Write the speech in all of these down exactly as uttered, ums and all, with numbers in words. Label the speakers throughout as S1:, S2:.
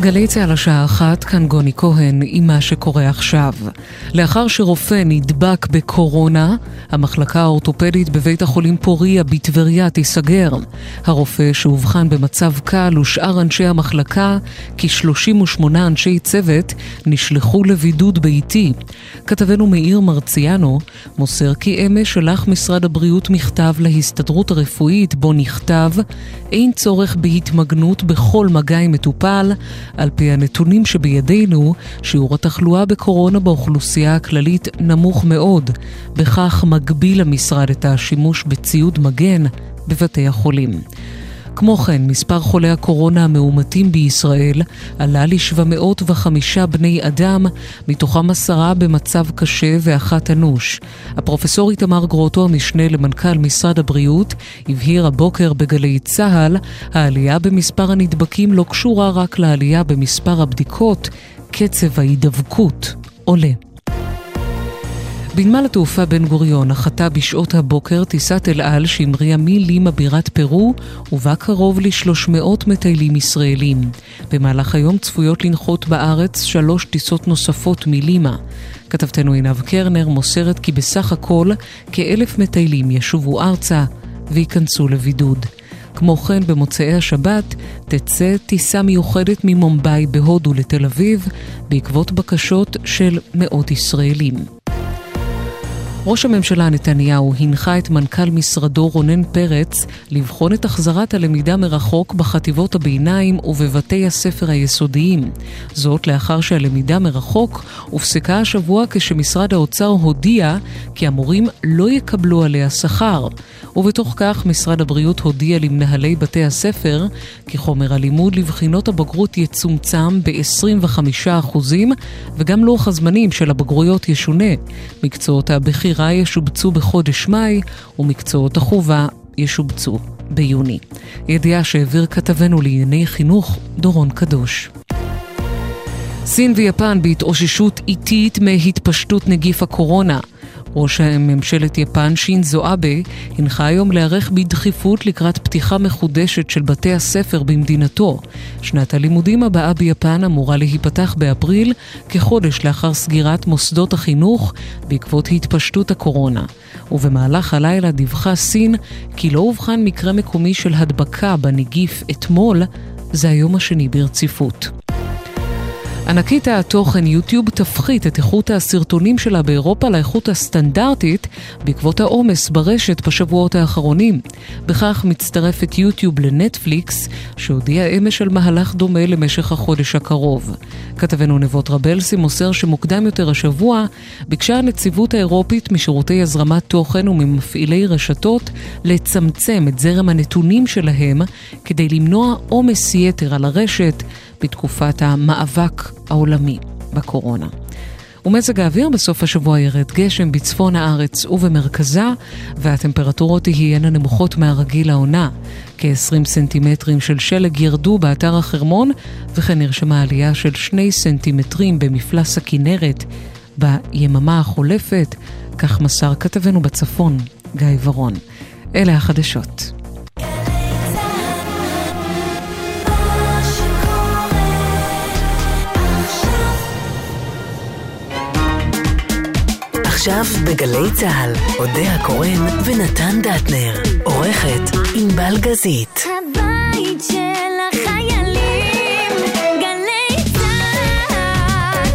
S1: גלי צהל השעה אחת, כאן גוני כהן עם מה שקורה עכשיו. לאחר שרופא נדבק בקורונה, המחלקה האורתופדית בבית החולים פוריה בטבריה תיסגר. הרופא שהובחן במצב קל ושאר אנשי המחלקה, כ-שלושים ושמונה אנשי צוות, נשלחו לבידוד ביתי. כתבנו מאיר מרציאנו מוסר כי אמש שלח משרד הבריאות מכתב להסתדרות הרפואית, בו נכתב: אין צורך בהתמגנות בכל מגע עם מטופל. על פי הנתונים שבידינו, שיעור התחלואה בקורונה באוכלוסייה הכללית נמוך מאוד. בכך מגביל המשרד את השימוש בציוד מגן בבתי החולים. כמו כן, מספר חולי הקורונה המאומתים בישראל עלה ל-שבע מאות וחמישה בני אדם, מתוכם עשרה במצב קשה ואחת אנוש. הפרופסור איתמר גרוטו, המשנה למנכ"ל משרד הבריאות, הבהיר הבוקר בגלי צהל, העלייה במספר הנדבקים לא קשורה רק לעלייה במספר הבדיקות, קצב ההידבקות עולה. בנמל התעופה בן גוריון נחתה בשעות הבוקר טיסת אל על שהמריאה מלימה בירת פרו, ובה קרוב ל-שלוש מאות מטיילים ישראלים. במהלך היום צפויות לנחות בארץ שלוש טיסות נוספות מלימה. כתבתנו עינב קרנר מוסרת כי בסך הכל כאלף מטיילים ישובו ארצה וייכנסו לבידוד. כמו כן, במוצאי השבת תצא טיסה מיוחדת ממומביי בהודו לתל אביב, בעקבות בקשות של מאות ישראלים. ראש הממשלה נתניהו הנחה את מנכ"ל משרדו רונן פרץ לבחון את החזרת הלמידה מרחוק בחטיבות הביניים ובבתי הספר היסודיים. זאת לאחר שהלמידה מרחוק הופסקה השבוע כשמשרד האוצר הודיע כי המורים לא יקבלו עליה שכר. ובתוך כך משרד הבריאות הודיע למנהלי בתי הספר כי חומר הלימוד לבחינות הבגרות יצומצם ב-עשרים וחמישה אחוז וגם לוח הזמנים של הבגרויות ישונה. מקצועות הבחירה ישובצו בחודש מאי ומקצועות החובה ישובצו ביוני. ידיעה שהעביר כתבנו לענייני חינוך דורון קדוש. סין ויפן בהתאוששות איטית מהתפשטות נגיף הקורונה. ראש ממשלת יפן שינזו אבה הנחה היום להיערך בדחיפות לקראת פתיחה מחודשת של בתי הספר במדינתו. שנת הלימודים הבאה ביפן אמורה להיפתח באפריל, כחודש לאחר סגירת מוסדות החינוך בעקבות התפשטות הקורונה. ובמהלך הלילה דיווחה סין כי לא הובחן מקרה מקומי של הדבקה בנגיף אתמול, זה היום השני ברציפות. ענקית התוכן יוטיוב תפחית את איכות הסרטונים שלה באירופה לאיכות הסטנדרטית בעקבות העומס ברשת בשבועות האחרונים. בכך מצטרפת יוטיוב לנטפליקס, שהודיע אמש על מהלך דומה למשך החודש הקרוב. כתבנו נבות רבלסי מוסר שמוקדם יותר השבוע ביקשה הנציבות האירופית משירותי הזרמת תוכן וממפעילי רשתות לצמצם את זרם הנתונים שלהם כדי למנוע עומס יתר על הרשת בתקופת המאבק העולמי בקורונה. ומזג האוויר בסוף השבוע ירד גשם בצפון הארץ ובמרכזה, והטמפרטורות תהיינה נמוכות מהרגיל העונה. כ-עשרים סנטימטרים של שלג ירדו באתר החרמון, וכן נרשמה עלייה של שני סנטימטרים במפלס הכנרת ביממה החולפת, כך מסר כתבנו בצפון גיא ורון. אלה החדשות.
S2: עכשיו בגלי צהל, אודה הקורן ונתן דטנר, עורכת ענבל גזית. הבית של החיילים, גלי צהל.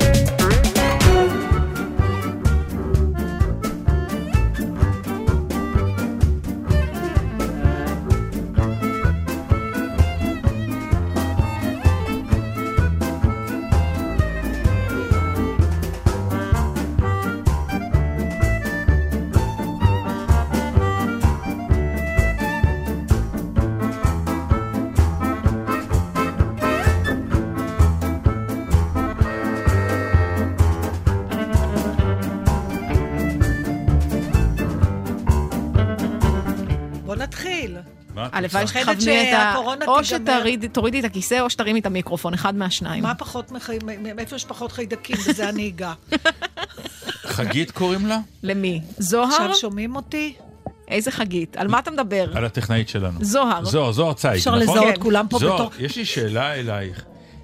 S3: הלוואי שתכווני את ה... או שתורידי את הכיסא או שתרימי את המיקרופון, אחד מהשניים.
S4: מה פחות מחיים, איפה יש פחות חיידקים, וזה אני אגע.
S5: חגית קוראים לה?
S3: למי? זוהר?
S4: עכשיו שומעים אותי?
S3: איזה חגית? על מה אתה מדבר?
S5: על הטכנאית שלנו.
S3: זוהר.
S5: זוהר, זוהר צייג,
S4: נכון? אפשר לזהות כולם פה בתור...
S5: זוהר, יש לי שאלה אלייך.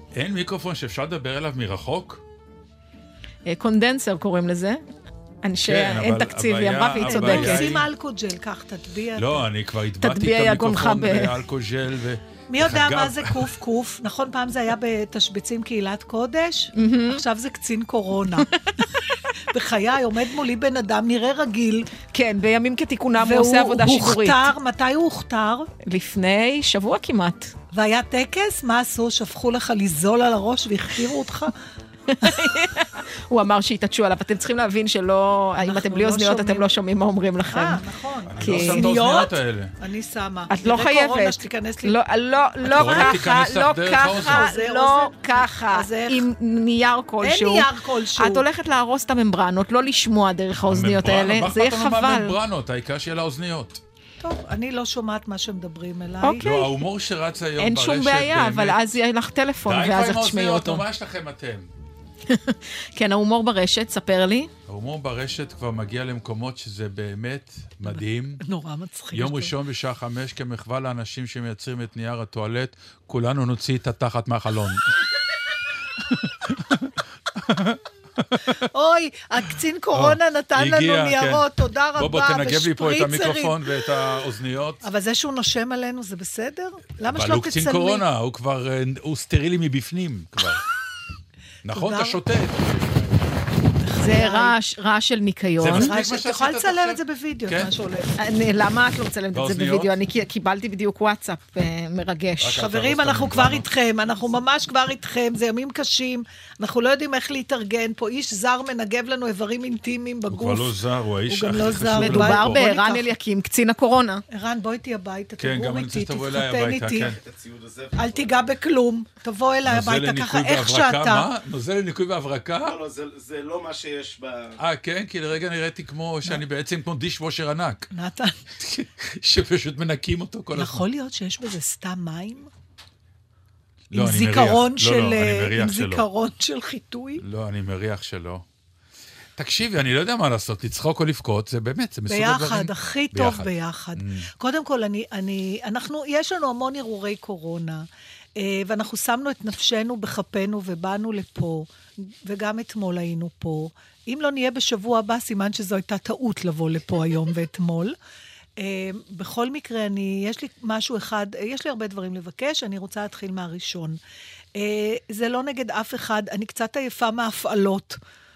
S5: אין מיקרופון שאפשר לדבר אליו מרחוק?
S3: קונדנסר קוראים לזה. אנשי, אין תקציב, היא אמרה והיא צודקת.
S4: עושים אלכוג'ל, כך תטביע.
S5: לא, אני כבר הדבעתי את המיקרופון באלכוג'ל ו...
S4: מי יודע מה זה קוף קוף? נכון, פעם זה היה בתשבצים קהילת קודש, עכשיו זה קצין קורונה. בחיי, עומד מולי בן אדם, נראה רגיל.
S3: כן, בימים כתיקונם הוא עושה עבודה שידורית.
S4: והוא הוכתר, מתי הוא הוכתר?
S3: לפני שבוע כמעט.
S4: והיה טקס? מה עשו? שפכו לך לזול על הראש והכתירו אותך?
S3: הוא אמר שיתעצ'ו עליו, אתם צריכים להבין שלא, אם אתם בלי אוזניות, אתם לא שומעים מה אומרים לכם.
S4: אה, נכון.
S5: אני לא שם את האוזניות האלה.
S4: אני שמה.
S3: את לא חייבת. לא, לא, לא ככה, לא ככה, לא ככה. עם נייר כלשהו.
S4: אין נייר כלשהו.
S3: את הולכת להרוס את הממברנות, לא לשמוע דרך האוזניות האלה, זה יהיה חבל.
S5: הממברנות, העיקר שיהיה לאוזניות.
S4: טוב, אני לא שומעת מה שמדברים אליי.
S5: לא, ההומור שרץ היום
S3: אין שום בעיה, אבל אז יהיה לך טלפון, ואז את תשמעי אותו.
S5: מה יש לכם אתם?
S3: כן, ההומור ברשת, ספר לי.
S5: ההומור ברשת כבר מגיע למקומות שזה באמת מדהים.
S4: נורא מצחיק.
S5: יום ראשון בשעה חמש, כמחווה לאנשים שמייצרים את נייר הטואלט, כולנו נוציא את התחת מהחלון.
S4: אוי, הקצין קורונה נתן לנו ניירות, תודה רבה.
S5: בוא, בוא תנגב לי פה את המיקרופון ואת האוזניות.
S4: אבל זה שהוא נושם עלינו, זה בסדר? למה שלא תצלמי?
S5: אבל הוא קצין קורונה, הוא כבר, הוא סטרילי מבפנים כבר. נכון, אתה שותה.
S3: זה רעש, רעש של ניקיון.
S4: אתה יכול לצלם את זה בווידאו, מה שהולך.
S3: למה את לא מצלמת את זה בווידאו? אני קיבלתי בדיוק וואטסאפ מרגש.
S4: חברים, אנחנו כבר איתכם, אנחנו ממש כבר איתכם, זה ימים קשים, אנחנו לא יודעים איך להתארגן, פה איש זר מנגב לנו איברים אינטימיים בגוף.
S5: הוא כבר לא זר, הוא האיש הכי חשוב.
S3: מדובר בערן אליקים, קצין הקורונה.
S4: ערן, בואי איתי הביתה,
S5: כן,
S4: תגור
S5: גם אני
S4: איתי,
S5: רוצה שתבוא אליי
S4: תתחתן
S5: הביתה,
S4: איתי.
S5: כן.
S4: אל תיגע בכלום, תבוא אליי הביתה ככה, איך שאתה.
S5: מה? נוזל לניקוי והברקה?
S6: לא, לא, זה לא מה שיש ב...
S5: אה, כן? כי לרגע נראיתי כמו, שאני בעצם כמו דישוושר ענק.
S4: נתן.
S5: שפשוט מנקים אותו כל הזמן.
S4: יכול להיות שיש בזה סתם מים?
S5: לא,
S4: עם
S5: אני
S4: זיכרון
S5: מריח. לא, לא, אני מריח
S4: עם
S5: שלא.
S4: זיכרון של חיטוי?
S5: לא, אני מריח שלא. תקשיבי, אני לא יודע מה לעשות, לצחוק או לבכות, זה באמת, זה מסוג הדברים.
S4: ביחד, הכי טוב ביחד. קודם כל, אני, אני, אנחנו, יש לנו המון הרהורי קורונה, ואנחנו שמנו את נפשנו בחפנו ובאנו לפה, וגם אתמול היינו פה. אם לא נהיה בשבוע הבא, סימן שזו הייתה טעות לבוא לפה היום ואתמול. בכל מקרה, אני, יש לי משהו אחד, יש לי הרבה דברים לבקש, אני רוצה להתחיל מהראשון. זה לא נגד אף אחד, אני קצת עייפה מהפעלות.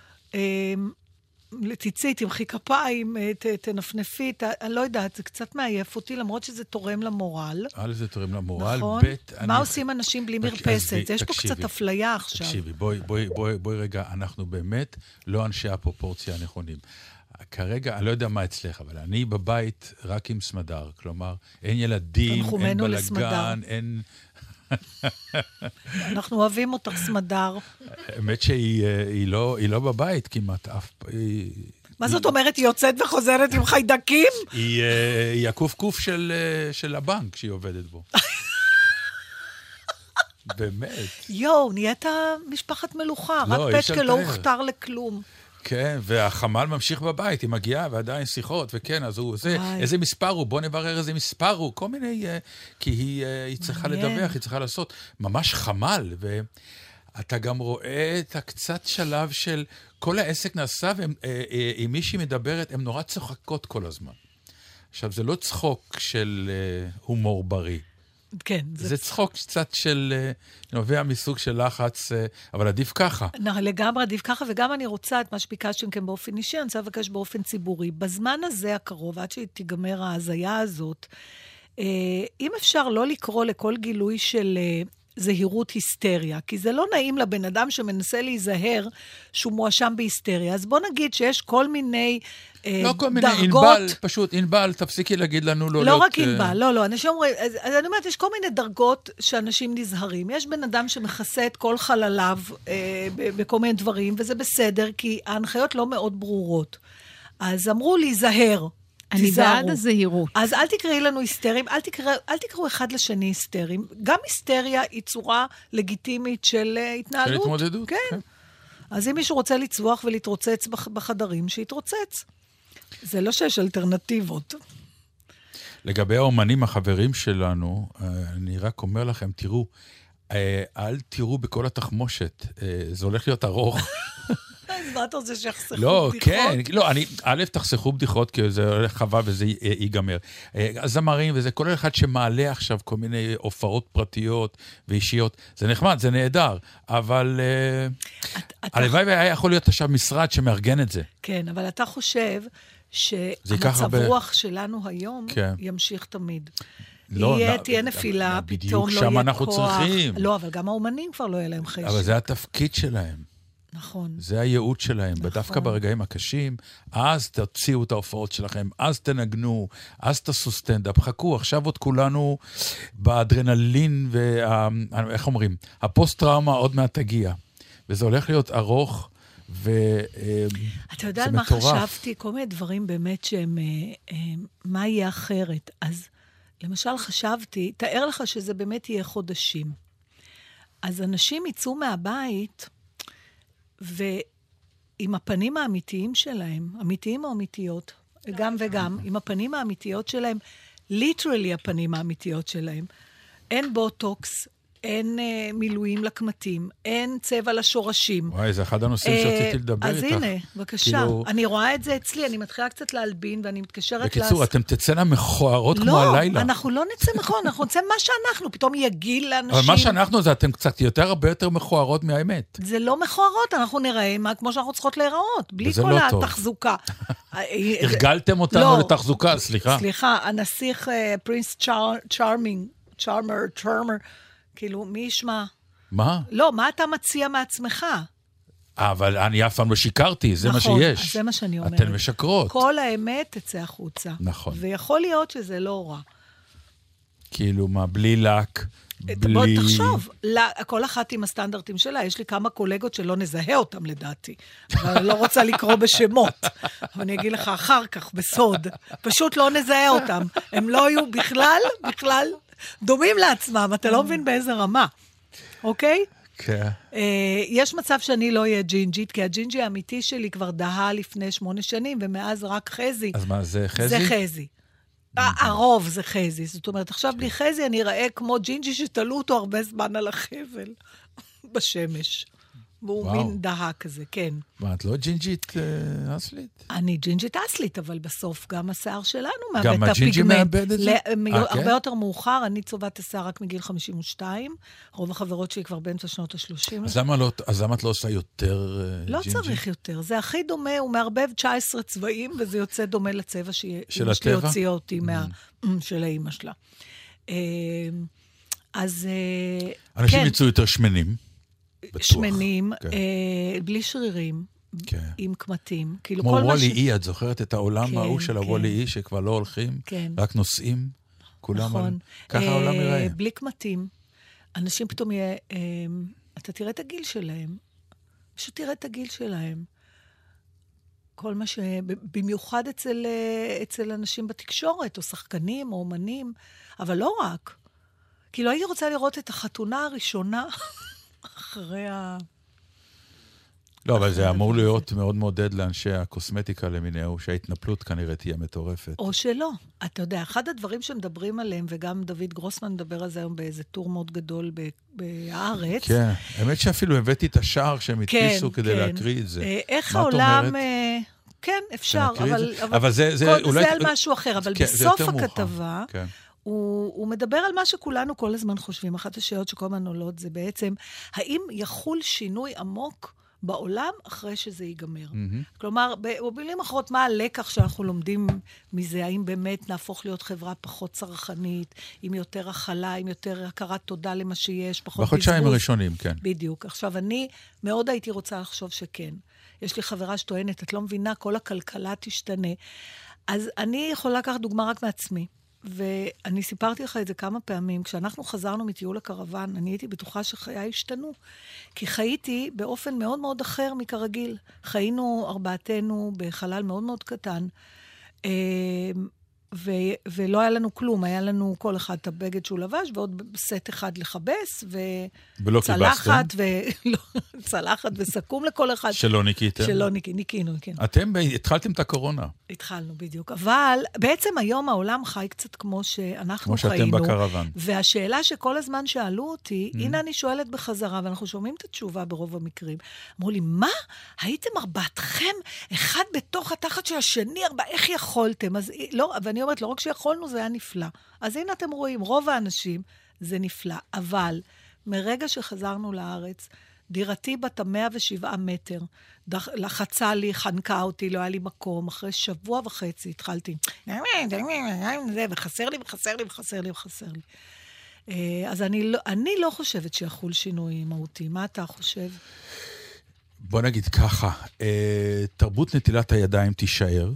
S4: תצאי, תמחי כפיים, תנפנפי, אני לא יודעת, זה קצת מעייף אותי, למרות שזה תורם למורל.
S5: א', זה תורם למורל,
S4: נכון?
S5: ב',
S4: מה עושים אנשים בלי מרפסת? יש פה קצת אפליה עכשיו.
S5: תקשיבי, בואי רגע, אנחנו באמת לא אנשי הפרופורציה הנכונים. כרגע, אני לא יודע מה אצלך, אבל אני בבית רק עם סמדר, כלומר, אין ילדים, אין בלגן, אין...
S4: אנחנו אוהבים אותך סמדר.
S5: האמת שהיא לא, היא לא בבית כמעט אף...
S4: מה זאת אומרת? היא יוצאת וחוזרת עם חיידקים?
S5: היא הקוף-קוף של הבנק שהיא עובדת בו. באמת.
S4: יואו, נהיית משפחת מלוכה, רק פצ'קה לא הוכתר לכלום.
S5: כן, והחמל ממשיך בבית, היא מגיעה ועדיין שיחות, וכן, אז הוא, זה, איזה מספר הוא, בוא נברר איזה מספר הוא, כל מיני, כי היא, היא צריכה לדווח, היא צריכה לעשות, ממש חמל, ואתה גם רואה את הקצת שלב של, כל העסק נעשה, ועם מישהי מדברת, הן נורא צוחקות כל הזמן. עכשיו, זה לא צחוק של הומור בריא.
S4: כן.
S5: זה, זה צחוק קצת של, נובע מסוג של לחץ, אבל עדיף ככה.
S4: לגמרי עדיף ככה, וגם אני רוצה את מה שביקשתם כאן באופן אישי, אני רוצה לבקש באופן ציבורי. בזמן הזה הקרוב, עד שתיגמר ההזיה הזאת, אם אפשר לא לקרוא לכל גילוי של זהירות היסטריה, כי זה לא נעים לבן אדם שמנסה להיזהר שהוא מואשם בהיסטריה, אז בוא נגיד שיש כל מיני דרגות...
S5: לא כל מיני, אינבל, פשוט, אינבל, תפסיקי להגיד לנו לא...
S4: לא רק אינבל, לא, לא, אנשים אומרים, אז אני אומרת, יש כל מיני דרגות שאנשים נזהרים, יש בן אדם שמכסה את כל חלליו בכל מיני דברים, וזה בסדר, כי ההנחיות לא מאוד ברורות. אז אמרו להיזהר,
S3: אני בעד הזהירות.
S4: אז אל תקראי לנו היסטרים, אל, תקרא, אל תקראו אחד לשני היסטרים. גם היסטריה היא צורה לגיטימית של התנהלות.
S5: של התמודדות.
S4: כן. כן. אז אם מישהו רוצה לצווח ולהתרוצץ בחדרים, שיתרוצץ. זה לא שיש אלטרנטיבות.
S5: לגבי האומנים החברים שלנו, אני רק אומר לכם, תראו, אל תראו בכל התחמושת, זה הולך להיות ארוך.
S4: אז מה אתה רוצה שיחסכו
S5: לא,
S4: בדיחות?
S5: כן, לא, אני, א', תחסכו בדיחות, כי זה הולך חווה וזה ייגמר. הזמרים וזה, כל אחד שמעלה עכשיו כל מיני הופעות פרטיות ואישיות, זה נחמד, זה נהדר, אבל הלוואי והיה יכול להיות עכשיו משרד שמארגן את זה.
S4: כן, אבל אתה חושב שהמצב רוח שלנו היום ימשיך תמיד.
S5: לא,
S4: יהיה, תהיה נפילה, פתאום לא יהיה כוח.
S5: בדיוק שם אנחנו צריכים.
S4: לא, אבל גם האומנים כבר לא יהיה להם חשק.
S5: אבל זה התפקיד שלהם.
S4: נכון.
S5: זה הייעוד שלהם,
S4: נכון.
S5: בדווקא ברגעים הקשים, אז תציעו את ההופעות שלכם, אז תנגנו, אז תעשו סטנדאפ, חכו, עכשיו עוד כולנו באדרנלין, וה, איך אומרים, הפוסט-טראומה עוד מעט תגיע, וזה הולך להיות ארוך, וזה מטורף.
S4: אתה יודע על מה חשבתי? כל מיני דברים באמת שהם, מה יהיה אחרת? אז למשל חשבתי, תאר לך שזה באמת יהיה חודשים. אז אנשים יצאו מהבית, ועם הפנים האמיתיים שלהם, אמיתיים או אמיתיות, גם וגם, עם הפנים האמיתיות שלהם, ליטרלי הפנים האמיתיות שלהם, אין בוטוקס, אין uh, מילואים לקמטים, אין צבע לשורשים.
S5: וואי, זה אחד הנושאים uh, שרציתי לדבר
S4: אז
S5: איתך.
S4: אז הנה, בבקשה. כאילו... אני רואה את זה אצלי, אני מתחילה קצת להלבין, ואני מתקשרת...
S5: בקיצור, לס... אתם תצאנה מכוערות
S4: לא,
S5: כמו הלילה.
S4: לא, אנחנו לא נצא מכוערות, אנחנו נצא מה שאנחנו, פתאום יגיל לאנשים...
S5: אבל מה שאנחנו זה, אתם קצת יותר, הרבה יותר מכוערות מהאמת.
S4: זה לא מכוערות, אנחנו נראה מה, כמו שאנחנו צריכות להיראות, בלי כל
S5: לא
S4: התחזוקה.
S5: הרגלתם אותנו
S4: לא,
S5: לתחזוקה, סליחה.
S4: סליחה, הנסיך פרינס צ'ארמינג, צ'ארמר, צ'ארמר, כאילו, מי ישמע?
S5: מה?
S4: לא, מה אתה מציע מעצמך?
S5: אבל אני אף פעם לא שיקרתי, זה
S4: נכון,
S5: מה שיש.
S4: זה מה שאני אומרת.
S5: אתן משקרות.
S4: כל האמת תצא החוצה.
S5: נכון.
S4: ויכול להיות שזה לא רע.
S5: כאילו מה, בלי לק, בלי...
S4: בוא תחשוב, כל אחת עם הסטנדרטים שלה, יש לי כמה קולגות שלא נזהה אותם לדעתי, אבל אני לא רוצה לקרוא בשמות, אבל אני אגיד לך אחר כך, בסוד, פשוט לא נזהה אותם. הם לא היו בכלל, בכלל... דומים לעצמם, אתה לא מבין באיזה רמה, אוקיי?
S5: כן.
S4: יש מצב שאני לא אהיה ג'ינג'ית, כי הג'ינג'י האמיתי שלי כבר דהה לפני שמונה שנים, ומאז רק חזי.
S5: אז מה, זה חזי?
S4: זה חזי. הרוב זה חזי. זאת אומרת, עכשיו בלי חזי אני אראה כמו ג'ינג'י שתלו אותו הרבה זמן על החבל, בשמש. והוא מין דהה כזה, כן.
S5: מה, את לא ג'ינג'ית אסלית?
S4: אני ג'ינג'ית אסלית, אבל בסוף גם השיער שלנו מאבד
S5: את הפיגמנט. גם הג'ינג'י מאבד את זה?
S4: הרבה יותר מאוחר, אני צובעת השיער רק מגיל חמישים ושתיים, רוב החברות שלי כבר באמצע שנות ה-שלושים.
S5: אז למה את לא עושה יותר ג'ינג'י?
S4: לא צריך יותר, זה הכי דומה, הוא מערבב תשע עשרה צבעים, וזה יוצא דומה לצבע שאמא שלי הוציאה אותי של האמא שלה. אז...
S5: אנשים יצאו יותר שמנים.
S4: שמנים, בלי שרירים, עם קמטים.
S5: כמו וולי אי, את זוכרת את העולם ההוא של הוולי אי, שכבר לא הולכים, רק נוסעים, כולם, ככה העולם יראה.
S4: בלי קמטים. אנשים פתאום יהיה, אתה תראה את הגיל שלהם, פשוט תראה את הגיל שלהם. כל מה ש... במיוחד אצל, אצל אנשים בתקשורת, או שחקנים, או אומנים, אבל לא רק. כי לא הייתי רוצה לראות את החתונה הראשונה, אחרי ה...
S5: לא, אבל זה אמור להיות מאוד מעודד לאנשי הקוסמטיקה למיניהו, שההתנפלות כנראה תהיה מטורפת.
S4: או שלא. אתה יודע, אחד הדברים שמדברים עליהם, וגם דוד גרוסמן מדבר על זה היום באיזה טור מאוד גדול בארץ.
S5: כן, האמת שאפילו הבאתי את השער שהם הדפיסו כדי להקריא את זה.
S4: איך העולם... כן, אפשר, אבל זה על משהו אחר. אבל בסוף הכתבה... הוא, הוא מדבר על מה שכולנו כל הזמן חושבים. אחת השאלות שכל הזמן עולות זה בעצם, האם יחול שינוי עמוק בעולם אחרי שזה ייגמר? Mm-hmm. כלומר, במילים אחרות, מה הלקח שאנחנו לומדים מזה? האם באמת נהפוך להיות חברה פחות צרכנית, עם יותר הכלה, עם יותר הכרת תודה למה שיש, פחות בזבוז?
S5: בחודשיים הראשונים, כן.
S4: בדיוק. עכשיו, אני מאוד הייתי רוצה לחשוב שכן. יש לי חברה שטוענת, את לא מבינה, כל הכלכלה תשתנה. אז אני יכולה לקחת דוגמה רק מעצמי. ואני סיפרתי לך את זה כמה פעמים, כשאנחנו חזרנו מטיול הקרוון, אני הייתי בטוחה שחיי השתנו, כי חייתי באופן מאוד מאוד אחר מכרגיל. חיינו ארבעתנו בחלל מאוד מאוד קטן, ו- ולא היה לנו כלום, היה לנו כל אחד את הבגד שהוא לבש, ועוד סט אחד לחבס, וצלחת, צלחת וסכום לכל אחד.
S5: שלא ניקיתם?
S4: שלא ניקינו, ניקינו, כן.
S5: אתם התחלתם את הקורונה.
S4: התחלנו בדיוק, אבל בעצם היום העולם חי קצת כמו שאנחנו
S5: חיינו. כמו שאתם בקרוון.
S4: והשאלה שכל הזמן שאלו אותי, הנה אני שואלת בחזרה, ואנחנו שומעים את התשובה ברוב המקרים. אמרו לי, מה? הייתם ארבעתכם, אחד בתוך התחת של השני, ארבע, איך יכולתם? אז לא, ואני אומרת, לא רק שיכולנו, זה היה נפלא. אז הנה אתם רואים, רוב האנשים זה נפלא. אבל מרגע שחזרנו לארץ, דירתי בת המאה ושבעה מטר, לחצה לי, חנקה אותי, לא היה לי מקום, אחרי שבוע וחצי התחלתי, וחסר לי, וחסר לי, וחסר לי, וחסר לי. אז אני לא, אני לא חושבת שיחול שינוי מהותי. מה אתה חושב?
S5: בוא נגיד ככה, תרבות נטילת הידיים תישאר.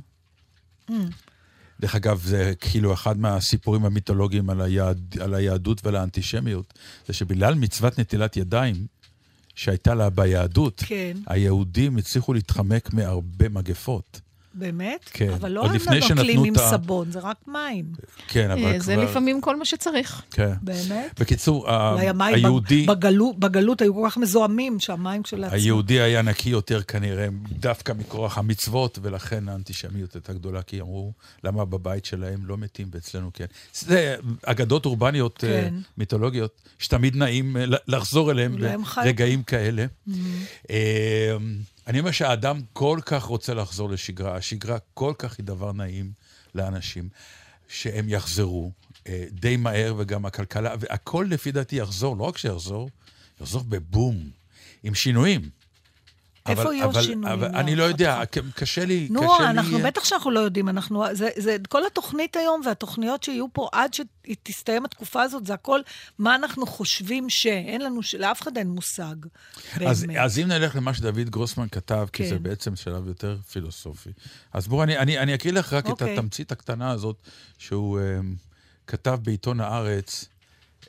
S5: דרך אגב, זה כאילו אחד מהסיפורים המיתולוגיים על, היהד, על היהדות ועל האנטישמיות, זה שבגלל מצוות נטילת ידיים, שהייתה לה ביהדות, כן. היהודים הצליחו להתחמק מהרבה מגפות.
S4: באמת?
S5: כן.
S4: אבל לא נוקלים עם ה... סבון, זה רק מים.
S5: כן, אבל
S3: זה כבר... לפעמים כל מה שצריך.
S5: כן.
S4: באמת?
S5: בקיצור, היהודי...
S4: בגלות, בגלות היו כל כך מזוהמים שהמים של עצמם.
S5: היהודי היה נקי יותר כנראה, דווקא מכורח המצוות, ולכן האנטישמיות הייתה גדולה, כי אמרו, למה בבית שלהם לא מתים ואצלנו כן. זה אגדות אורבניות כן. מיתולוגיות, שתמיד נעים לחזור אליהם ברגעים כאלה. Mm-hmm. אני אומר שהאדם כל כך רוצה לחזור לשגרה, השגרה כל כך היא דבר נעים לאנשים, שהם יחזרו די מהר וגם הכלכלה, והכל לפי דעתי יחזור, לא רק שיחזור, יחזור בבום, עם שינויים.
S4: איפה
S5: אבל,
S4: יהיו
S5: אבל,
S4: שינויים?
S5: אבל אני לא יודע, קשה לי...
S4: נו,
S5: קשה
S4: אנחנו
S5: לי...
S4: בטח שאנחנו לא יודעים, אנחנו, זה, זה, כל התוכנית היום והתוכניות שיהיו פה עד שתסתיים התקופה הזאת, זה הכל מה אנחנו חושבים שאין לנו, לאף אחד אין מושג.
S5: אז, אז אם נלך למה שדוד גרוסמן כתב, כן. כי זה בעצם שלב יותר פילוסופי. אז בואו, אני, אני, אני אקריא לך רק אוקיי. את התמצית הקטנה הזאת, שהוא um, כתב בעיתון הארץ, um,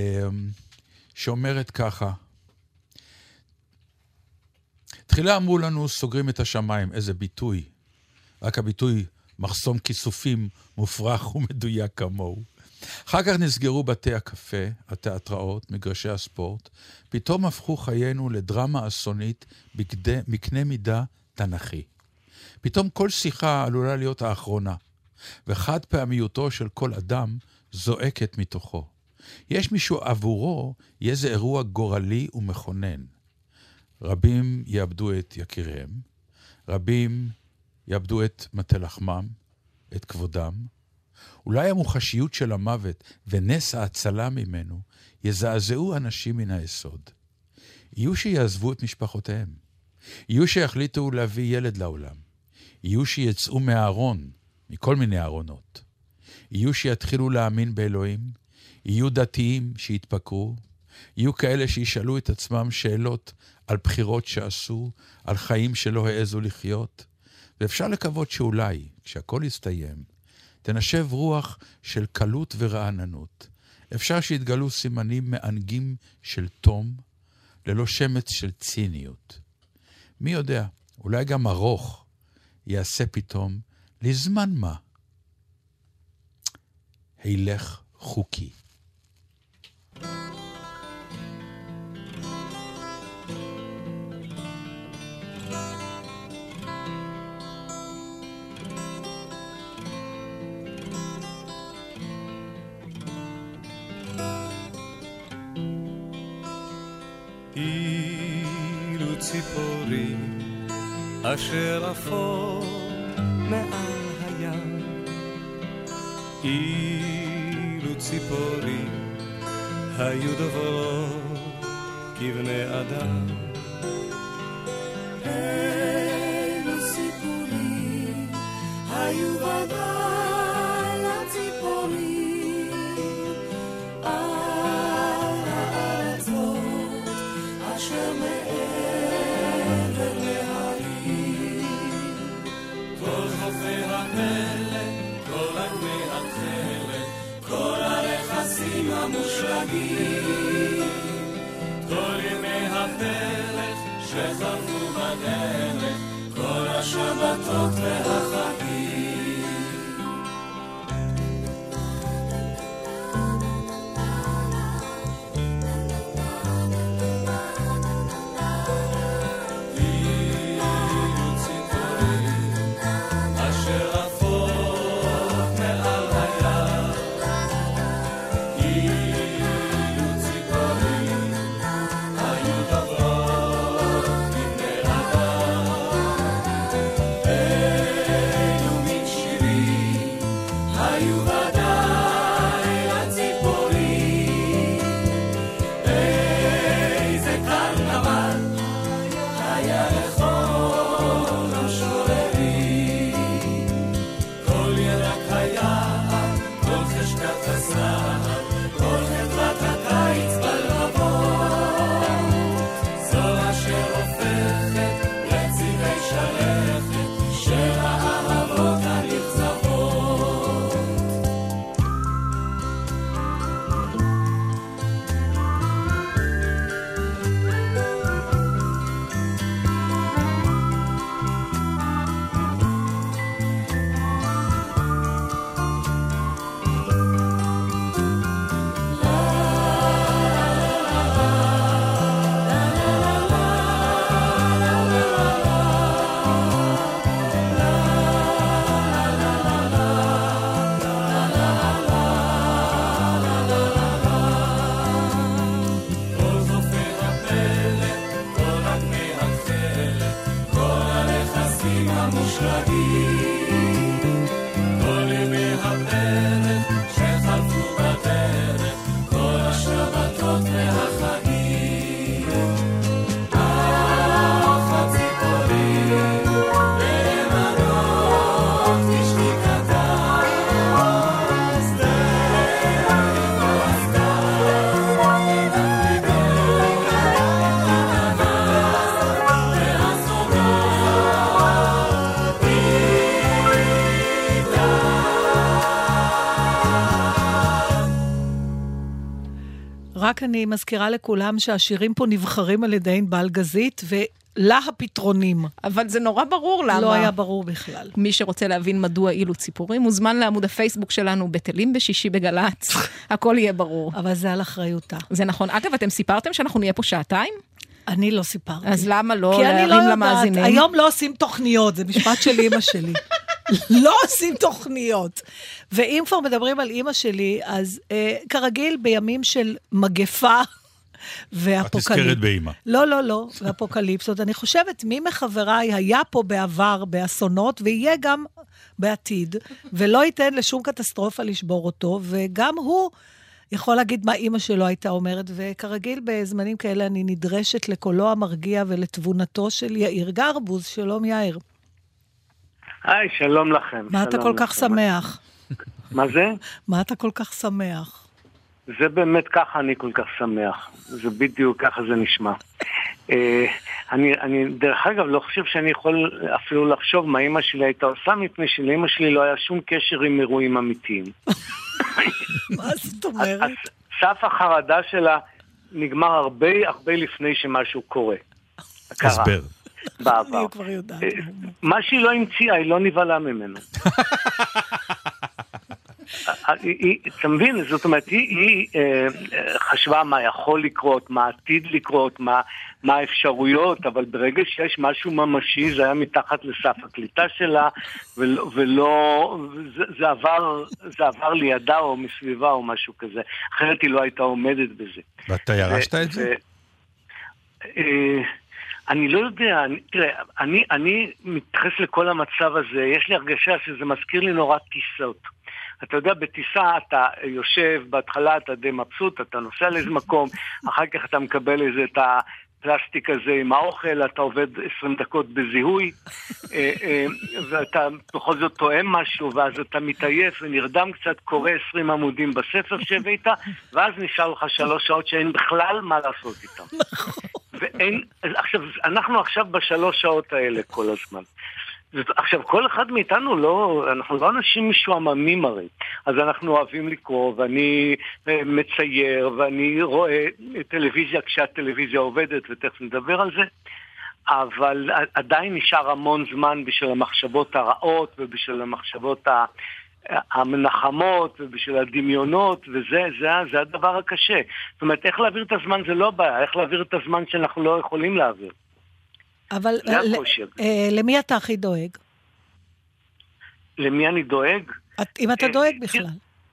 S5: שאומרת ככה, תחילה אמרו לנו, סוגרים את השמיים, איזה ביטוי. רק הביטוי, מחסום כיסופים, מופרך ומדויק כמוהו. אחר כך נסגרו בתי הקפה, התיאטראות, מגרשי הספורט. פתאום הפכו חיינו לדרמה אסונית בקנה, מקנה מידה תנכי. פתאום כל שיחה עלולה להיות האחרונה, וחד פעמיותו של כל אדם זועקת מתוכו. יש מישהו עבורו, יהיה זה אירוע גורלי ומכונן. רבים יאבדו את יקיריהם, רבים יאבדו את מטה לחמם, את כבודם. אולי המוחשיות של המוות ונס ההצלה ממנו יזעזעו אנשים מן היסוד. יהיו שיעזבו את משפחותיהם, יהיו שיחליטו להביא ילד לעולם, יהיו שיצאו מהארון, מכל מיני ארונות, יהיו שיתחילו להאמין באלוהים, יהיו דתיים שיתפקרו, יהיו כאלה שישאלו את עצמם שאלות על בחירות שעשו, על חיים שלא העזו לחיות, ואפשר לקוות שאולי, כשהכל יסתיים, תנשב רוח של קלות ורעננות. אפשר שיתגלו סימנים מענגים של תום, ללא שמץ של ציניות. מי יודע, אולי גם ארוך יעשה פתאום לזמן מה. הילך חוקי.
S7: אילו ציפורי אשר עפות מעל הים, אילו ציפורי היו דוברות כבני אדם, אילו ציפורי היו ודאי לציפורי על הארצות אשר מעבר להרים, כל חופי המלך, כל אדמי התכלת, כל הרכסים המושלגים, כל ימי הפלך שחלפו בדרך, כל השבתות והחגים.
S4: רק אני מזכירה לכולם שהשירים פה נבחרים על ידי ענבל גזית, ולה הפתרונים.
S3: אבל זה נורא ברור למה.
S4: לא היה ברור בכלל.
S3: מי שרוצה להבין מדוע אילו ציפורים, מוזמן לעמוד הפייסבוק שלנו, בטלים בשישי בגלץ. הכל יהיה ברור.
S4: אבל זה על אחריותה.
S3: זה נכון. אגב, אתם סיפרתם שאנחנו נהיה פה שעתיים?
S4: אני לא סיפרתי.
S3: אז למה לא להרים למאזינים?
S4: היום לא עושים תוכניות, זה משפט של אמא שלי. לא עושים תוכניות. ואם כבר מדברים על אמא שלי, אז אה, כרגיל בימים של מגפה ואפוקליפסות.
S5: את תזכרת באמא.
S4: לא, לא, לא, ואפוקליפסות. אני חושבת, מי מחבריי היה פה בעבר באסונות, ויהיה גם בעתיד, ולא ייתן לשום קטסטרופה לשבור אותו, וגם הוא יכול להגיד מה אמא שלו הייתה אומרת, וכרגיל בזמנים כאלה אני נדרשת לקולו המרגיע ולתבונתו של יאיר גרבוז. שלום יאיר.
S8: היי, שלום לכם.
S4: מה אתה כל כך שמח?
S8: מה זה?
S4: מה אתה כל כך שמח?
S8: זה באמת ככה אני כל כך שמח. זה בדיוק ככה זה נשמע. אני, אני דרך אגב לא חושב שאני יכול אפילו לחשוב מה אמא שלי הייתה עושה, מפני שלאמא שלי לא היה שום קשר עם אירועים אמיתיים.
S4: מה זאת אומרת?
S8: סף החרדה שלה נגמר הרבה הרבה לפני שמשהו קורה.
S5: הסבר.
S8: בעבר.
S4: אני כבר יודעת.
S8: מה שהיא לא המציאה, היא לא נבהלה ממנו. אתה מבין? זאת אומרת, היא חשבה מה יכול לקרות, מה עתיד לקרות, מה האפשרויות, אבל ברגע שיש משהו ממשי, זה היה מתחת לסף הקליטה שלה, ולא, זה עבר לידה או מסביבה או משהו כזה. אחרת היא לא הייתה עומדת בזה.
S5: ואתה ירשת את זה?
S8: אני לא יודע, אני, תראה, אני, אני מתייחס לכל המצב הזה, יש לי הרגשה שזה מזכיר לי נורא טיסות. אתה יודע, בטיסה אתה יושב, בהתחלה אתה די מבסוט, אתה נוסע לאיזה מקום, אחר כך אתה מקבל איזה את הפלסטיק הזה עם האוכל, אתה עובד עשרים דקות בזיהוי, ואתה בכל זאת תואם משהו, ואז אתה מתעייף ונרדם קצת, קורא עשרים עמודים בספר שהבאת, ואז נשאר לך שלוש שעות שאין בכלל מה לעשות איתם. ואין, עכשיו, אנחנו עכשיו בשלוש שעות האלה כל הזמן. עכשיו, כל אחד מאיתנו לא, אנחנו לא אנשים משועממים הרי. אז אנחנו אוהבים לקרוא, ואני מצייר, ואני רואה טלוויזיה כשהטלוויזיה עובדת, ותכף נדבר על זה. אבל עדיין נשאר המון זמן בשביל המחשבות הרעות, ובשביל המחשבות ה... המנחמות ובשביל הדמיונות, וזה זה, זה הדבר הקשה. זאת אומרת, איך להעביר את הזמן זה לא בעיה, איך להעביר את הזמן שאנחנו לא יכולים להעביר.
S4: אבל למי אתה הכי דואג?
S8: למי אני דואג?
S4: אם אתה דואג בכלל.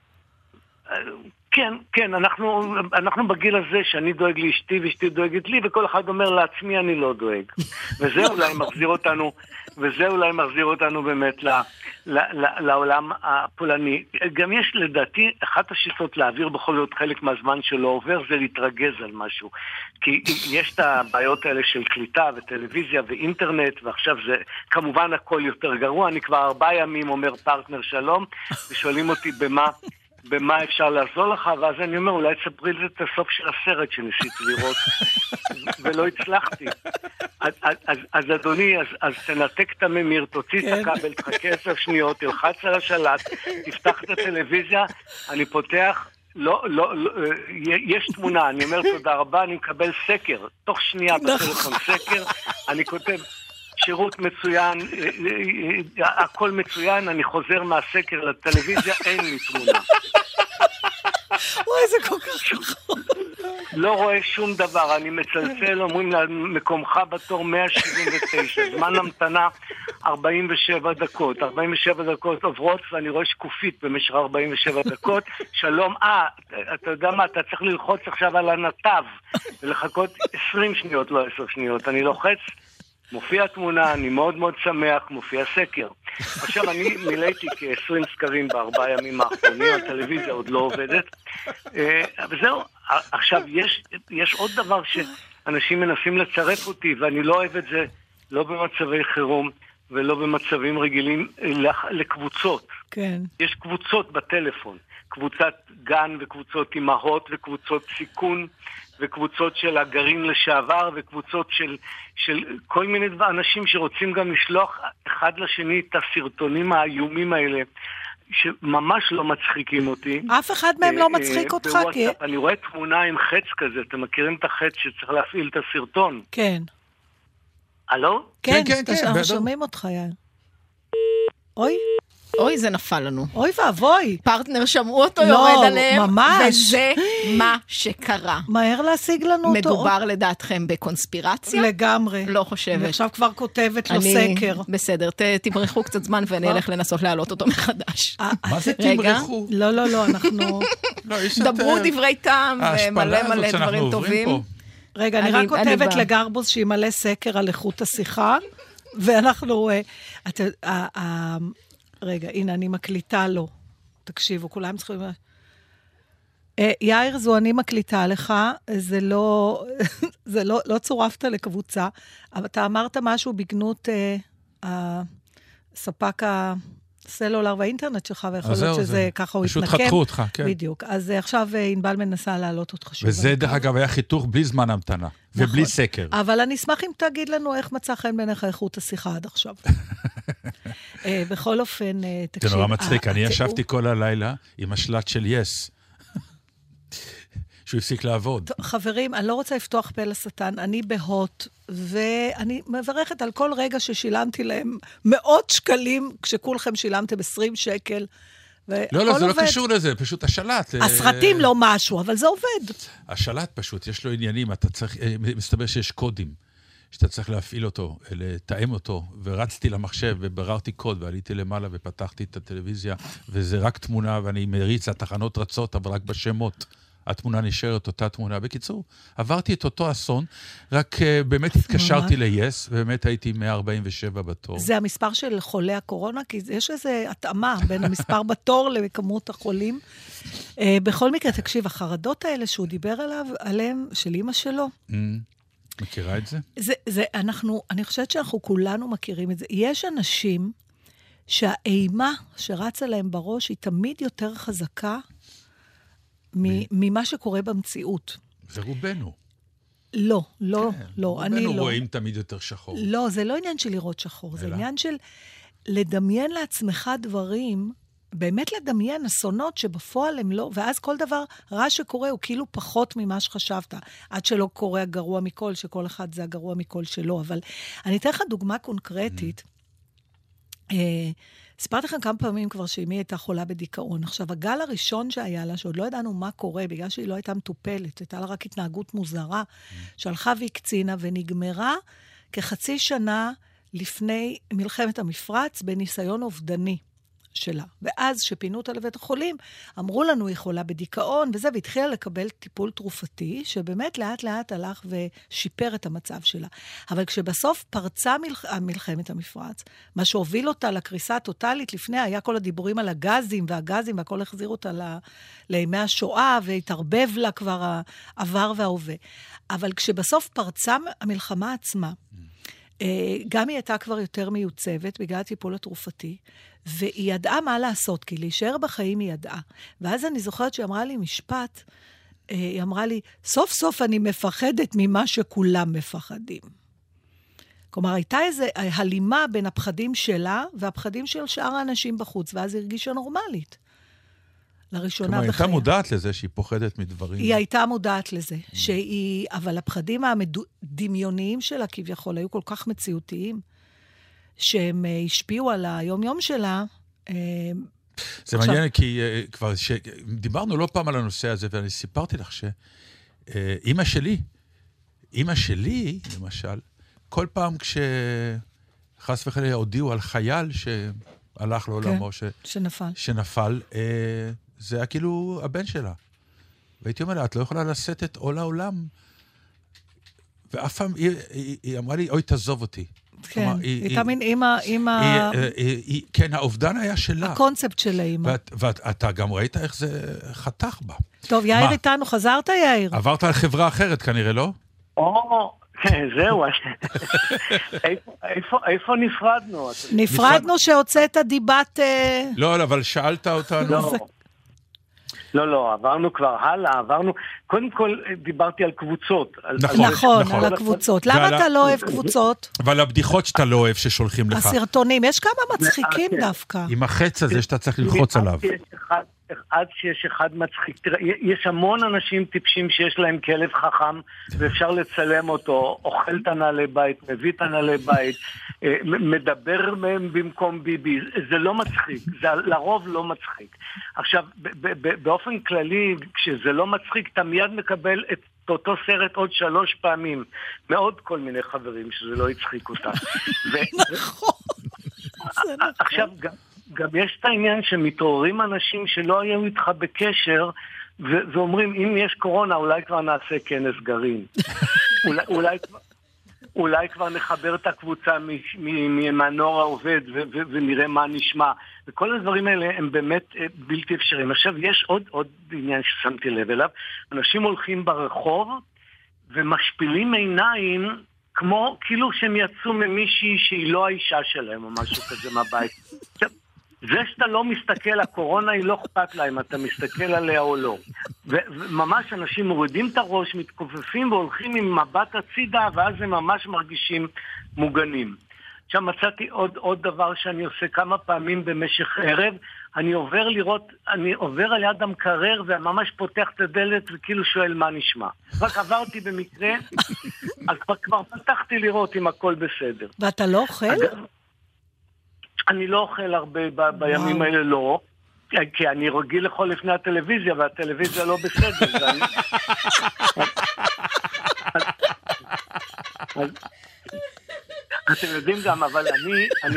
S8: כן, כן, אנחנו, אנחנו בגיל הזה שאני דואג לאשתי ואשתי דואגת לי, וכל אחד אומר לעצמי אני לא דואג. וזה אולי מחזיר אותנו, וזה אולי מחזיר אותנו באמת ל, ל, ל, לעולם הפולני. גם יש לדעתי, אחת השיטות להעביר בכל זאת חלק מהזמן שלא עובר, זה להתרגז על משהו. כי יש את הבעיות האלה של קליטה וטלוויזיה ואינטרנט, ועכשיו זה כמובן הכל יותר גרוע. אני כבר ארבעה ימים אומר פרטנר שלום, ושואלים אותי במה... במה אפשר לעזור לך, ואז אני אומר, אולי תספרי לי את הסוף של הסרט שניסיתי לראות, ולא הצלחתי. אז, אז, אז אדוני, אז, אז תנתק את הממיר, תוציא את הכבל, תחכה עשר שניות, תלחץ על השלט, תפתח את הטלוויזיה, אני פותח, לא, לא, לא, יש תמונה, אני אומר תודה רבה, אני מקבל סקר, תוך שנייה בטלפון סקר, אני כותב, שירות מצוין, הכל מצוין, אני חוזר מהסקר לטלוויזיה, אין לי תמונה.
S4: וואי, זה כל כך נכון.
S8: לא רואה שום דבר, אני מצלצל, אומרים לה, מקומך בתור מאה שבעים ותשע, זמן המתנה ארבעים ושבע דקות, ארבעים ושבע דקות עוברות, ואני רואה שקופית במשך ארבעים ושבע דקות, שלום, אה, אתה יודע מה, אתה צריך ללחוץ עכשיו על הנתב, ולחכות עשרים שניות, לא עשר שניות, אני לוחץ, מופיע תמונה, אני מאוד מאוד שמח, מופיע סקר. עכשיו אני מילאתי כ-עשרים סקרים בארבעה ימים האחרונים, הטלוויזיה עוד לא עובדת. וזהו, עכשיו יש, יש עוד דבר שאנשים מנסים לצרף אותי, ואני לא אוהב את זה, לא במצבי חירום, ולא במצבים רגילים, לקבוצות.
S4: כן.
S8: יש קבוצות בטלפון, קבוצת גן וקבוצות אימהות וקבוצות סיכון, וקבוצות של הגרעין לשעבר, וקבוצות של, של כל מיני אנשים שרוצים גם לשלוח אחד לשני את הסרטונים האיומים האלה. שממש לא מצחיקים אותי.
S4: אף אחד מהם לא מצחיק אותך?
S8: אני רואה תמונה עם חץ כזה, אתם מכירים את החץ שצריך להפעיל את הסרטון?
S4: כן.
S8: הלו?
S4: כן, אנחנו שומעים אותך, יאל. אוי?
S3: אוי, זה נפל לנו.
S4: אוי ואבוי.
S3: פרטנר שמעו אותו יורד עליהם. לא, ממש. וזה מה שקרה.
S4: מהר להשיג לנו אותו.
S3: מדובר לדעתכם בקונספירציה?
S4: לגמרי.
S3: לא חושבת.
S4: אני עכשיו כבר כותבת לו סקר.
S3: בסדר, תמרחו קצת זמן ואני אלך לנסות להעלות אותו מחדש.
S5: מה זה תמרחו?
S4: לא, לא, לא, אנחנו...
S3: דברו דברי טעם ומלא מלא דברים טובים.
S4: רגע, אני רק כותבת לגרבוס שימלא סקר על איכות השיחה, ואנחנו... רגע, הנה, אני מקליטה לו. תקשיבו, כולם צריכים... יאיר, זו אני מקליטה לך, זה לא, זה לא, לא צורפת לקבוצה, אבל אתה אמרת משהו בגנות הספק הסלולר והאינטרנט שלך, ויכול להיות שזה ככה הוא התנקם.
S5: פשוט חתכו אותך, כן.
S4: בדיוק. אז עכשיו ענבל מנסה להעלות אותך שוב.
S5: וזה דרך אגב היה חיתוך בלי זמן המתנה, ובלי סקר.
S4: אבל אני אשמח אם תגיד לנו איך מצא חן בעיניך איכות השיחה עד עכשיו. בכל אופן, תקשיב.
S5: זה נורא מצחיק, אני ישבתי כל הלילה עם השלט של יס. שהוא הפסיק לעבוד.
S4: חברים, אני לא רוצה לפתוח פה לשטן, אני בהוט, ואני מברכת על כל רגע ששילמתי להם מאות שקלים, כשכולכם שילמתם עשרים שקל.
S5: לא, לא, זה לא קשור לזה, פשוט השלט.
S4: הסרטים לא משהו, אבל זה עובד.
S5: השלט פשוט, יש לו עניינים, אתה צריך, מסתבר שיש קודים, שאתה צריך להפעיל אותו, לתאם אותו, ורצתי למחשב, ובררתי קוד, ועליתי למעלה, ופתחתי את הטלוויזיה, וזה רק תמונה, ואני מריץ, התחנות רצות, אבל רק בשמות. התמונה נשארת, אותה תמונה. בקיצור, עברתי את אותו אסון, רק uh, באמת התקשרתי ל-yes, ובאמת הייתי מאה ארבעים ושבע בתור.
S4: זה המספר של חולי הקורונה, כי יש איזו התאמה בין המספר בתור לכמות החולים. Uh, בכל מקרה, תקשיב, החרדות האלה שהוא דיבר עליו, עליהם, של אמא שלו.
S5: Mm, מכירה את זה?
S4: זה, זה, אנחנו, אני חושבת שאנחנו כולנו מכירים את זה. יש אנשים שהאימה שרצה להם בראש היא תמיד יותר חזקה, ממה שקורה במציאות.
S5: זה רובנו.
S4: לא, לא, לא, אני לא.
S5: רובנו רואים תמיד יותר שחור.
S4: לא, זה לא עניין של לראות שחור, זה עניין של לדמיין לעצמך דברים, באמת לדמיין אסונות שבפועל הם לא, ואז כל דבר רע שקורה הוא כאילו פחות ממה שחשבת, עד שלא קורה הגרוע מכל, שכל אחד זה הגרוע מכל שלו, אבל אני אתן לך דוגמה קונקרטית, אה, סיפרתי לכם כמה פעמים כבר שאמי הייתה חולה בדיכאון. עכשיו, הגל הראשון שהיה לה, שעוד לא ידענו מה קורה, בגלל שהיא לא הייתה מטופלת, הייתה לה רק התנהגות מוזרה, שהלכה והקצינה ונגמרה כחצי שנה לפני מלחמת המפרץ, בניסיון אובדני שלה. ואז שפינו אותה לבית החולים, אמרו לנו היא חולה בדיכאון, וזה, והתחילה לקבל טיפול תרופתי, שבאמת לאט לאט הלך ושיפר את המצב שלה. אבל כשבסוף פרצה מלח... מלחמת המפרץ, מה שהוביל אותה לקריסה הטוטלית לפני, היה כל הדיבורים על הגזים, והגזים, והכל החזיר אותה ל... לימי השואה, והתערבב לה כבר העבר וההווה. אבל כשבסוף פרצה המלחמה עצמה, גם היא הייתה כבר יותר מיוצבת בגלל הטיפול התרופתי, והיא ידעה מה לעשות, כי להישאר בחיים היא ידעה. ואז אני זוכרת שהיא אמרה לי משפט, היא אמרה לי, סוף סוף אני מפחדת ממה שכולם מפחדים. כלומר, הייתה איזו הלימה בין הפחדים שלה, והפחדים של שאר האנשים בחוץ, ואז היא הרגישה נורמלית. לראשונה
S5: בחיים. היא
S4: בחייה.
S5: הייתה מודעת לזה שהיא פוחדת מדברים.
S4: היא הייתה מודעת לזה, שהיא, אבל הפחדים הדמיוניים שלה כביכול היו כל כך מציאותיים, שהם השפיעו על היום-יום שלה.
S5: זה מעניין, כי כבר דיברנו לא פעם על הנושא הזה, ואני סיפרתי לך שאמא שלי, אמא שלי, למשל, כל פעם כשחס וחלילה הודיעו על חייל שהלך לעולמו,
S4: שנפל.
S5: שנפל, זה היה כאילו הבן שלה. והייתי אומר לה, את לא יכולה לשאת את עול העולם. ואף פעם היא אמרה לי, אוי, תעזוב אותי.
S4: כן, היא הייתה מין אימא, אימא...
S5: כן, האובדן היה שלה.
S4: הקונספט של האימא.
S5: ואתה גם ראית איך זה חתך בה.
S4: טוב, יאיר איתנו, חזרת יאיר?
S5: עברת על חברה אחרת כנראה, לא?
S8: או, זהו. איפה נפרדנו?
S4: נפרדנו שהוצאת דיבת...
S5: לא, אבל שאלת אותנו...
S8: לא, לא, עברנו כבר הלאה, עברנו, קודם כל דיברתי על קבוצות.
S4: נכון, נכון, על הקבוצות. למה אתה לא אוהב קבוצות?
S5: ועל הבדיחות שאתה לא אוהב ששולחים לך.
S4: הסרטונים, יש כמה מצחיקים דווקא.
S5: עם החץ הזה שאתה צריך ללחוץ עליו.
S8: עד שיש אחד מצחיק, תראה, יש המון אנשים טיפשים שיש להם כלב חכם, ואפשר לצלם אותו, אוכל את הנעלי בית, מביא את הנעלי בית, מדבר מהם במקום ביבי, זה לא מצחיק, זה לרוב לא מצחיק. עכשיו, באופן כללי, כשזה לא מצחיק, אתה מיד מקבל את אותו סרט עוד שלוש פעמים, מאוד כל מיני חברים שזה לא יצחיק אותם.
S4: נכון.
S8: עכשיו, גם גם יש את העניין שמתעוררים אנשים שלא היו איתך בקשר, ו- ואומרים, אם יש קורונה, אולי כבר נעשה כנס גרעין. אולי, אולי, אולי כבר נחבר את הקבוצה מהנוער העובד, ו- ו- ונראה מה נשמע. וכל הדברים האלה הם באמת בלתי אפשריים. עכשיו, יש עוד, עוד עניין ששמתי לב אליו. אנשים הולכים ברחוב, ומשפילים עיניים, כמו כאילו שהם יצאו ממישהי שהיא לא האישה שלהם, או משהו כזה מהבית. זה שאתה לא מסתכל, הקורונה היא לא אכפת לה אם אתה מסתכל עליה או לא. וממש אנשים מורידים את הראש, מתכופפים והולכים עם מבט הצידה, ואז הם ממש מרגישים מוגנים. עכשיו מצאתי עוד, עוד דבר שאני עושה כמה פעמים במשך ערב, אני עובר לראות, אני עובר על יד המקרר וממש פותח את הדלת וכאילו שואל מה נשמע. רק עברתי במקרה, אז כבר, כבר פתחתי לראות אם הכל בסדר.
S4: ואתה לא אוכל?
S8: אגב, אני לא אוכל הרבה ב- בימים האלה, לא. כי אני רגיל לאכול לפני הטלוויזיה, והטלוויזיה לא בסדר. ואני... אז... אתם יודעים גם, אבל אני... אני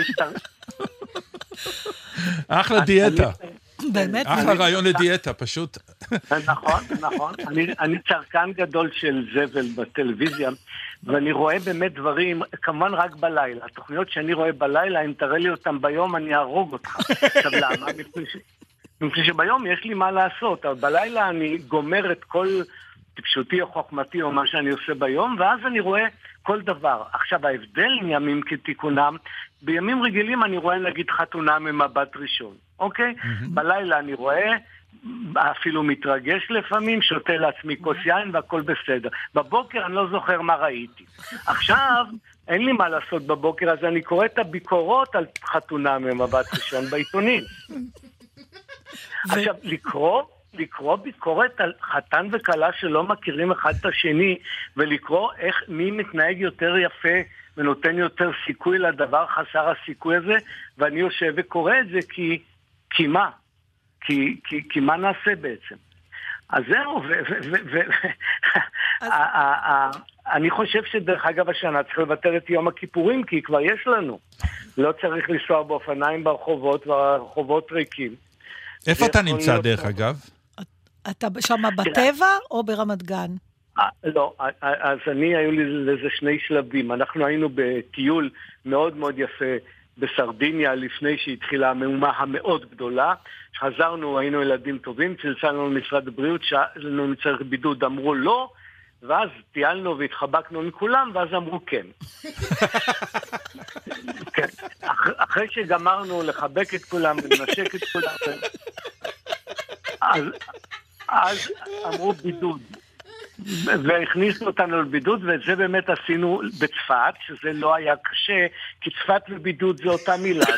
S5: אחלה דיאטה.
S4: באמת?
S5: אחלה רעיון לדיאטה, פשוט.
S8: נכון, נכון. אני צרכן גדול של זבל בטלוויזיה, ואני רואה באמת דברים, כמובן רק בלילה. התוכניות שאני רואה בלילה, אם תראה לי אותם ביום, אני ארוג אותך. עכשיו למה? מפני שביום יש לי מה לעשות, אבל בלילה אני גומר את כל טיפשותי או חוכמתי או מה שאני עושה ביום, ואז אני רואה כל דבר. עכשיו ההבדל מימים כתיקונם, בימים רגילים אני רואה נגיד חתונה ממבט ראשון, אוקיי? Mm-hmm. בלילה אני רואה, אפילו מתרגש לפעמים, שותה לעצמי כוס יין והכל בסדר. בבוקר אני לא זוכר מה ראיתי. עכשיו אין לי מה לעשות בבוקר, אז אני קורא את הביקורות על חתונה ממבט ראשון בעיתונים. עכשיו, לקרוא, לקרוא ביקורת על חתן וקלה שלא מכירים אחד את השני, ולקרוא איך מי מתנהג יותר יפה ונותן יותר סיכוי לדבר חסר הסיכוי הזה, ואני יושב וקורא את זה כי, כי מה? כי, כי, כי מה נעשה בעצם? אז זהו, ו... ו, ו, ו אני חושב שדרך אגב השנה צריך לבטל את יום הכיפורים, כי כבר יש לנו. לא צריך לנסוע באופניים ברחובות, והרחובות ריקים.
S5: איפה אתה נמצא דרך אגב?
S4: אתה שם בטבע או ברמת גן?
S8: לא, אז אני, היו לי לזה שני שלבים. אנחנו היינו בטיול מאוד מאוד יפה בסרדיניה לפני שהתחילה המהומה המאוד גדולה. חזרנו, היינו ילדים טובים, צלצלנו למשרד הבריאות, שאלנו נצטרך בידוד, אמרו לא, ואז טיילנו והתחבקנו עם כולם, ואז אמרו כן. כן. אח, אחרי שגמרנו לחבק את כולם ולנשק את כולם, אז, אז אמרו בידוד. והכניסו אותנו לבידוד, ואת זה באמת עשינו בצפת, שזה לא היה קשה, כי צפת ובידוד זה אותה מילה.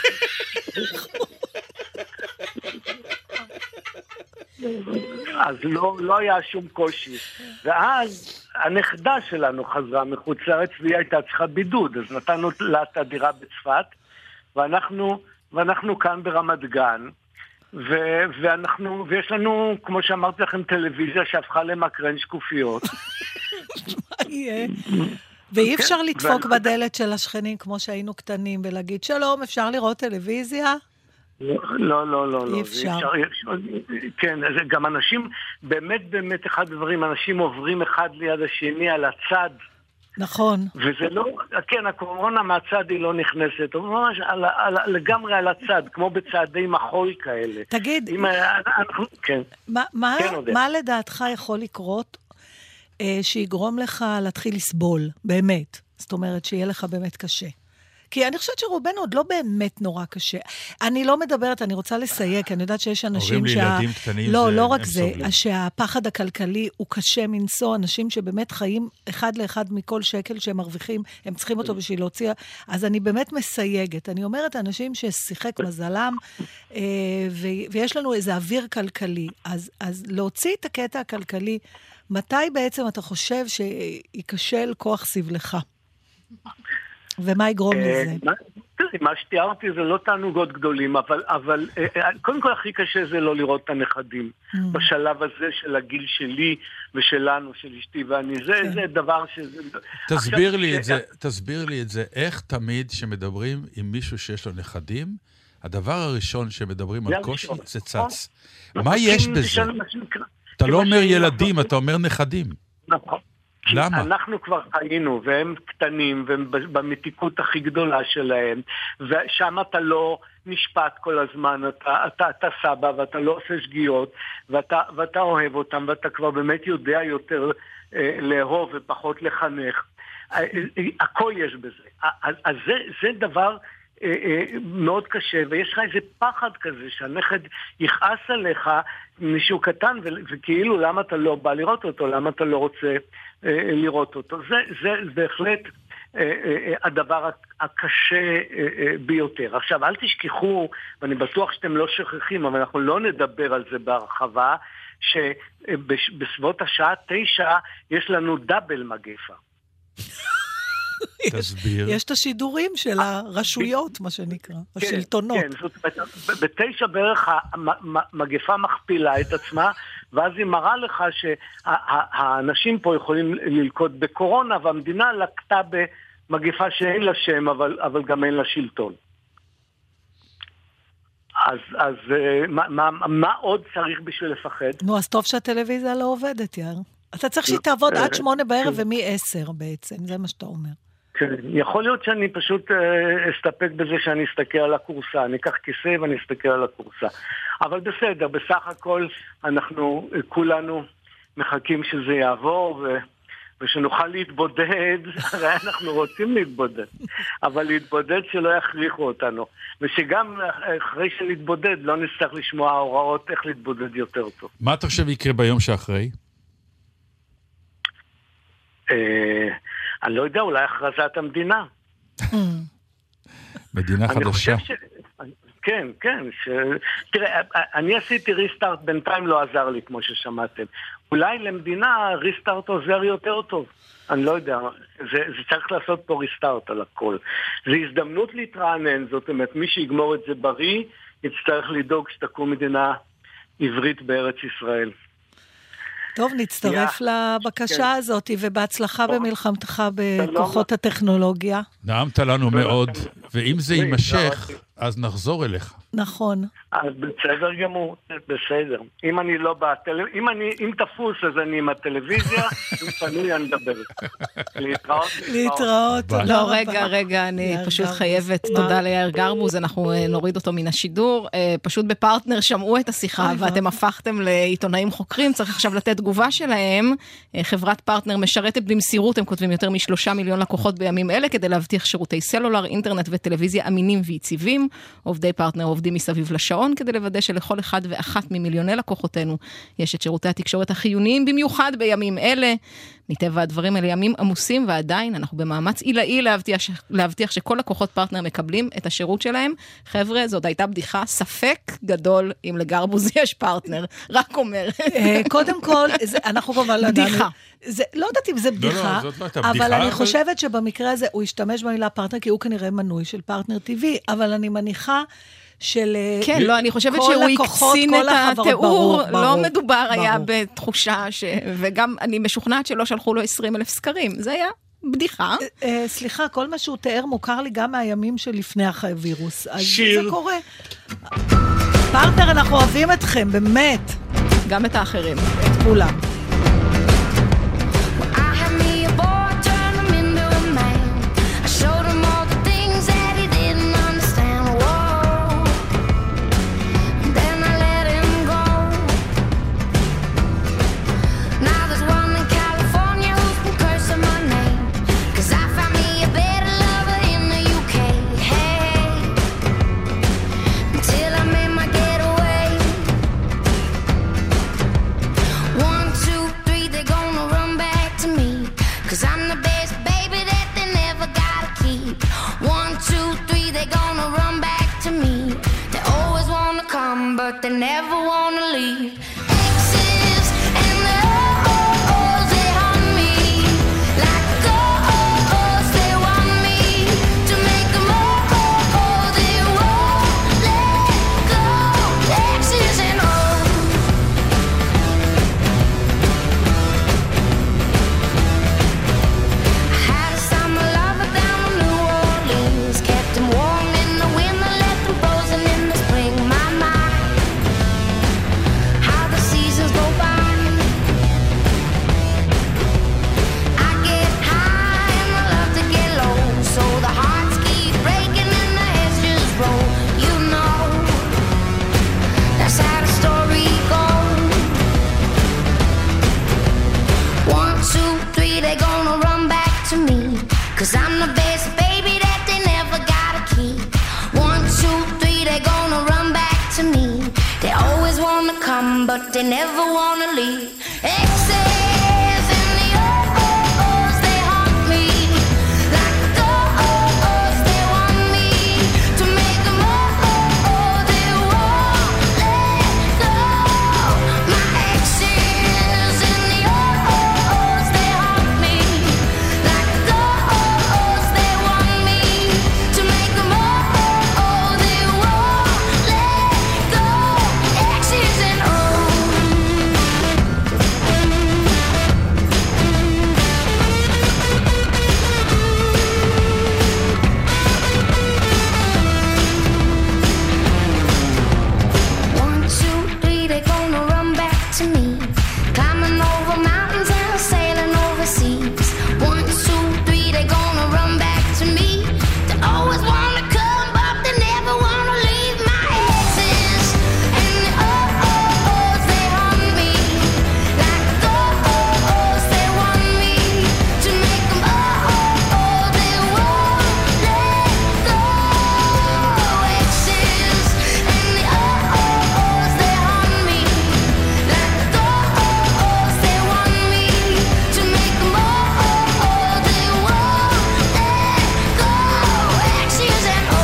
S8: אז לא, לא היה שום קושי. ואז הנכדה שלנו חזרה מחוץ לארץ, והיא הייתה צריכה בידוד, אז נתנו לה את הדירה בצפת, ואנחנו, ואנחנו כאן ברמת גן, ו- ואנחנו, ויש לנו, כמו שאמרתי לכם, טלוויזיה שהפכה למקרן שקופיות.
S4: מה יהיה? ואי אפשר לדפוק בדלת של השכנים כמו שהיינו קטנים, ולהגיד, שלום, אפשר לראות טלוויזיה?
S8: לא, לא, לא.
S4: אי אפשר.
S8: כן, גם אנשים, באמת, באמת, אחד הדברים, אנשים עוברים אחד ליד השני על הצד,
S4: נכון.
S8: וזה לא, כן, הקורונה מהצד היא לא נכנסת, הוא ממש על, על, לגמרי על הצד, כמו בצעדי מחול כאלה.
S4: תגיד,
S8: אם, אנחנו, כן.
S4: מה, מה,
S8: כן,
S4: מה לדעתך יכול לקרות אה, שיגרום לך להתחיל לסבול, באמת? זאת אומרת, שיהיה לך באמת קשה. כי אני חושבת שרובנו עוד לא באמת נורא קשה. אני לא מדברת, אני רוצה לסייג, כי אני יודעת שיש אנשים
S5: שה... הורים לילדים קטנים
S4: לא,
S5: זה...
S4: לא רק זה, שהפחד הכלכלי הוא קשה מנסוע, אנשים שבאמת חיים אחד לאחד מכל שקל שהם מרוויחים, הם צריכים אותו בשביל להוציא, אז אני באמת מסייגת. אני אומרת, אנשים ששיחק מזלם, ויש לנו איזה אוויר כלכלי, אז, אז להוציא את הקטע הכלכלי, מתי בעצם אתה חושב שיקשל כוח סבלך? ומה יגרום לזה?
S8: מה שתיארתי זה לא תענוגות גדולים, אבל, אבל קודם כל הכי קשה זה לא לראות את הנכדים. בשלב הזה של הגיל שלי ושלנו, של אשתי ואני, זה, זה דבר שזה...
S5: תסביר לי את זה, תסביר לי את זה, איך תמיד שמדברים עם מישהו שיש לו נכדים, הדבר הראשון שמדברים על קושי זה צץ. מה יש בזה? אתה לא אומר ילדים, אתה אומר נכדים.
S8: נכון. למה? אנחנו כבר חיינו, והם קטנים, והם במתיקות הכי גדולה שלהם, ושם אתה לא נשפט כל הזמן, אתה, אתה, אתה סבא, ואתה לא עושה שגיאות, ואתה, ואתה אוהב אותם, ואתה כבר באמת יודע יותר אה, לאהוב ופחות לחנך. אה, אה, הכל יש בזה. אז, אז זה, זה דבר... מאוד קשה, ויש לך איזה פחד כזה שהנכד יכעס עליך מישהו קטן, וכאילו למה אתה לא בא לראות אותו, למה אתה לא רוצה לראות אותו. זה, זה בהחלט הדבר הקשה ביותר. עכשיו, אל תשכחו, ואני בטוח שאתם לא שכחים, אבל אנחנו לא נדבר על זה בהרחבה, שבסביבות השעה תשע יש לנו דאבל מגפה.
S5: תסביר.
S4: יש את השידורים של הרשויות, מה שנקרא, השלטונות.
S8: כן, בתשע בערך המגפה מכפילה את עצמה, ואז היא מראה לך שהאנשים פה יכולים ללקות בקורונה, והמדינה לקטה במגפה שאין לה שם, אבל גם אין לה שלטון. אז, אז מה, מה, מה עוד צריך בשביל לפחד?
S4: נו, אז טוב שהטלוויזיה לא עובדת, יאר. אתה צריך שהיא תעבוד עד שמונה בערב ומי עשר בעצם, זה מה שאתה אומר.
S8: כן, יכול להיות שאני פשוט אסתפק בזה שאני אסתכל על הקורסה, אני אקח כיסא ואני אסתכל על הקורסה. אבל בסדר, בסך הכל אנחנו כולנו מחכים שזה יעבור ו... ושנוכל להתבודד, הרי אנחנו רוצים להתבודד, אבל להתבודד שלא יכריחו אותנו, ושגם אחרי שנתבודד לא נצטרך לשמוע הוראות איך להתבודד יותר טוב.
S5: מה אתה חושב יקרה ביום שאחרי?
S8: אני לא יודע, אולי הכרזת המדינה.
S5: מדינה חדשה.
S8: כן, כן. תראה, אני עשיתי ריסטארט, בינתיים לא עזר לי, כמו ששמעתם. אולי למדינה ריסטארט עוזר יותר טוב. אני לא יודע. זה צריך לעשות פה ריסטארט על הכל. זה הזדמנות להתרענן, זאת אומרת, מי שיגמור את זה בריא, יצטרך לדאוג שתקום מדינה עברית בארץ ישראל.
S4: טוב, נצטרף לבקשה הזאת, ובהצלחה במלחמתך בכוחות הטכנולוגיה.
S5: נעמת לנו מאוד, ואם זה יימשך, אז נחזור אליך.
S4: נכון.
S8: אז בסדר גמור, בסדר. אם אני לא בטלוויזיה, אם אני, אם תפוס, אז אני עם הטלוויזיה, אם פנוי אני מדבר. להתראות.
S4: להתראות, תודה רבה.
S3: לא, רגע, רגע, אני פשוט חייבת, תודה ליאיר גרבוז, אנחנו נוריד אותו מן השידור. פשוט בפרטנר שמעו את השיחה, ואתם הפכתם לעיתונאים חוקרים, צריך עכשיו לתת תגובה שלהם. חברת פרטנר משרתת במסירות, הם כותבים יותר משלושה מיליון לקוחות בימים אלה, כדי להבטיח שירותי סלולר, אינטרנט וטלוויזיה אמינים ויציבים. עובדי פרטנר עובדים מסביב לשעון, כדי לוודא שלכל אחד ואחת ממיליוני לקוחותינו יש את שירותי התקשורת החיוניים, במיוחד בימים אלה. מטבע הדברים אלה ימים עמוסים, ועדיין אנחנו במאמץ עילאי להבטיח, להבטיח שכל לקוחות פרטנר מקבלים את השירות שלהם. חבר'ה, זאת הייתה בדיחה, ספק גדול אם לגרבוז יש פרטנר, רק אומר.
S4: קודם כל, אנחנו כבר לא
S3: בדיחה.
S4: זה, לא יודעת אם זה בדיחה,
S5: לא, לא, זאת לא
S4: אבל
S5: בדיחה,
S4: אני
S5: אבל...
S4: חושבת שבמקרה הזה הוא השתמש במילה פרטנר, כי הוא כנראה מנוי של פרטנר טבעי, אבל אני מניחה של...
S3: כן, לא, אני חושבת שהוא הקצין את התיאור, לא מדובר היה בתחושה, וגם אני משוכנעת שלא שלחו לו עשרים אלף סקרים, זה היה בדיחה.
S4: סליחה, כל מה שהוא תיאר מוכר לי גם מהימים שלפני הווירוס.
S5: שיר.
S4: זה קורה. פרטנר, אנחנו אוהבים אתכם, באמת.
S3: גם את האחרים.
S4: את כולם.
S9: Okay. never wanna leave. Exes and the oh-ohs, they haunt me. Like oh-ohs, they want me to make them oh-oh, they won't let go. Exes and oh. I had a summer lover down in New Orleans, kept him warm in the winter, left him frozen in the spring. My, my, how the seasons go by. I get high and I love to get low, so the hearts keep breaking and the heads just roll. You know, that's how the story goes. One, two, three, they gonna run back to me, 'cause I'm the best baby that they never gotta keep. One, two, three, they gonna run back to me. They always wanna come, but they never wanna leave. Exes and the oh-ohs, they haunt me. Like the oh-ohs, they want me to make them oh-oh, they won't let go. My exes and the oh-ohs, they haunt me. Like the oh-ohs, they want me to make them oh-oh, they won't let go. Exes and oh. One, two, three, they gonna run back to me. Climbing over mountains and sailing over seas. One, two, three, they gonna run back to me. They always wanna come, but they never wanna leave. My exes and the oh-ohs, they haunt me. Like the oh-ohs, they want me to make them oh-oh, they won't let go. Exes and the oh-ohs, they haunt me. Like the oh-ohs, they want me to make them oh-oh, they won't let go. Exes and oh.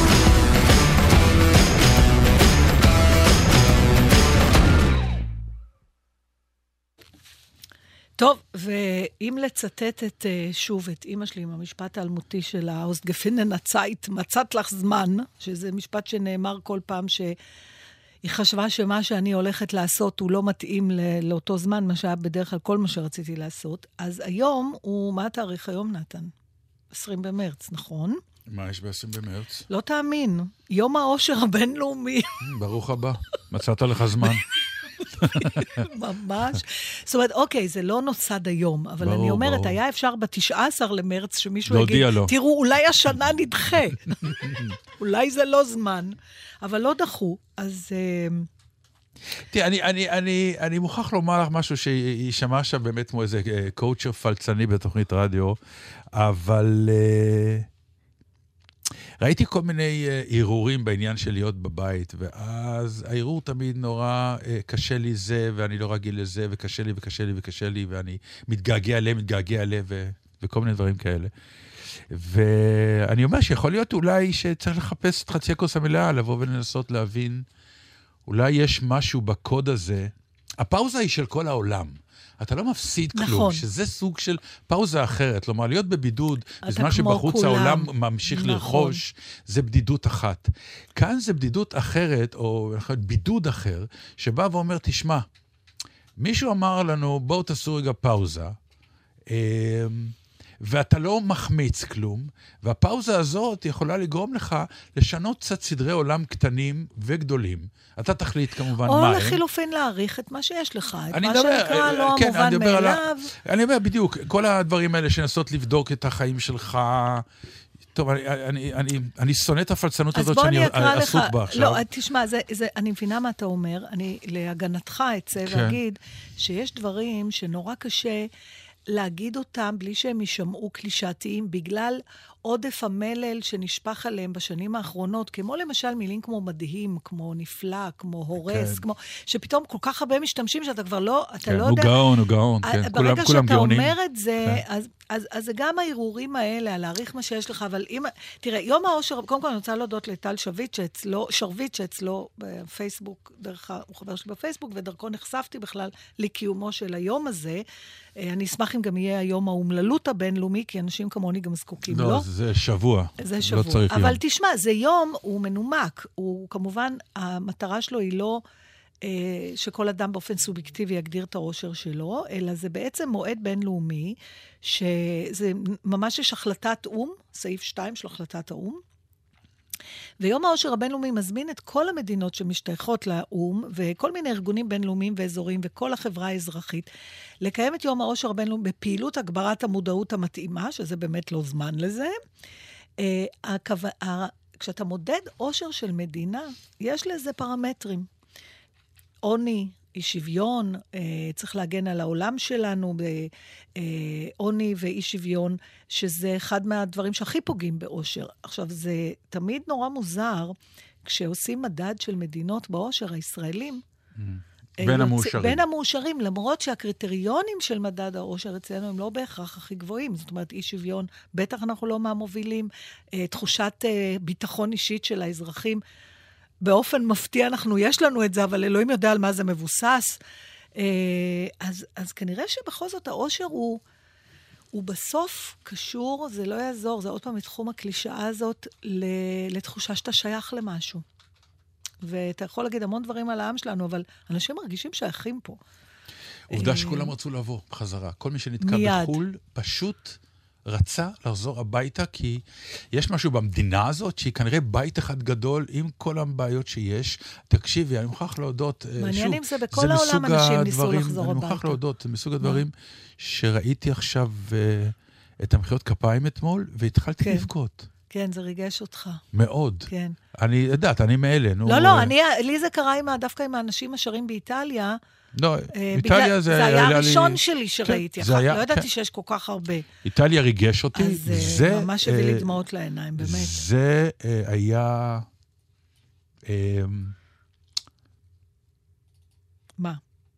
S4: טוב, ואם לצטט את, אה, שוב את אמא שלי עם המשפט האלמותי שלה, אוסטגפינן הצייט, מצאת לך זמן, שזה משפט שנאמר כל פעם שהיא חשבה שמה שאני הולכת לעשות הוא לא מתאים ל- לאותו זמן, מה שהיה בדרך כלל כל מה שרציתי לעשות. אז היום הוא, מה התאריך היום, נתן? עשרים במרץ, נכון?
S5: מה יש ב-עשרים במרץ?
S4: לא תאמין, יום העושר הבינלאומי.
S5: ברוך הבא, מצאת לך זמן.
S4: ממש. זאת אומרת, אוקיי, זה לא נוצד היום, אבל
S5: ברור,
S4: אני אומרת,
S5: ברור.
S4: היה אפשר ב-תשעה עשר למרץ שמישהו
S5: להודיע
S4: יגיד,
S5: לו.
S4: תראו, אולי השנה נדחה. אולי זה לא זמן, אבל לא דחו, אז... אה,
S5: תראה, אני, אני, אני, אני מוכרח לומר לך משהו שישמע שם באמת כמו איזה קואוצ'ר פלצני בתוכנית רדיו, אבל uh, ראיתי כל מיני uh, ערעורים בעניין של להיות בבית, ואז הערעור תמיד נורא uh, קשה לי זה, ואני לא רגיל לזה, וקשה לי וקשה לי וקשה לי, ואני מתגעגע עליהם, מתגעגע עליהם, ו, וכל מיני דברים כאלה. ואני אומר שיכול להיות אולי שצריך לחפש את חצי הכוס המלאה, לבוא ולנסות להבין, אולי יש משהו בקוד הזה. הפאוזה היא של כל העולם. אתה לא מפסיד כלום,
S4: נכון.
S5: שזה סוג של פאוזה אחרת. כלומר, להיות בבידוד, בזמן
S4: כמו
S5: שבחוץ
S4: כולם.
S5: העולם ממשיך
S4: נכון.
S5: לרכוש, זה בדידות אחת. כאן זה בדידות אחרת, או בידוד אחר, שבא ואומר, תשמע, מישהו אמר לנו, בואו תעשו רגע פאוזה, ואתה לא מחמיץ כלום, והפאוזה הזאת יכולה לגרום לך לשנות קצת סדרי עולם קטנים וגדולים. אתה תחליט כמובן מה הם.
S4: או לחילופין להעריך את מה שיש לך, את מה
S5: מדבר,
S4: שנקרא לא
S5: כן,
S4: המובן
S5: אני מדבר
S4: מאליו.
S5: על, אני אומר בדיוק, כל הדברים האלה שנסות לבדוק את החיים שלך. טוב, אני, אני, אני, אני שונא את הפלצנות הזאת שאני עסוק בה עכשיו.
S4: לא, תשמע, זה, זה, אני מבינה מה אתה אומר, אני להגנתך אצא
S5: כן.
S4: ואגיד שיש דברים שנורא קשה, להגיד אותם בלי שהם יישמעו קלישאתיים, בגלל עודף המלל שנשפך עליהם בשנים האחרונות, כמו למשל מילים כמו מדהים, כמו נפלא, כמו הורס, כן. כמו, שפתאום כל כך הרבה משתמשים שאתה כבר לא, אתה
S5: כן,
S4: לא
S5: הוא
S4: יודע...
S5: הוא גאון, הוא גאון, כן.
S4: ברגע
S5: כולם,
S4: שאתה
S5: כולם גאונים.
S4: אומר את זה,
S5: כן.
S4: אז, אז, אז זה גם הערעורים האלה, להעריך מה שיש לך, אבל אם... תראה, יום האושר, קודם כל אני רוצה להודות לטל שביט, שאצלו, שרביט, שאצלו בפייסבוק, דרך, הוא חבר שלי בפייסבוק, ודרכו נחשפתי בכלל לקיומו של היום הזה. אני אשמח אם גם יהיה היום האומללות הבינלאומי, כי אנשים כמוני גם זקוקים, לא?
S5: לא, זה שבוע.
S4: זה שבוע.
S5: לא צריך
S4: אבל
S5: יום.
S4: תשמע, זה יום, הוא מנומק. הוא כמובן, המטרה שלו היא לא אה, שכל אדם באופן סובייקטיבי יגדיר את האושר שלו, אלא זה בעצם מועד בינלאומי, שזה ממש יש החלטת אום, סעיף שתיים של החלטת האום, ויום האושר הבינלאומי מזמין את כל המדינות שמשתייכות לאום, וכל מיני ארגונים בינלאומיים ואזוריים, וכל החברה האזרחית, לקיים את יום האושר הבינלאומי בפעילות הגברת המודעות המתאימה, שזה באמת לא זמן לזה. כשאתה מודד אושר של מדינה, יש לזה פרמטרים. עוני, אי שוויון, צריך להגן על העולם שלנו, בעוני ואי שוויון, שזה אחד מהדברים שהכי פוגעים באושר. עכשיו, זה תמיד נורא מוזר, כשעושים מדד של מדינות באושר, הישראלים,
S5: בין המאושרים.
S4: בין המאושרים, למרות שהקריטריונים של מדד האושר אצלנו הם לא בהכרח הכי גבוהים. זאת אומרת, אי שוויון, בטח אנחנו לא מהמובילים, תחושת ביטחון אישית של האזרחים, באופן מפתיע אנחנו, יש לנו את זה, אבל אלוהים יודע על מה זה מבוסס. אז, אז כנראה שבכל זאת האושר הוא, הוא בסוף קשור, זה לא יעזור, זה עוד פעם מתחום הקלישאה הזאת, לתחושה שאתה שייך למשהו. ואתה יכול להגיד המון דברים על העם שלנו, אבל אנשים מרגישים שייכים פה.
S5: עובדה שכולם רצו לבוא בחזרה. כל מי שנתקע בחול, פשוט רצה לחזור הביתה, כי יש משהו במדינה הזאת, שהיא כנראה בית אחד גדול, עם כל הבעיות שיש. תקשיבי, אני מוכרח להודות,
S4: מעניין אם זה בכל העולם אנשים ניסו לחזור הביתה.
S5: אני מוכרח להודות, זה מסוג הדברים שראיתי עכשיו את המחיאות כפיים אתמול, והתחלתי לבכות.
S4: כן, זה ריגש אותך.
S5: מאוד.
S4: כן.
S5: אני יודעת, אני מאלה.
S4: לא, לא, לי זה קרה דווקא עם האנשים השרים באיטליה,
S5: לא, איטליה זה...
S4: זה היה הראשון שלי שראיתי, לא ידעתי שיש כל כך הרבה.
S5: איטליה ריגש אותי.
S4: אז זה ממש הביא לי דמעות לעיניים, באמת.
S5: זה היה...
S4: מה?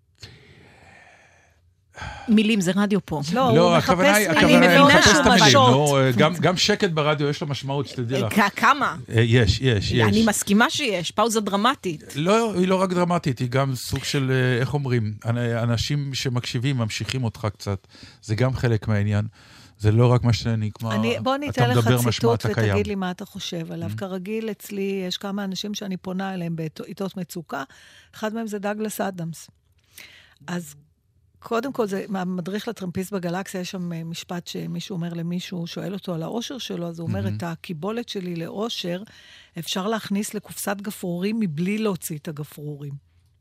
S3: מילים, זה רדיו פה.
S4: לא, הוא מחפש מילים,
S3: אני מבינה שהוא
S4: משות.
S5: גם שקט ברדיו יש לו משמעות, שתדעי לך.
S3: כמה?
S5: יש, יש, יש.
S3: אני מסכימה שיש, פאוזה דרמטית.
S5: לא, היא לא רק דרמטית, היא גם סוג של, איך אומרים, אנשים שמקשיבים, ממשיכים אותך קצת. זה גם חלק מהעניין. זה לא רק מה שנקמה,
S4: בוא ניתן לך ציטוט ותגיד לי מה אתה חושב עליו. כרגיל אצלי יש כמה אנשים שאני פונה אליהם בעיתות מצוקה, אחד מהם זה דאגלס אדמס. אז קודם כל, זה מדריך לטרמפיסט בגלקסיה, יש שם משפט שמישהו אומר למישהו, שואל אותו על האושר שלו, אז הוא אומר, את הקיבולת שלי לאושר, אפשר להכניס לקופסת גפרורים מבלי להוציא את הגפרורים.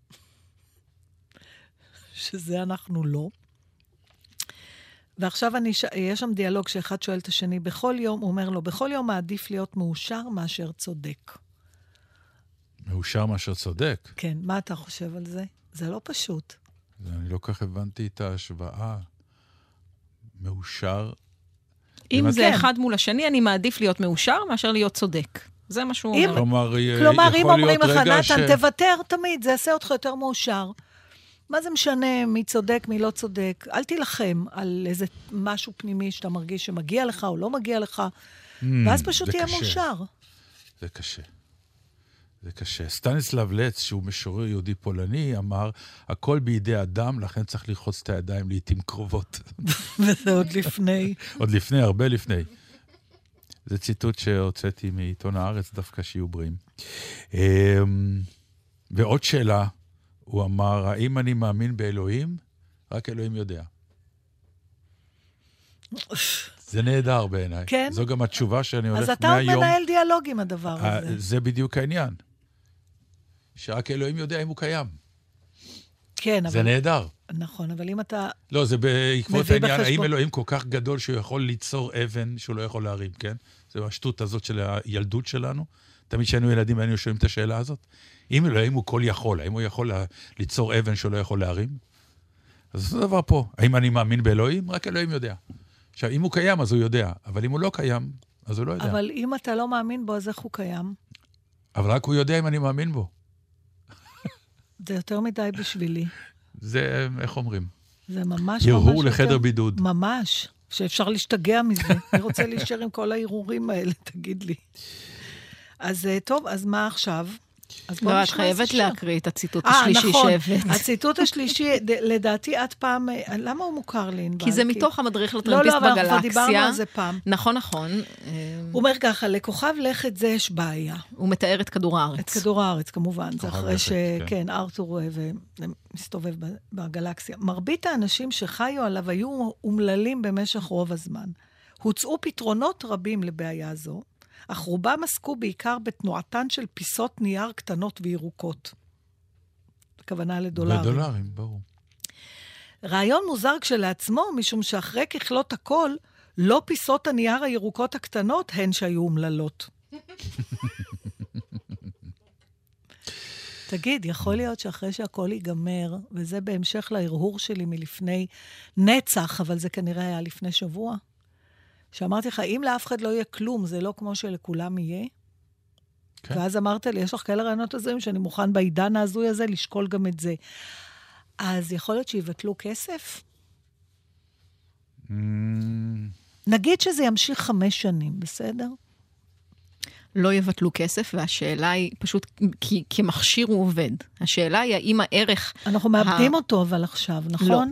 S4: שזה אנחנו לא. ועכשיו אני, יש שם דיאלוג שאחד שואל את השני, בכל יום, הוא אומר לו, בכל יום מעדיף להיות מאושר מאשר צודק.
S5: מאושר מאשר צודק?
S4: כן, מה אתה חושב על זה? זה לא פשוט.
S5: אני לא כך הבנתי את ההשוואה. מאושר.
S3: אם זה אחד מול השני, אני מעדיף להיות מאושר מאשר להיות צודק. זה מה שהוא אומר.
S4: כלומר, אם אומרים לך, נתן, תוותר תמיד, זה יעשה אותך יותר מאושר. מה זה משנה מי צודק, מי לא צודק? אל תילחם על איזה משהו פנימי שאתה מרגיש שמגיע לך או לא מגיע לך, ואז פשוט תהיה מאושר.
S5: זה קשה. זה קשה. סטניסלב לץ, שהוא משורר יהודי פולני, אמר, הכל בידי אדם, לכן צריך ללחוץ את הידיים לעתים קרובות.
S4: וזה עוד לפני.
S5: עוד לפני, הרבה לפני. זה ציטוט שהוצאתי מעיתון הארץ, דווקא שיהיו בריאים. ועוד שאלה, הוא אמר, האם אני מאמין באלוהים? רק אלוהים יודע. זה נהדר בעיניי.
S4: כן.
S5: זו גם התשובה שאני הולך
S4: מהיום. אז אתה מנהל דיאלוג עם הדבר הזה.
S5: זה בדיוק העניין. שרק אלוהים יודע אם הוא קיים.
S4: כן, אבל...
S5: זה נהדר.
S4: נכון, אבל אם אתה...
S5: לא, זה בעקבות העניין, האם אלוהים כל כך גדול שהוא יכול ליצור אבן שהוא לא יכול להרים, כן? זו השטות הזאת של הילדות שלנו. תמיד שהיינו ילדים, היינו שואלים את השאלה הזאת. אם אלוהים הוא כל יכול, האם הוא יכול ליצור אבן שהוא לא יכול להרים? אז זה דבר פה. האם אני מאמין באלוהים? רק אלוהים יודע. עכשיו, אם הוא קיים, אז הוא יודע. אבל אם הוא לא קיים, אז הוא לא יודע.
S4: אבל אם אתה לא מאמין בו, אז איך הוא קיים?
S5: אבל רק הוא יודע אם אני מאמין בו.
S4: זה יותר מדי בשבילי.
S5: זה, איך אומרים?
S4: זה ממש ממש...
S5: הרהור לחדר בידוד.
S4: ממש. שאפשר להשתגע מזה. אני רוצה להישאר עם כל ההרהורים האלה, תגיד לי. אז טוב, אז מה עכשיו?
S3: לא, את חייבת להקריא את הציטוט השלישי שהבאת.
S4: הציטוט השלישי, לדעתי עד פעם, למה הוא מוכר לי?
S3: כי זה מתוך המדריך לטרמפיסט בגלקסיה.
S4: לא, לא, אבל אנחנו דיברנו על זה פעם.
S3: נכון, נכון.
S4: הוא אומר ככה, לכוכב לכת זה יש בעיה.
S3: הוא מתאר את כדור הארץ.
S4: את כדור הארץ, כמובן. זה אחרי שכן, ארתור מסתובב בגלקסיה. מרבית האנשים שחיו עליו היו אומללים במשך רוב הזמן. הוצאו פתרונות רבים לבעיה זו, אך רובם עסקו בעיקר בתנועתן של פיסות נייר קטנות וירוקות. הכוונה לדולרים.
S5: לדולרים, ברור.
S4: רעיון מוזר כשלעצמו, משום שאחרי ככלות הכל, לא פיסות הנייר הירוקות הקטנות הן שהיו אומללות. תגיד, יכול להיות שאחרי שהכל ייגמר, וזה בהמשך להרהור שלי מלפני נצח, אבל זה כנראה היה לפני שבוע, שאמרתי לך, אם לאף אחד לא יהיה כלום, זה לא כמו שלכולם יהיה. כן. ואז אמרת לי, יש לך כאלה רעיונות הזויים, שאני מוכן בעידן ההזוי הזה לשקול גם את זה. אז יכול להיות שיבטלו כסף? Mm. נגיד שזה ימשיך חמש שנים, בסדר?
S3: לא יבטלו כסף, והשאלה היא פשוט, כי, כמכשיר הוא עובד. השאלה היא, האם הערך...
S4: אנחנו מאבדים ה... אותו אבל עכשיו, נכון?
S3: לא.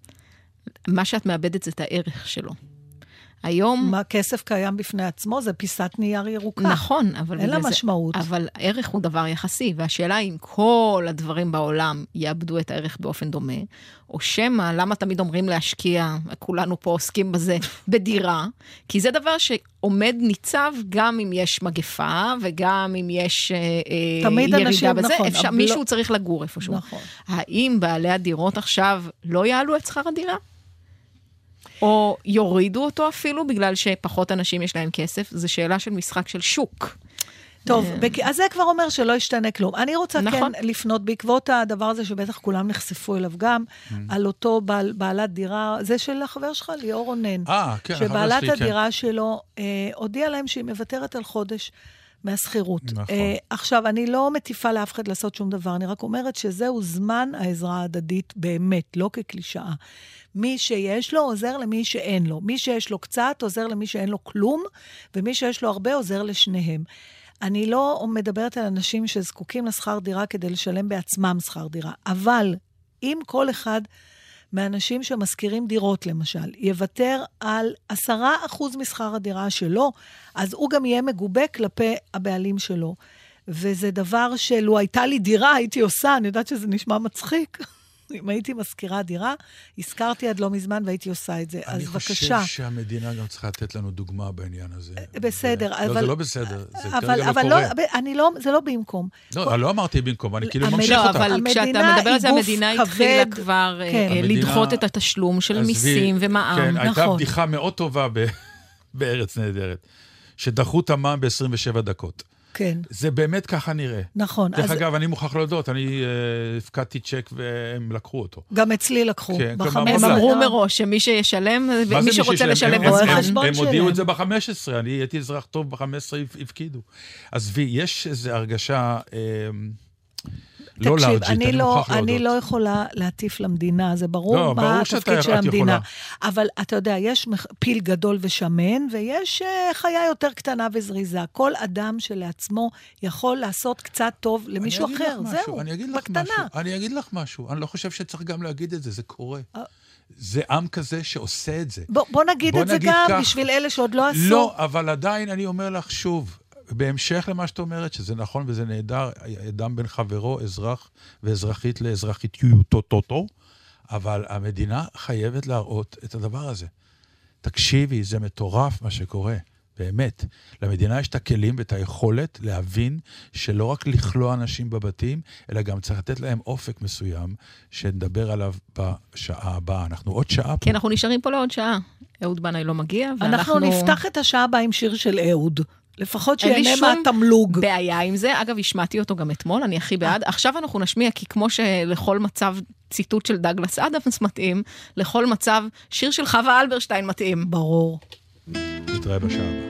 S3: מה שאת מאבדת זה את הערך שלו. היום...
S4: מה כסף קיים בפני עצמו? זה פיסת נייר ירוקה.
S3: נכון, אבל...
S4: אין לה משמעות.
S3: זה, אבל ערך הוא דבר יחסי, והשאלה אם כל הדברים בעולם יאבדו את הערך באופן דומה, או שמה, למה תמיד אומרים להשקיע, כולנו פה עוסקים בזה, בדירה, כי זה דבר שעומד ניצב גם אם יש מגפה, וגם אם יש
S4: תמיד
S3: ירידה
S4: אנשים,
S3: בזה,
S4: נכון,
S3: אפשר, מישהו לא... צריך לגור איפשהו.
S4: נכון.
S3: האם בעלי הדירות עכשיו לא יעלו את שכר הדירה? או יורידו אותו אפילו, בגלל שפחות אנשים יש להם כסף, זו שאלה של משחק של שוק.
S4: טוב, אז זה כבר אומר שלא ישתנה כלום. אני רוצה כן לפנות בעקבות הדבר הזה, שבטח כולם נחשפו אליו גם, על אותו בעלת דירה, זה של החבר שלך, ליאור רונן.
S5: אה, כן, החבר שלי, כן.
S4: שבעלת הדירה שלו הודיעה להם שהיא מוותרת על חודש מהסחירות.
S5: נכון.
S4: עכשיו, אני לא מטיפה לאף אחד לעשות שום דבר, אני רק אומרת שזהו זמן העזרה ההדדית באמת, לא כקלישאה. מי שיש לו עוזר למי שאין לו. מי שיש לו קצת עוזר למי שאין לו כלום, ומי שיש לו הרבה עוזר לשניהם. אני לא מדברת על אנשים שזקוקים לשכר דירה כדי לשלם בעצמם שכר דירה, אבל אם כל אחד מאנשים שמזכירים דירות למשל, יוותר על עשרה אחוז משכר הדירה שלו, אז הוא גם יהיה מגובה כלפי הבעלים שלו. וזה דבר שלו הייתה לי דירה, הייתי עושה, אני יודעת שזה נשמע מצחיק, אם הייתי מזכירה דירה, הזכרתי עד לא מזמן והייתי עושה את זה. אז בבקשה.
S5: אני חושב שהמדינה גם צריכה לתת לנו דוגמה בעניין הזה.
S4: בסדר.
S5: לא, זה לא בסדר. זה כרגע לא קורה.
S4: אני לא, זה לא במקום.
S5: לא, אני לא אמרתי במקום, אני כאילו ממשיך אותה.
S3: אבל כשאתה מדבר על זה, המדינה התחילה כבר לדחות את התשלום של מיסים ומע"מ.
S5: כן, הייתה בדיחה מאוד טובה בארץ נהדרת, שדחו את המע"מ ב-עשרים ושבע דקות.
S4: כן.
S5: זה באמת ככה נראה.
S4: נכון.
S5: דרך אגב, אני מוכרח להודות, אני הפקדתי צ'ק והם לקחו אותו.
S4: גם אצלי לקחו.
S3: הם אמרו מראש שמי שישלם, ומי שרוצה לשלם בזמן.
S5: הם הודיעו את זה ב-חמש עשרה, אני הייתי אזרח טוב ב-חמש עשרה, הפקידו. אז יש איזו הרגשה... לא לארג'ית, אני מוכרח להודות.
S4: אני לא יכולה להטיף למדינה, זה ברור מה התפקיד של המדינה. אבל אתה יודע, יש פיל גדול ושמן, ויש חיה יותר קטנה וזריזה. כל אדם שלעצמו יכול לעשות קצת טוב למישהו אחר. זהו, בקטנה.
S5: אני אגיד לך משהו, אני לא חושב שצריך גם להגיד את זה, זה קורה. זה עם כזה שעושה את זה.
S4: בוא נגיד את זה גם בשביל אלה שעוד לא עשו.
S5: לא, אבל עדיין אני אומר לך שוב, בהמשך למה שאת אומרת, שזה נכון וזה נהדר, אדם בין חברו, אזרח ואזרחית לאזרחיתיותו, אבל המדינה חייבת להראות את הדבר הזה. תקשיבי, זה מטורף מה שקורה, באמת. למדינה יש את הכלים ואת היכולת להבין שלא רק לכלוא אנשים בבתים, אלא גם צריך לתת להם אופק מסוים, שנדבר עליו בשעה הבאה. אנחנו עוד שעה פה.
S3: כן, אנחנו נשארים פה לעוד שעה. אהוד בנאי לא מגיע,
S4: ואנחנו... אנחנו נפתח את השעה הבאה עם שיר של אהוד. לפחות שיהנה מהתמלוג.
S3: בעיה עם זה. אגב, השמעתי אותו גם אתמול, אני הכי בעד. עכשיו אנחנו נשמיע, כי כמו שלכל מצב ציטוט של דאגלס אדמס מתאים, לכל מצב שיר של חווה אלברשטיין מתאים.
S4: ברור.
S5: נתראה בשעה הבאה.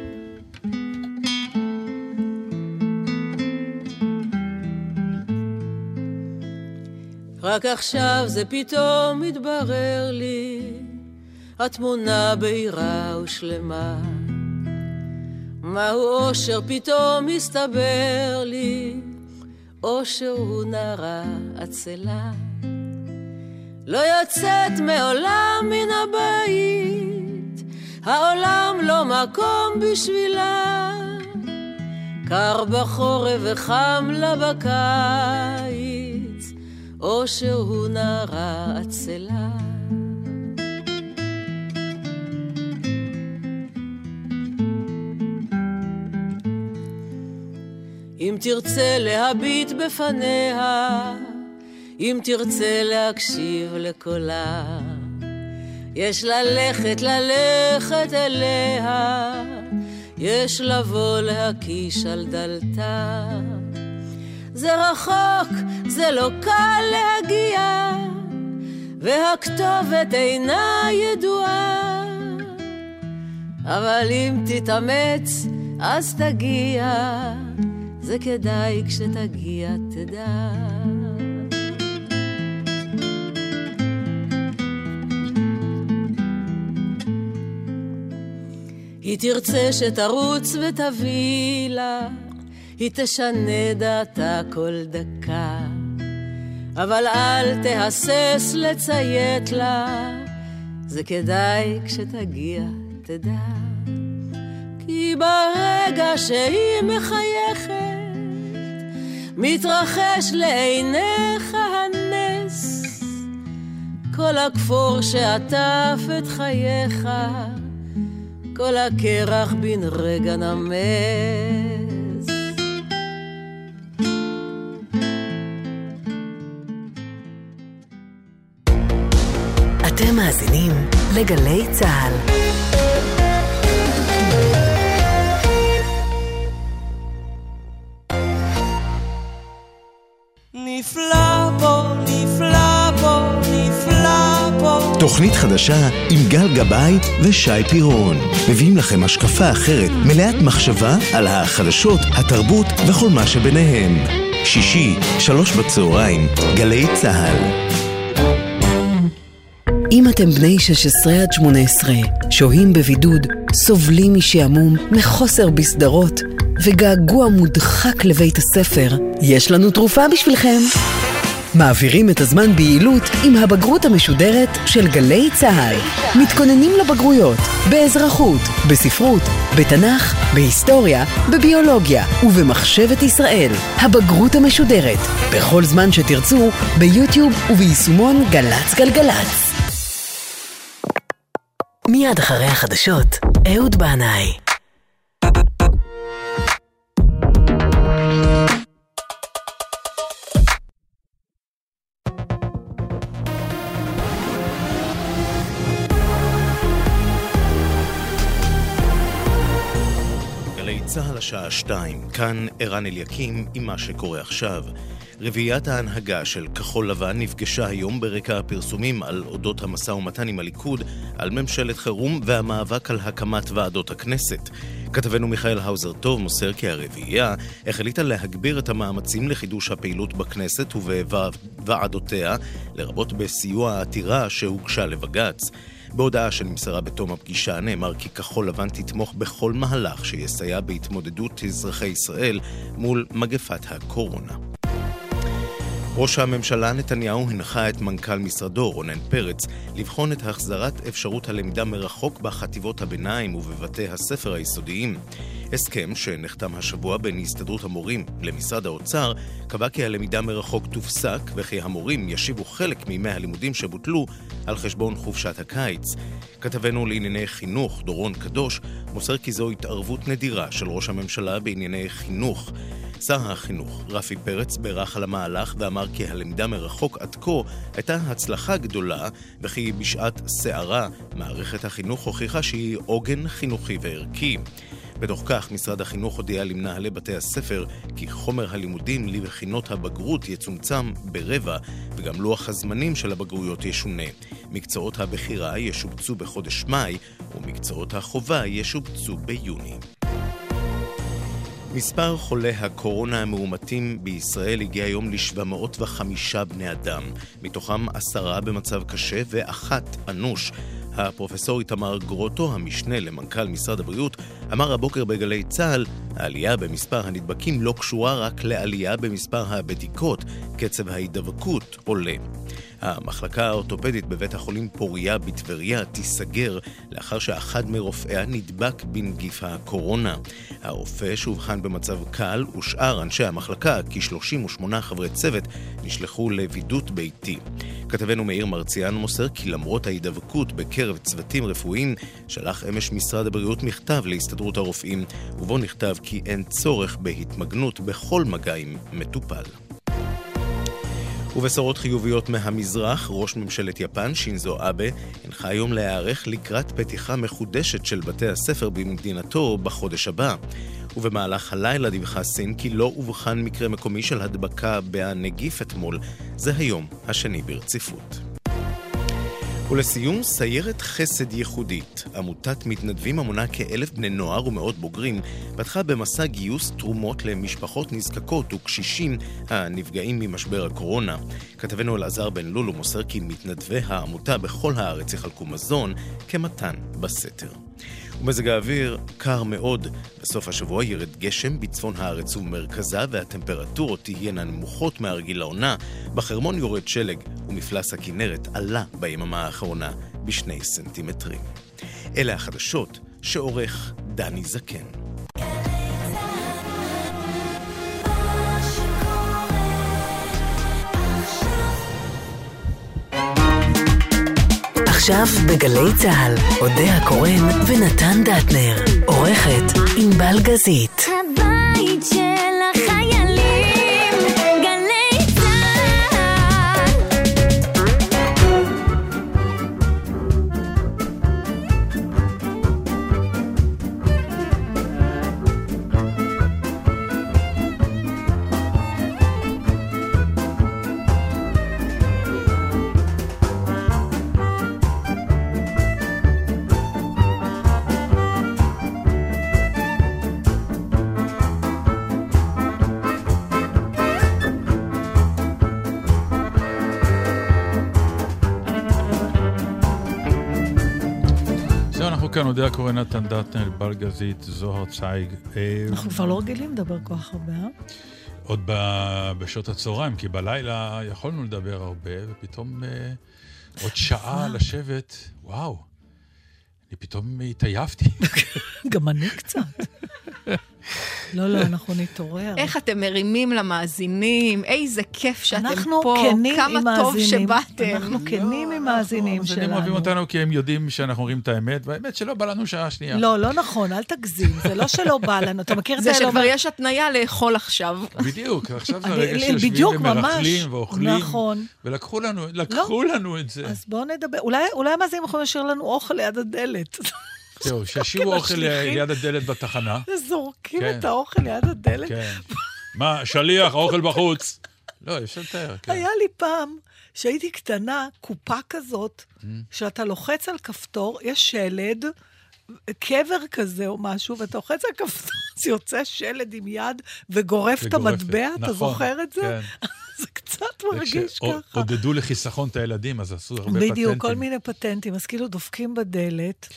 S10: רק עכשיו זה פתאום מתברר לי, התמונה בהירה ושלמה, מהו אושר פתאום מסתבר לי, אושר הוא נערה עצלה, לא יוצאת מעולם מן הבית, העולם לא מקום בשבילה, קר בחורף וחם לה בקיץ, אושר הוא נערה עצלה. אם תרצה להביט בפניה, אם תרצה להקשיב לקולה, יש ללכת, ללכת אליה, יש לבוא להקיש על דלתה. זה רחוק, זה לא קל להגיע, והכתובת אינה ידועה, אבל אם תתאמץ, אז תגיע, זה כדאי כשתגיע תדע. היא תרצה שתרוץ ותביא לה, היא תשנה דעתה כל דקה, אבל אל תהסס לציית לה, זה כדאי כשתגיע תדע. כי ברגע שהיא מחייכת, מתרחש לעיניך הנס, כל הכפור שעטף את חייך, כל הקרח בן רגע נמס.
S2: אתם מאזינים לגלי צהל.
S7: נפלא פה, נפלא פה, נפלא פה.
S11: תוכנית חדשה עם גל גבאי ושי פירון. מביאים לכם השקפה אחרת, מלאת מחשבה על החדשות, התרבות וכל מה שביניהם. שישי, שלוש בצהריים, גלי צהל.
S2: אם אתם בני שש עשרה עד שמונה עשרה, שוהים בבידוד, סובלים משעמום, מחוסר בסדרות וגעגוע מודחק לבית הספר, יש לנו תרופה בשבילכם. מעבירים את הזמן ביעילות עם הבגרות המשודרת של גלי צהל. מתכוננים לבגרויות באזרחות, בספרות, בתנ"ך, בהיסטוריה, בביולוגיה ובמחשבת ישראל. הבגרות המשודרת, בכל זמן שתרצו, ביוטיוב וביישומון גלץ גלגלץ. מיד אחרי החדשות, אהוד בנאי.
S11: גלי צהל השעה שתיים, כאן ערן אליקים עם מה שקורה עכשיו. רביעיית ההנהגה של כחול לבן נפגשה היום ברקע הפרסומים על אודות המשא ומתן עם הליכוד, על ממשלת חירום והמאבק על הקמת ועדות הכנסת. כתבנו מיכאל האוזר טוב מוסר כי הרביעייה החליטה להגביר את המאמצים לחידוש הפעילות בכנסת ובוועדותיה, לרבות בסיוע העתירה שהוגשה לבג"ץ. בהודעה שנמסרה בתום הפגישה נאמר כי כחול לבן תתמוך בכל מהלך שיסייע בהתמודדות אזרחי ישראל מול מגפת הקורונה. ראש הממשלה נתניהו הנחה את מנכ"ל משרדו רונן פרץ לבחון את החזרת אפשרות הלמידה מרחוק בחטיבות הביניים ובבתי הספר היסודיים. הסכם שנחתם השבוע בין הסתדרות המורים למשרד האוצר קבע כי הלמידה מרחוק תופסק וכי המורים ישיבו חלק מימי הלימודים שבוטלו על חשבון חופשת הקיץ. כתבנו לענייני חינוך דורון קדוש מוסר כי זו התערבות נדירה של ראש הממשלה בענייני חינוך. שר החינוך רפי פרץ ברח על המהלך ואמר כי הלמידה מרחוק עד כה הייתה הצלחה גדולה וכי בשעת סערה מערכת החינוך הוכיחה שהיא עוגן חינוכי וערכי. בתוך כך, משרד החינוך הודיע למנהלי בתי הספר כי חומר הלימודים לבחינות הבגרות יצומצם ברבע, וגם לוח הזמנים של הבגרויות ישונה. מקצועות הבחירה ישובצו בחודש מאי, ומקצועות החובה ישובצו ביוני. מספר חולי הקורונה המאומתים בישראל הגיע היום ל-שבע מאות וחמישה בני אדם, מתוכם עשרה במצב קשה ואחת אנוש. הפרופסור איתמר גרוטו, המשנה למנכ"ל משרד הבריאות, אמר הבוקר בגלי צה"ל, העלייה במספר הנדבקים לא קשורה רק לעלייה במספר הבדיקות, קצב ההידבקות עולה. המחלקה האורתופדית בבית החולים פוריה בטבריה תיסגר לאחר שאחד מרופאיה נדבק בנגיף הקורונה. הרופא שאובחן במצב קל ושאר אנשי המחלקה, כ-שלושים ושמונה חברי צוות, נשלחו לבידוד ביתי. כתבנו מאיר מרציאן מוסר כי למרות ההידבקות בקרב צוותים רפואיים, שלח אמש משרד הבריאות מכתב להסתדרות הרופאים, ובו נכתב כי אין צורך בהתמגנות בכל מגע עם מטופל. ובשורות חיוביות מהמזרח, ראש ממשלת יפן, שינזו אבה, הנחה היום להיערך לקראת פתיחה מחודשת של בתי הספר במדינתו בחודש הבא. ובמהלך הלילה דיווחה סין כי לא הובחן מקרה מקומי של הדבקה בנגיף אתמול. זה היום השני ברציפות. ולסיום, סיירת חסד ייחודית. עמותת מתנדבים המונה כאלף בני נוער ומאות בוגרים, פתחה במסע גיוס תרומות למשפחות נזקקות וקשישים הנפגעים ממשבר הקורונה. כתבנו אלעזר בן לולו מוסר כי מתנדבי העמותה בכל הארץ יחלקו מזון כמתן בסתר. ומזג האוויר קר מאוד. בסוף השבוע ירד גשם בצפון הארץ ובמרכזה, והטמפרטורות תהיינה נמוכות מהרגיל לעונה. בחרמון יורד שלג, ומפלס הכנרת עלה ביממה האחרונה בשני סנטימטרים. אלה החדשות שעורך דני זקן.
S2: עכשיו בגלי צהל, אודה הקורן ונתן דטנר, עורכת ענבל גזית.
S9: הבית של החיילים, גלי צהל.
S5: כאן אודה הקורן נתן דטנר, בלגזית, זוהר צייג.
S4: אנחנו כבר לא רגילים לדבר כל כך הרבה, אה?
S5: עוד בשעות הצהריים, כי בלילה יכולנו לדבר הרבה, ופתאום עוד שעה לשבת, וואו, אני פתאום התעייפתי.
S4: גם אני קצת. לא, לא, אנחנו נתעורר.
S3: איך אתם מרימים למאזינים, איזה כיף שאתם
S4: אנחנו
S3: פה,
S4: כנים
S3: כמה
S4: עם
S3: טוב
S4: מאזינים.
S3: שבאתם.
S4: אנחנו כנים עם מאזינים שלנו.
S5: הם אוהבים אותנו כי הם יודעים שאנחנו רואים את האמת, והאמת שלא בא לנו שעה שנייה.
S4: לא, לא נכון, אל תגזים, זה לא שלא בא לנו, אתה מכיר את זה?
S3: זה שכבר יש התניה לאכול עכשיו.
S5: בדיוק, עכשיו זה הרגע שיושבים ומרכלים ואוכלים.
S4: נכון.
S5: ולקחו לנו, לקחו לנו את זה.
S4: אז בואו נדבר, אולי המאזינים יכולים לשאיר לנו אוכל ליד הדלת.
S5: זהו, שישירו אוכל ליד הדלת בתחנה.
S4: זורקים את האוכל ליד הדלת.
S5: כן. מה, שליח, האוכל בחוץ. לא, אפשר לתאר.
S4: היה לי פעם, שהייתי קטנה, קופה כזאת, שאתה לוחץ על כפתור, יש שלד, קבר כזה או משהו, ואתה לוחץ על כפתור, זה יוצא שלד עם יד, וגורף את המטבע, אתה זוכר את זה? זה קצת מרגיש ככה.
S5: עודדו לחיסכון את הילדים, אז עשו הרבה פטנטים.
S4: בדיוק, כל מיני פטנטים, אז כאילו דופקים בדלת,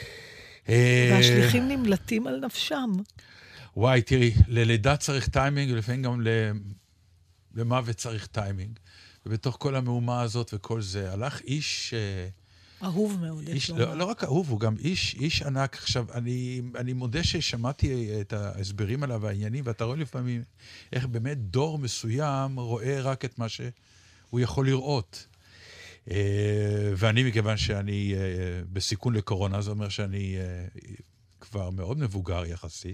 S4: והשליחים נמלטים על נפשם.
S5: וואי, תראי, ללידה צריך טיימינג, ולפעמים גם למוות צריך טיימינג. ובתוך כל המהומה הזאת וכל זה, הלך איש...
S4: אהוב מאוד.
S5: איש, לא, לא רק אהוב, הוא גם איש, איש ענק. עכשיו, אני, אני מודה ששמעתי את ההסברים עליו והעניינים, ואתה רואה לפעמים איך באמת דור מסוים רואה רק את מה שהוא יכול לראות. ואני, מכיוון שאני בסיכון לקורונה, זה אומר שאני כבר מאוד מבוגר יחסית.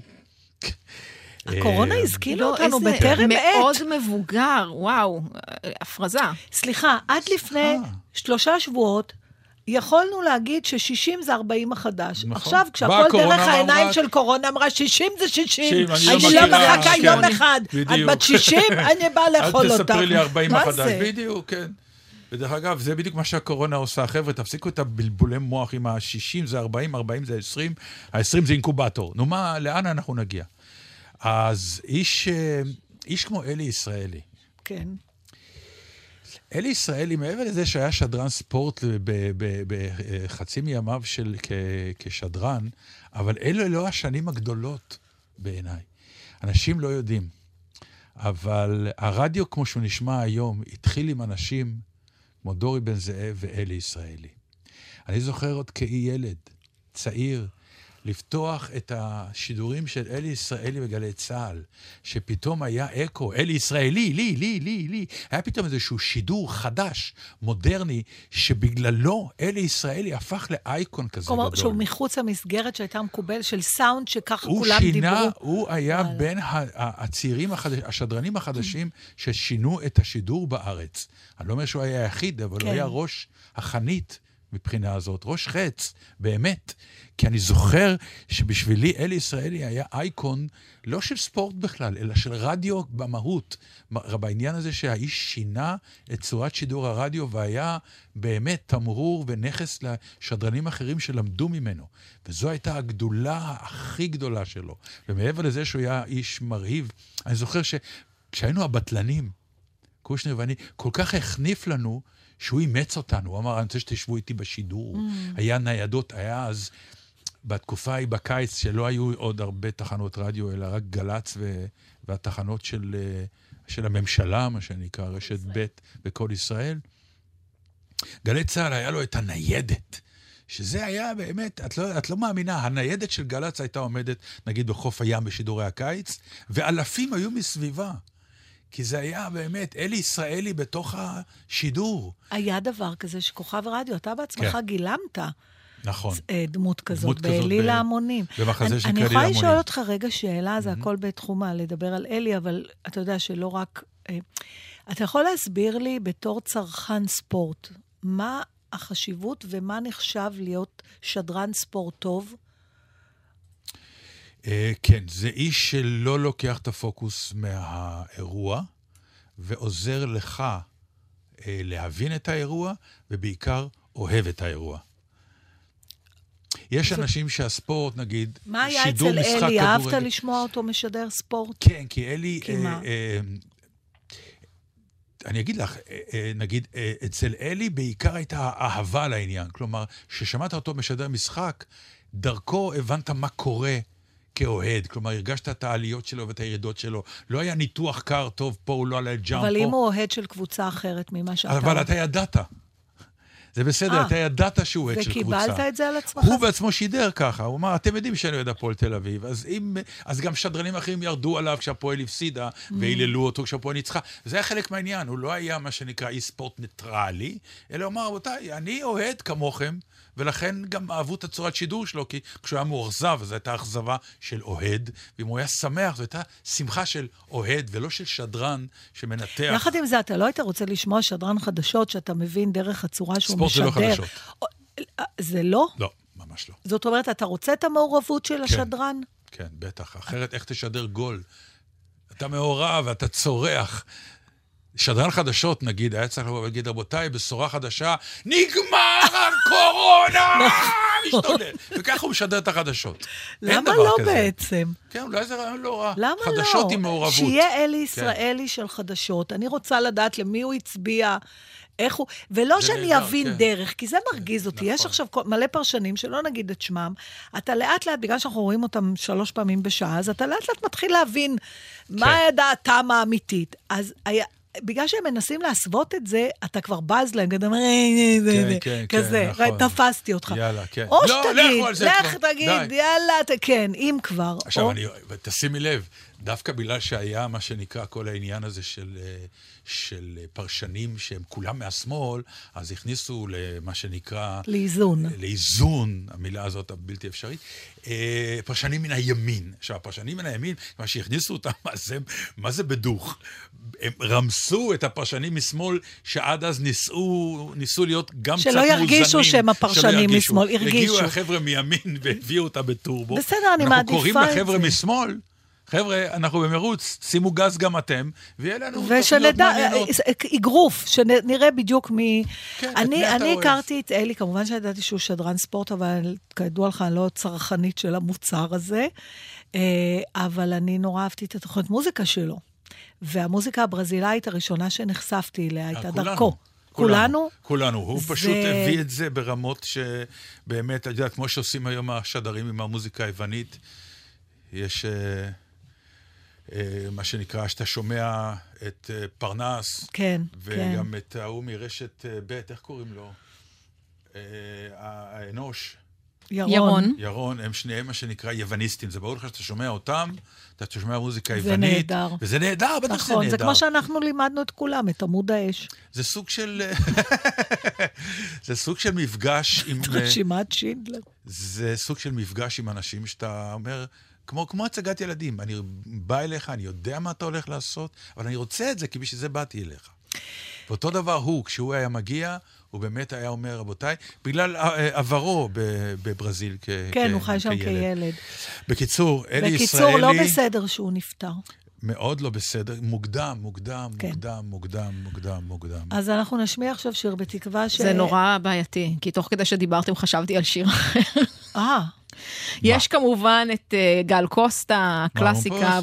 S4: הקורונה הזכילה אותנו בטרם עת.
S3: מאוד מבוגר, וואו, הפרזה.
S4: סליחה, עד לפני שלושה שבועות, יכולנו להגיד ש-שישים זה ארבעים החדש.
S5: נכון.
S4: עכשיו, כשהכל דרך העיניים של קורונה, אמרה שישים זה שישים. אני לא מחכה יום אחד. את בת שישים, אני באה לאכול אותך.
S5: אל תספרי לי ארבעים החדש. בדיוק, כן. ודרך אגב, זה בדיוק מה שהקורונה עושה. חבר'ה, תפסיקו את הבלבולי מוח עם ה-שישים זה ארבעים, ארבעים זה עשרים, ה-עשרים זה אינקובטור. נו מה, לאן אנחנו נגיע? אז איש, איש כמו אלי ישראלי.
S4: כן.
S5: אלי ישראלי, מעבר לזה שהיה שדרן ספורט בחצי מימיו של כשדרן, אבל אלו לא השנים הגדולות בעיניי. אנשים לא יודעים. אבל הרדיו, כמו שהוא נשמע היום, התחיל עם אנשים כמו דורי בן זאב ואלי ישראלי. אני זוכר עוד כאי ילד, צעיר, לפתוח את השידורים של אלי ישראלי בגלי צהל, שפתאום היה אקו, אלי ישראלי, לי, לי, לי, לי. היה פתאום איזשהו שידור חדש, מודרני, שבגללו אלי ישראלי הפך לאייקון כזה גדול.
S4: כלומר, שהוא מחוץ למסגרת שהייתה מקובל של סאונד, שככה כולם
S5: שינה,
S4: דיברו.
S5: הוא היה על... בין הצעירים, החדש, השדרנים החדשים, ששינו את השידור בארץ. אני לא אומר שהוא היה היחיד, אבל כן. הוא היה ראש החנית מבחינה הזאת, ראש חץ, באמת. כי אני זוכר שבשבילי אלי ישראלי היה אייקון לא של ספורט בכלל, אלא של רדיו במהות. בעניין הזה שהאיש שינה את צורת שידור הרדיו, והיה באמת תמרור ונכס לשדרנים אחרים שלמדו ממנו. וזו הייתה הגדולה הכי גדולה שלו. ומעבר לזה שהוא היה איש מרהיב, אני זוכר שכשהיינו הבטלנים, קושנר ואני, כל כך החניף לנו שהוא אימץ אותנו. הוא אמר, אני רוצה שתשבו איתי בשידור. Mm. היה ניידות, היה אז... בתקופה ההיא בקיץ, שלא היו עוד הרבה תחנות רדיו, אלא רק גלץ ו... והתחנות של, של הממשלה, מה שנקרא, רשת ב' בכל ישראל. גלי צהל היה לו את הניידת, שזה היה באמת, את לא, את לא מאמינה, הניידת של גלץ הייתה עומדת, נגיד, בחוף הים בשידורי הקיץ, ואלפים היו מסביבה. כי זה היה באמת אלי ישראלי בתוך השידור. היה
S4: דבר כזה שכוכב רדיו, אתה בעצמך כן. גילמת.
S5: נכון.
S4: דמות כזאת, באליל ההמונים.
S5: במחזה של
S4: אני
S5: אליל
S4: יכולה
S5: ההמונים.
S4: לשאול אותך רגע שאלה, זה הכל בתחום לדבר על אלי, אבל אתה יודע שלא רק... אתה יכול להסביר לי בתור צרכן ספורט, מה החשיבות ומה נחשב להיות שדרן ספורט טוב?
S5: כן, זה איש שלא לוקח את הפוקוס מהאירוע, ועוזר לך להבין את האירוע, ובעיקר אוהב את האירוע. יש אנשים שהספורט, נגיד,
S4: מה היה אצל אלי? אהבת לשמוע אותו משדר ספורט?
S5: כן, כי אלי... אני אגיד לך, נגיד, אצל אלי בעיקר הייתה אהבה לעניין. כלומר, ששמעת אותו משדר משחק, דרכו הבנת מה קורה כאוהד. כלומר, הרגשת את העליות שלו ואת הירידות שלו. לא היה ניתוח קר טוב פה, הוא לא עלה ג'אמפ פה.
S4: אבל אם הוא אוהד של קבוצה אחרת ממה שאתה...
S5: אבל אתה ידעת. זה בסדר, אתה ידעת שהוא אוהד של קבוצה.
S4: וקיבלת את זה על עצמך?
S5: הוא בעצמו שידר ככה, הוא אמר, אתם יודעים שאני אוהד הפועל תל אביב, אז, אם, אז גם שדרנים אחרים ירדו עליו כשהפועל הפסידה, והיללו אותו כשהפועל ניצחה. זה היה חלק מהעניין, הוא לא היה מה שנקרא אי ספורט ניטרלי, אלא הוא אמר, רבותיי, אני אוהד כמוכם, ולכן גם אהבו את הצורת שידור שלו, כי כשהוא היה מאוכזב, זו הייתה אכזבה של אוהד, ואם הוא היה שמח, זו הייתה שמחה של אוהד, ולא של שדרן שמנתח.
S4: יחד עם זה, אתה לא היית רוצה לשמוע שדרן חדשות, שאתה מבין דרך הצורה שהוא משדר.
S5: ספורט זה לא חדשות.
S4: זה לא?
S5: לא, ממש לא.
S4: זאת אומרת, אתה רוצה את המעורבות של השדרן?
S5: כן, בטח. אחרת, איך תשדר גול? אתה מעורב, אתה צורח. שדרן חדשות, נגיד, היה צריך לבוא ולהגיד, רבותיי, בשורה חדשה, נגמר הקורונה! משתולל. וככה הוא משדר את החדשות.
S4: למה לא בעצם?
S5: כן, אולי זה רעיון לא רע.
S4: למה לא?
S5: חדשות עם מעורבות.
S4: שיהיה אלי ישראלי של חדשות. אני רוצה לדעת למי הוא הצביע, איך הוא... ולא שאני אבין דרך, כי זה מרגיז אותי. יש עכשיו מלא פרשנים, שלא נגיד את שמם, אתה לאט לאט, בגלל שאנחנו רואים אותם שלוש פעמים בשעה, אז אתה לאט לאט מתחיל להבין מה דעתם האמיתית. אז היה... בגלל שהם מנסים להסוות את זה, אתה כבר בז להם, כזה, כזה, תפסתי אותך.
S5: יאללה, כן.
S4: או שתגיד, לך תגיד, יאללה, כן, אם כבר.
S5: עכשיו, תשימי לב, דווקא בגלל שהיה מה שנקרא כל העניין הזה של, של פרשנים שהם כולם מהשמאל, אז הכניסו למה שנקרא...
S4: לאיזון.
S5: לאיזון, המילה הזאת הבלתי אפשרית. פרשנים מן הימין. עכשיו, הפרשנים מן הימין, מה שהכניסו אותם, מה זה, מה זה בדוך? הם רמסו את הפרשנים משמאל, שעד אז ניסו, ניסו להיות גם קצת מאוזנים.
S4: שלא ירגישו שהם הפרשנים משמאל, הרגישו.
S5: הגיעו החבר'ה מימין והביאו אותה בטורבו.
S4: בסדר, אני מעדיפה את זה.
S5: אנחנו קוראים לחבר'ה משמאל, חבר'ה, אנחנו במרוץ, שימו גז גם אתם, ויהיה לנו
S4: תוכניות מעניינות. אגרוף, שנראה בדיוק מי... כן, אני, אני הכרתי את אלי, כמובן שידעתי שהוא שדרן ספורט, אבל כידוע לך, אני לא צרכנית של המוצר הזה, אבל אני נורא אהבתי את התוכנית מוזיקה שלו. והמוזיקה הברזילאית הראשונה שנחשפתי אליה הייתה דרכו. כולנו?
S5: כולנו. הוא פשוט הביא את זה ברמות שבאמת, אתה יודע, כמו שעושים היום השדרים עם המוזיקה היוונית, יש מה שנקרא, שאתה שומע את פרנס,
S4: כן,
S5: וגם את ההוא מרשת ב', איך קוראים לו? האנוש.
S3: ירון.
S5: ירון, הם שניהם מה שנקרא יווניסטים. זה ברור לך שאתה שומע אותם, אתה שומע מוזיקה יוונית. זה נהדר. וזה נהדר, בטח זה נהדר.
S4: נכון, זה כמו שאנחנו לימדנו את כולם, את עמוד האש.
S5: זה סוג של... זה סוג של מפגש עם...
S4: רשימת שינדלר.
S5: זה סוג של מפגש עם אנשים שאתה אומר, כמו, כמו הצגת ילדים. אני בא אליך, אני יודע מה אתה הולך לעשות, אבל אני רוצה את זה, כי בשביל זה באתי אליך. ואותו דבר הוא, כשהוא היה מגיע, הוא באמת היה אומר, רבותיי, בגלל עברו בברזיל כילד.
S4: כן, הוא חי שם כילד.
S5: בקיצור, אלי ישראלי...
S4: בקיצור, לא בסדר שהוא נפטר.
S5: מאוד לא בסדר, מוקדם, מוקדם, מוקדם, מוקדם, מוקדם, מוקדם.
S4: אז אנחנו נשמיע עכשיו שיר בתקווה ש...
S3: זה נורא בעייתי, כי תוך כדי שדיברתם חשבתי על שיר אחר.
S4: אה.
S3: יש כמובן את גל קוסטה, הקלאסיקה,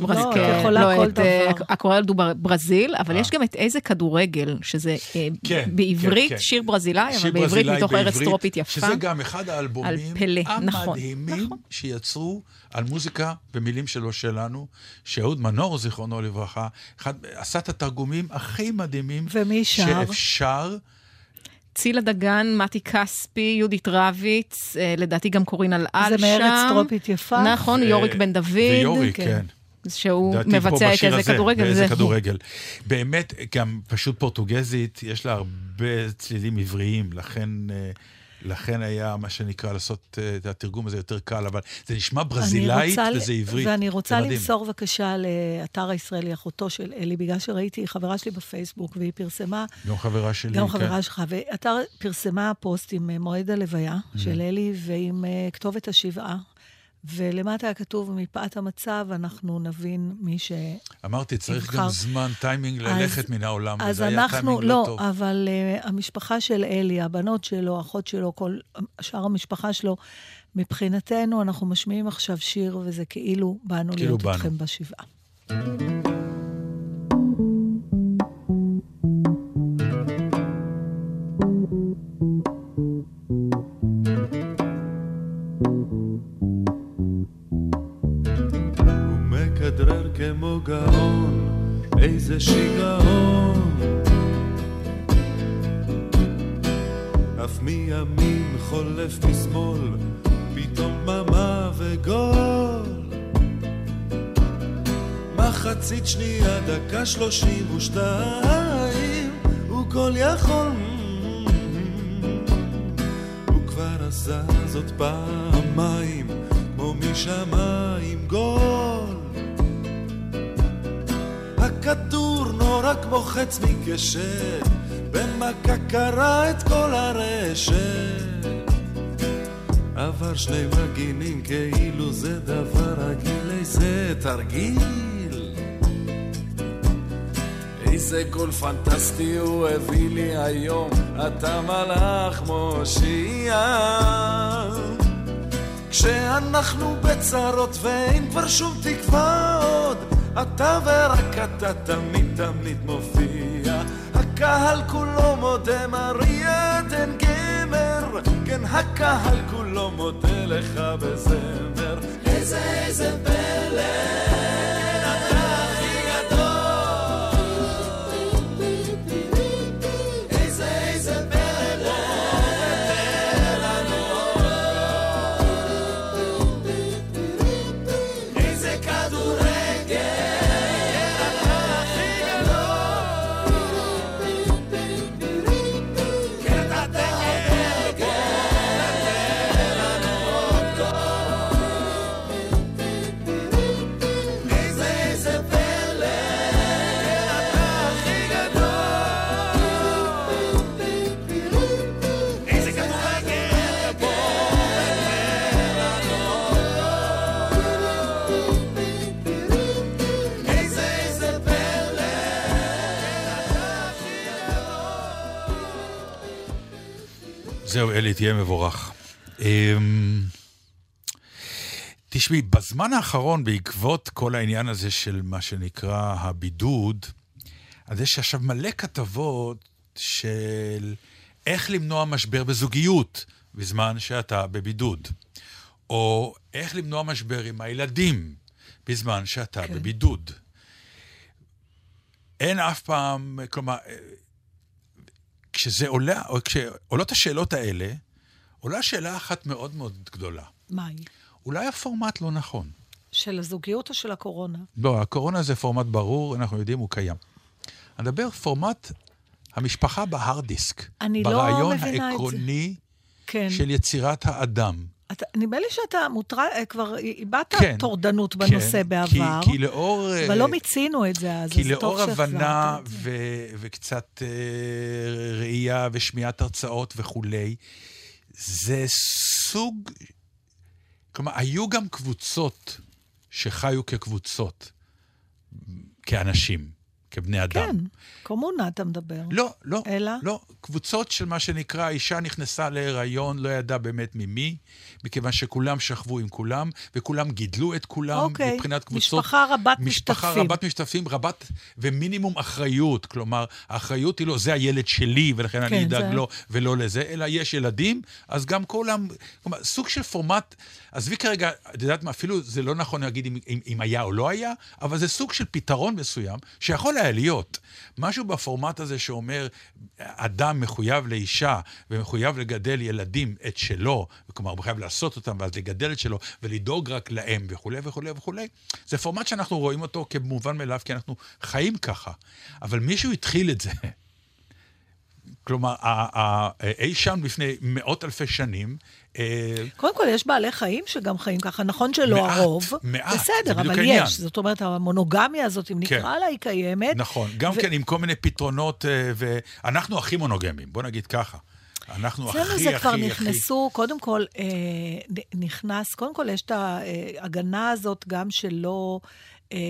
S3: הקורל דו ברזיל, אבל יש גם את איזה כדורגל, שזה בעברית שיר ברזילאי, אבל בעברית מתוך ארץ טרופית יפה.
S5: שזה גם אחד האלבומים המדהימים שיצרו על מוזיקה במילים שלו שלנו, שאהוד מנור, זיכרונו לברכה, עשה את התרגומים הכי מדהימים שאפשר.
S3: צילה דגן, מתי כספי, יהודית רביץ, לדעתי גם קורין על על שם.
S4: זה מארץ טרופית יפה.
S3: נכון, יוריק בן דוד.
S5: ויוריק, כן.
S3: שהוא מבצע את איזה כדורגל.
S5: איזה כדורגל. באמת, גם פשוט פורטוגזית, יש לה הרבה צלילים עבריים, לכן... לכן היה מה שנקרא לעשות את התרגום הזה יותר קל, אבל זה נשמע ברזילאית וזה עברית.
S4: ואני רוצה למסור בבקשה לאתר הישראלי, אחותו של אלי, בגלל שראיתי חברה שלי בפייסבוק, והיא פרסמה...
S5: גם חברה שלי.
S4: גם חברה שלך, ואתר פרסמה פוסט עם מועד הלוויה של אלי, ועם כתובת השבעה, ולמטה היה כתוב, מפאת המצב, אנחנו נבין מי ש...
S5: אמרתי, צריך גם זמן, טיימינג ללכת מן העולם,
S4: אז אנחנו, לא, אבל המשפחה של אלי, הבנות שלו, האחות שלו, כל שאר המשפחה שלו, מבחינתנו, אנחנו משמיעים עכשיו שיר, וזה כאילו באנו להיות אתכם בשבעה.
S12: כמו גאון, איזה שיגעון, אף מימין חולף משמאל, פתאום ממה וגול, מחצית שנייה, דקה שלושים ושתיים, הוא כל יכול, הוא כבר עשה זאת פעמיים, כמו משמיים גול, הכדור נורא כמו חץ מקשת, במכה קרה את כל הרשת, עבר שני מגינים כאילו זה דבר רגיל, איזה תרגיל, איזה גול פנטסטי הוא הביא לי היום, אתה מלאך מושיע, כשאנחנו בצרות ואין כבר שום תקווה עוד, אתה ורק אתה תמיד תמיד מופיע, הקהל כולו מודה מריה דן גמר, כן הקהל כולו מודה לך בזמר, איזה איזה פלא אתה הכי גדול, איזה איזה פלא נותן לנו, איזה כדורגל
S5: זהו, אלי, תהיה מבורך. תשמעי, בזמן האחרון, בעקבות כל העניין הזה של מה שנקרא הבידוד, אז יש עכשיו מלא כתבות של איך למנוע משבר בזוגיות בזמן שאתה בבידוד, או איך למנוע משבר עם הילדים בזמן שאתה כן. בבידוד. אין אף פעם, כלומר, כשזה עולה, או כשעולות השאלות האלה, עולה שאלה אחת מאוד מאוד גדולה.
S4: מה היא?
S5: אולי הפורמט לא נכון.
S4: של הזוגיות או של הקורונה?
S5: לא, הקורונה זה פורמט ברור, אנחנו יודעים, הוא קיים. אני מדבר פורמט המשפחה בהארד דיסק.
S4: אני לא מבינה את זה.
S5: ברעיון העקרוני
S4: כן.
S5: של יצירת האדם.
S4: אתה, נדמה לי שאתה מוטרד, כבר איבדת
S5: כן,
S4: תורדנות בנושא
S5: כן,
S4: בעבר.
S5: כי, כי לאור...
S4: אבל לא מיצינו את זה, אז
S5: כי
S4: אז
S5: לאור
S4: טוב
S5: הבנה
S4: את זה.
S5: ו, וקצת uh, ראייה ושמיעת הרצאות וכולי, זה סוג... כלומר, היו גם קבוצות שחיו כקבוצות, כאנשים, כבני אדם.
S4: כן, קומונה אתה מדבר.
S5: לא, לא,
S4: אלא?
S5: לא. קבוצות של מה שנקרא, אישה נכנסה להיריון, לא ידעה באמת ממי, מכיוון שכולם שכבו עם כולם, וכולם גידלו את כולם,
S4: אוקיי.
S5: מבחינת קבוצות.
S4: משפחה רבת
S5: משפחה
S4: משתתפים.
S5: רבת משתתפים, רבת ומינימום אחריות. כלומר, האחריות היא לא, זה הילד שלי, ולכן כן, אני אדאג זה... לו ולא לזה, אלא יש ילדים, אז גם כולם, כלומר, סוג של פורמט, עזבי כרגע, את יודעת מה, אפילו זה לא נכון להגיד אם, אם, אם היה או לא היה, אבל זה סוג של פתרון מסוים, שיכול היה להיות. משהו בפורמט הזה שאומר, אדם מחויב לאישה, ומחויב לגדל ילדים את שלו, כלומר, הוא מחויב לעשות אותם, ואז לגדל את שלו, ולדאוג רק להם, וכו' וכו' וכו'. זה פורמט שאנחנו רואים אותו כמובן מאליו, כי אנחנו חיים ככה. אבל מישהו התחיל את זה. כלומר, אי שם לפני מאות אלפי שנים,
S4: קודם כל, יש בעלי חיים שגם חיים ככה, נכון שלא
S5: מעט,
S4: הרוב,
S5: מעט,
S4: בסדר, אבל
S5: העניין.
S4: יש, זאת אומרת, המונוגמיה הזאת, אם
S5: כן.
S4: נקרא לה, היא קיימת.
S5: נכון, גם ו... כן, עם כל מיני פתרונות, ואנחנו הכי מונוגמים, בוא נגיד ככה. אנחנו הכי, הכי,
S4: זה כבר
S5: הכי...
S4: נכנסו, קודם כל, אה, נכנס, קודם כל, יש את ההגנה הזאת גם שלא... אה,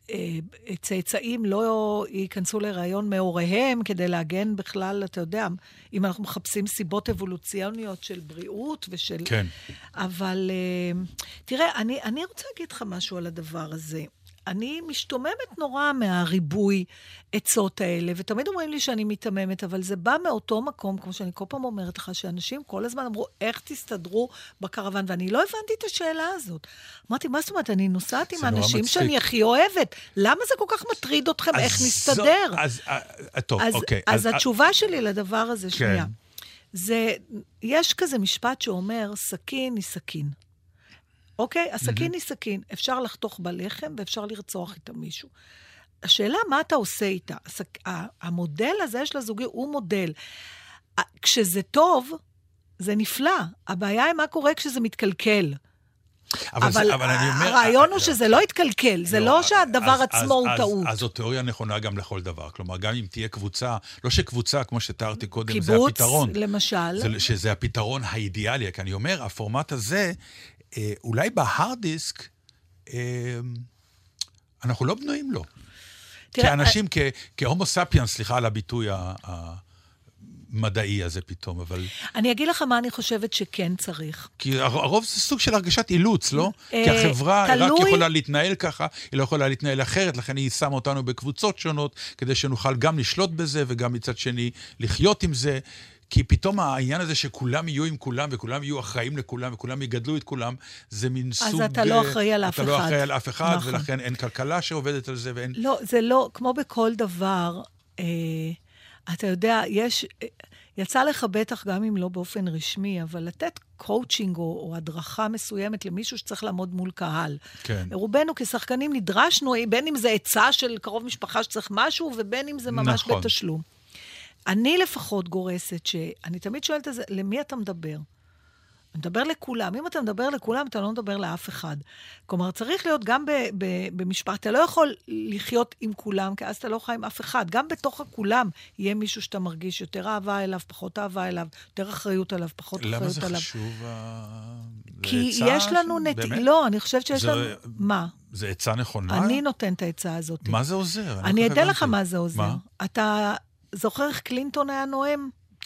S4: צאצאים לא ייכנסו להיריון מהוריהם כדי להגן בכלל, אתה יודע, אם אנחנו מחפשים סיבות אבולוציוניות של בריאות ושל...
S5: כן.
S4: אבל תראה, אני, אני רוצה להגיד לך משהו על הדבר הזה. אני משתוממת נורא מהריבוי עצות האלה, ותמיד אומרים לי שאני מתאממת, אבל זה בא מאותו מקום, כמו שאני כל פעם אומרת לך, שאנשים כל הזמן אמרו, איך תסתדרו בקרוון, ואני לא הבנתי את השאלה הזאת. אמרתי, מה זאת אומרת, אני נוסעת עם האנשים שאני הכי אוהבת, למה זה כל כך מטריד אתכם, איך נסתדר?
S5: אז, טוב,
S4: אז,
S5: אוקיי.
S4: אז התשובה שלי לדבר הזה, שנייה, זה, יש כזה משפט שאומר, סכין היא סכין. אוקיי? הסכין היא סכין. אפשר לחתוך בלחם ואפשר לרצוח איתה מישהו. השאלה, מה אתה עושה איתה? המודל הזה של הזוגי הוא מודל. כשזה טוב, זה נפלא. הבעיה היא מה קורה כשזה מתקלקל.
S5: אבל,
S4: אבל,
S5: זה, אבל אני אומר...
S4: הרעיון הוא שזה לא יתקלקל, זה לא, לא שהדבר אז, עצמו
S5: אז,
S4: הוא
S5: אז,
S4: טעות.
S5: אז זו תיאוריה נכונה גם לכל דבר. כלומר, גם אם תהיה קבוצה, לא שקבוצה, כמו שתיארתי קודם,
S4: קיבוץ,
S5: זה הפתרון.
S4: קיבוץ, למשל.
S5: זה, שזה הפתרון האידיאלי. כי אני אומר, הפורמט הזה... אולי בהארד דיסק, אנחנו לא בנויים לו. כאנשים, כהומו ספיאנס, סליחה על הביטוי המדעי הזה פתאום, אבל...
S4: אני אגיד לך מה אני חושבת שכן צריך.
S5: כי הרוב זה סוג של הרגשת אילוץ, לא? כי החברה רק יכולה להתנהל ככה, היא לא יכולה להתנהל אחרת, לכן היא שמה אותנו בקבוצות שונות, כדי שנוכל גם לשלוט בזה, וגם מצד שני לחיות עם זה. כי פתאום העניין הזה שכולם יהיו עם כולם, וכולם יהיו אחראים לכולם, וכולם יגדלו את כולם, זה מין סוג...
S4: אז אתה לא אחראי על אף אחד.
S5: אתה לא אחראי על אף אחד, נכון. ולכן אין כלכלה שעובדת על זה, ואין...
S4: לא, זה לא, כמו בכל דבר, אה, אתה יודע, יש... יצא לך בטח, גם אם לא באופן רשמי, אבל לתת קואוצ'ינג או, או הדרכה מסוימת למישהו שצריך לעמוד מול קהל. כן. רובנו כשחקנים נדרשנו, בין אם זה עצה של קרוב משפחה שצריך משהו, ובין אם זה ממש נכון. בתשלום. אני לפחות גורסת שאני תמיד שואלת את זה, למי אתה מדבר? אני מדבר לכולם. אם אתה מדבר לכולם, אתה לא מדבר לאף אחד. כלומר, צריך להיות גם ב- ב- במשפט. אתה לא יכול לחיות עם כולם, כי אז אתה לא חי עם אף אחד. גם בתוך הכולם יהיה מישהו שאתה מרגיש יותר אהבה אליו, פחות אהבה אליו, יותר אחריות עליו, פחות אחריות עליו.
S5: למה זה חשוב?
S4: כי יש לנו נטייה... לא, אני חושבת שיש לנו... מה?
S5: זה עצה נכונה?
S4: אני נותן את העצה הזאת.
S5: מה זה עוזר?
S4: אני אדע לך מה זה עוזר. אתה... זוכר איך קלינטון היה נואם?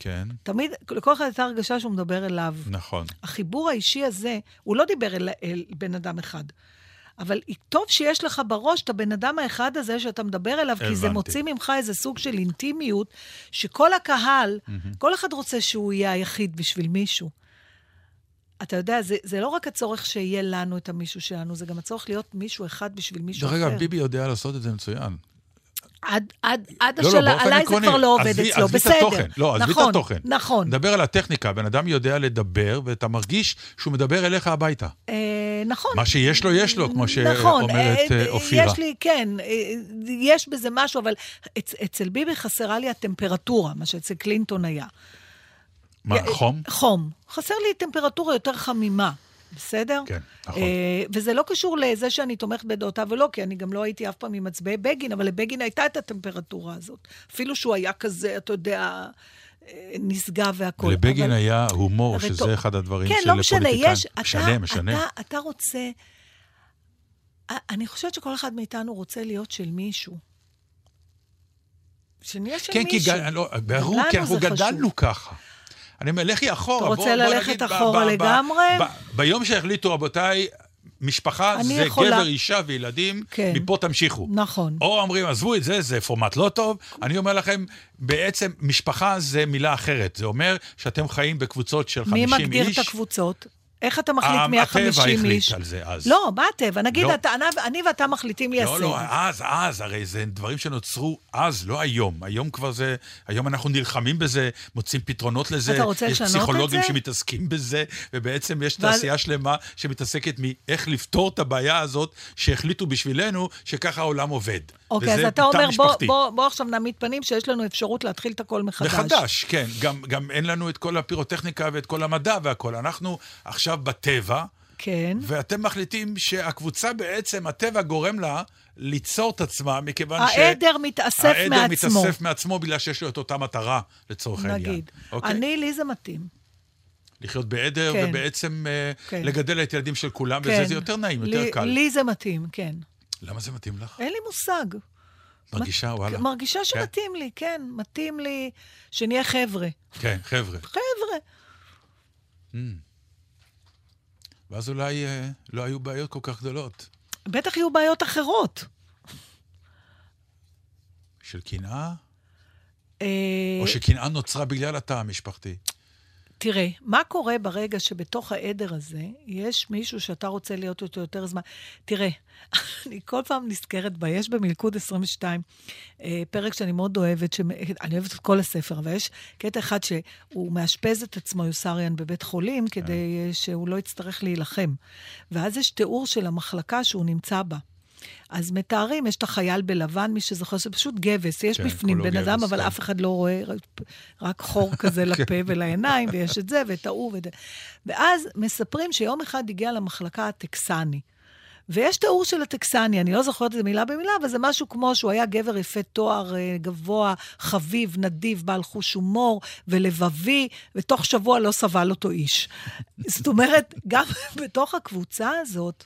S5: כן.
S4: תמיד, לכל אחד הייתה הרגשה שהוא מדבר אליו.
S5: נכון.
S4: החיבור האישי הזה, הוא לא דיבר אל, אל בן אדם אחד. אבל טוב שיש לך בראש את הבן אדם האחד הזה שאתה מדבר אליו, כי זה מוציא ממך איזה סוג של אינטימיות, שכל הקהל, כל אחד רוצה שהוא יהיה היחיד בשביל מישהו. אתה יודע, זה, זה לא רק הצורך שיהיה לנו את המישהו שלנו, זה גם הצורך להיות מישהו אחד בשביל מישהו אחר.
S5: דרך אגב, ביבי יודע לעשות את זה מצוין.
S4: עד, עד, עד השאלה, עליי זה כבר לא עובד אצלו, בסדר.
S5: לא, עזבי את התוכן.
S4: נכון.
S5: נדבר על הטכניקה, בן אדם יודע לדבר, ואתה מרגיש שהוא מדבר אליך הביתה.
S4: נכון.
S5: מה שיש לו, יש לו, כמו שאומרת אופירה.
S4: יש לי, כן, יש בזה משהו, אבל אצל ביבי חסרה לי הטמפרטורה, מה שאצל קלינטון היה.
S5: מה, חום?
S4: חום. חסר לי טמפרטורה יותר חמימה. בסדר?
S5: כן, נכון.
S4: וזה לא קשור לזה שאני תומכת בדעותיו ולא, כי אני גם לא הייתי אף פעם עם מצביעי בגין, אבל לבגין הייתה את הטמפרטורה הזאת. אפילו שהוא היה כזה, אתה יודע, נסגע והכל.
S5: לבגין
S4: אבל...
S5: היה הומור, שזה טוב. אחד הדברים
S4: כן,
S5: של
S4: לא משנה,
S5: פוליטיקן.
S4: יש,
S5: משנה,
S4: אתה,
S5: משנה.
S4: אתה, אתה רוצה... אני חושבת שכל אחד מאיתנו רוצה להיות של מישהו. שנהיה של
S5: כן,
S4: מישהו.
S5: כן, לא, ברור, כי אנחנו גדלנו חשוב. ככה. אני אומר, לכי אחורה.
S4: אתה רוצה ללכת אחורה לגמרי?
S5: ביום שהחליטו, רבותיי, משפחה זה גבר, אישה וילדים, מפה תמשיכו.
S4: נכון.
S5: או אומרים, עזבו את זה, זה פורמט לא טוב. אני אומר לכם, בעצם משפחה זה מילה אחרת. זה אומר שאתם חיים בקבוצות של חמישים איש.
S4: מי מגדיר את הקבוצות? איך אתה מחליט מאה וחמישים איש?
S5: הטבע החליט על זה אז.
S4: לא, מה הטבע? נגיד, אני ואתה מחליטים ליישם.
S5: לא, לא, אז, אז, הרי זה דברים שנוצרו אז, לא היום. היום כבר זה, היום אנחנו נלחמים בזה, מוצאים פתרונות לזה.
S4: אתה רוצה לשנות את זה?
S5: יש פסיכולוגים שמתעסקים בזה, ובעצם יש תעשייה שלמה שמתעסקת מאיך לפתור את הבעיה הזאת, שהחליטו בשבילנו שככה העולם עובד.
S4: אוקיי, אז אתה אומר, בוא עכשיו נעמיד פנים שיש לנו אפשרות להתחיל את הכל מחדש.
S5: מחדש, כן. גם אין לנו את כל הפירוטכניקה ואת כל המדע והכל. אנחנו עכשיו בטבע,
S4: כן.
S5: ואתם מחליטים שהקבוצה בעצם, הטבע גורם לה ליצור את עצמה, מכיוון ש...
S4: העדר מתאסף מעצמו.
S5: העדר מתאסף מעצמו, בגלל שיש לו את אותה מטרה לצורך העניין.
S4: נגיד. אני, לי זה מתאים.
S5: לחיות בעדר, כן. ובעצם כן. לגדל את ילדים של כולם, כן. וזה זה יותר נעים, יותר
S4: לי,
S5: קל.
S4: לי זה מתאים, כן.
S5: למה זה מתאים לך?
S4: אין לי מושג.
S5: מרגישה, וואלה.
S4: מרגישה שמתאים לי, כן. מתאים לי שנהיה חבר'ה.
S5: כן, חבר'ה.
S4: חבר'ה.
S5: ואז אולי אה, לא היו בעיות כל כך גדולות.
S4: בטח יהיו בעיות אחרות.
S5: של קנאה?
S4: אה...
S5: או שקנאה נוצרה בגלל התא המשפחתי?
S4: תראה, מה קורה ברגע שבתוך העדר הזה יש מישהו שאתה רוצה להיות אותו יותר זמן? תראה, אני כל פעם נזכרת בה, יש במלכוד עשרים ושתיים, פרק שאני מאוד אוהבת, אני אוהבת את כל הספר, אבל יש קטע אחד שהוא מאשפז את עצמו, יוסריאן, בבית חולים, כדי שהוא לא יצטרך להילחם. ואז יש תיאור של המחלקה שהוא נמצא בה. אז מתארים, יש את החייל בלבן, מי שזוכר, זה פשוט גבס, יש כן, בפנים בן גבס, אדם, אבל כן. אף אחד לא רואה, רק חור כזה לפה ולעיניים, ויש את זה, ואת ההוא, ואת... ואז מספרים שיום אחד הגיע למחלקה הטקסני, ויש תיאור של הטקסני, אני לא זוכרת את זה מילה במילה, אבל זה משהו כמו שהוא היה גבר יפה תואר גבוה, חביב, נדיב, בעל חוש הומור, ולבבי, ותוך שבוע לא סבל אותו איש. זאת אומרת, גם בתוך הקבוצה הזאת,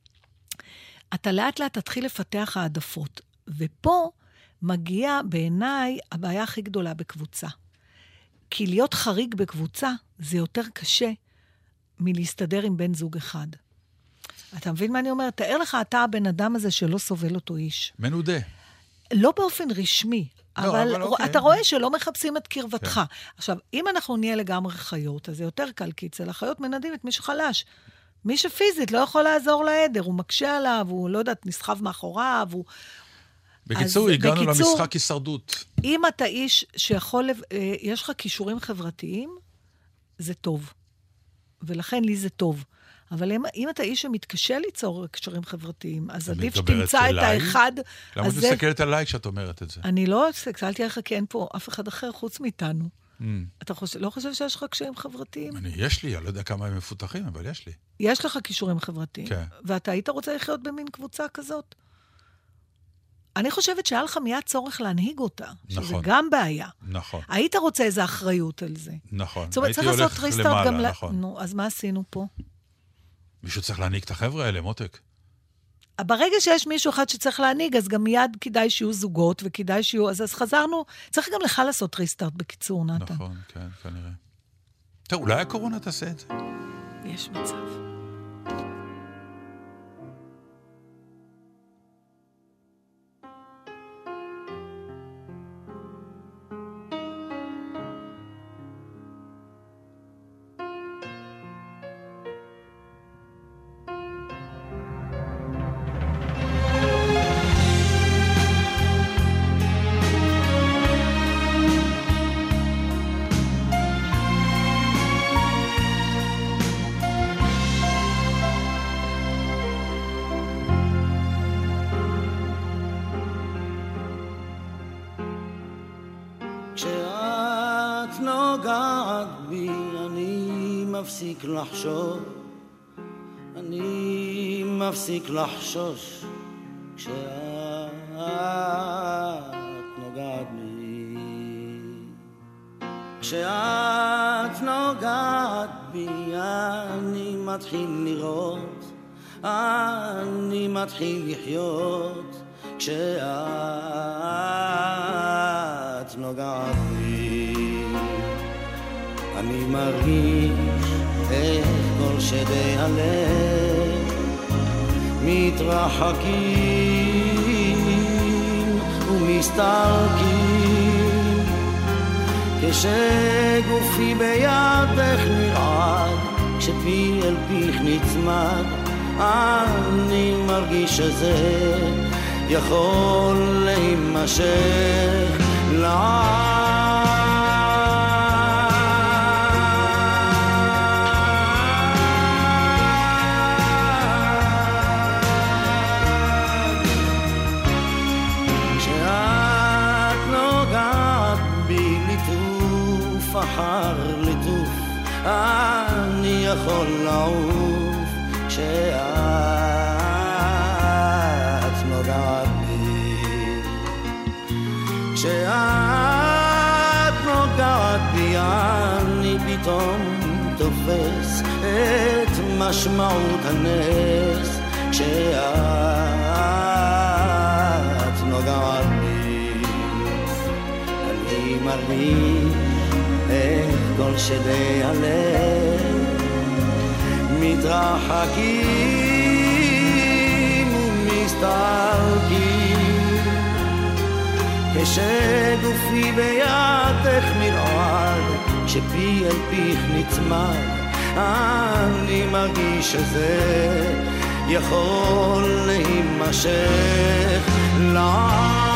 S4: אתה לאט לאט תתחיל לפתח העדפות. ופה מגיעה בעיניי הבעיה הכי גדולה בקבוצה. כי להיות חריג בקבוצה זה יותר קשה מלהסתדר עם בן זוג אחד. אתה מבין מה אני אומרת? תאר לך אתה הבן אדם הזה שלא סובל אותו איש.
S5: מנודה.
S4: לא באופן רשמי, לא, אבל, אבל אוקיי. אתה רואה שלא מחפשים את קרבתך. כן. עכשיו, אם אנחנו נהיה לגמרי חיות, אז זה יותר קל, כי אצל החיות מנדים את מי שחלש. מי שפיזית לא יכול לעזור לעדר, הוא מקשה עליו, הוא לא יודעת, נסחב מאחוריו, הוא...
S5: בקיצור, אז, הגענו בקיצור, למשחק הישרדות.
S4: אם אתה איש שיכול, יש לך כישורים חברתיים, זה טוב. ולכן לי זה טוב. אבל אם, אם אתה איש שמתקשה ליצור כישורים חברתיים, אז עדיף שתמצא את האחד...
S5: למה את מסתכלת עליי כשאת אומרת את זה?
S4: אני לא הסתכלתי עליך, כי אין פה אף אחד אחר חוץ מאיתנו. Mm. אתה חושב, לא חושב שיש לך קשיים חברתיים?
S5: אני, יש לי, אני לא יודע כמה הם מפותחים, אבל יש לי.
S4: יש לך כישורים חברתיים?
S5: כן.
S4: ואתה היית רוצה לחיות במין קבוצה כזאת? אני חושבת שהיה לך מיד צורך להנהיג אותה. נכון. שזה גם בעיה.
S5: נכון.
S4: היית רוצה איזו אחריות על זה.
S5: נכון.
S4: זאת אומרת, צריך לעשות ריסטארט גם... נכון. נו, אז מה עשינו פה?
S5: מישהו צריך להנהיג את החבר'ה האלה, מותק.
S4: ברגע שיש מישהו אחד שצריך להנהיג, אז גם מיד כדאי שיהיו זוגות, וכדאי שיהיו, אז, אז חזרנו, צריך גם לך לעשות ריסטארט בקיצור, נתן.
S5: נכון, כן, כנראה. טוב, אולי הקורונה תעשה את זה.
S4: יש מצב.
S13: מפסיק לחשוב, אני מפסיק לחשוש כשאת נוגעת בי, כשאת נוגעת בי אני מתחיל לראות, אני מתחיל לחיות כשאת נוגעת בי, אני מרגיש איך כל שדי הלב מתרחקים ומסתלקים כשגופי בידך נרעד, כשפי אל פיך נצמד אני מרגיש שזה יכול להימשך לעד. אחר לטוף אני יכול לעוף כשאת נוגעת בי, כשאת נוגעת בי אני פתאום תופס את משמעות הנס, כשאת נוגעת בי אני מרגיש איך כל שדי הלב מתרחקים ומסתלקים כשגופי בידך נרעד, כשפי אל פיך נצמד אני מרגיש שזה יכול להימשך לעד.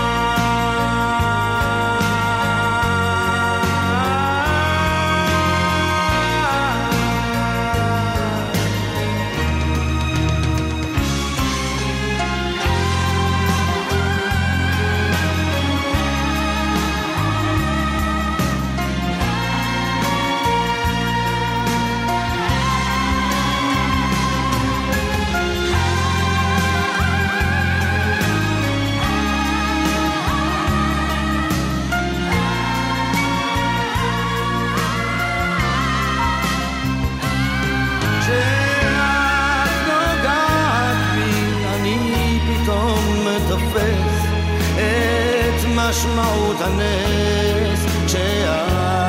S13: משמעות הנס כשאת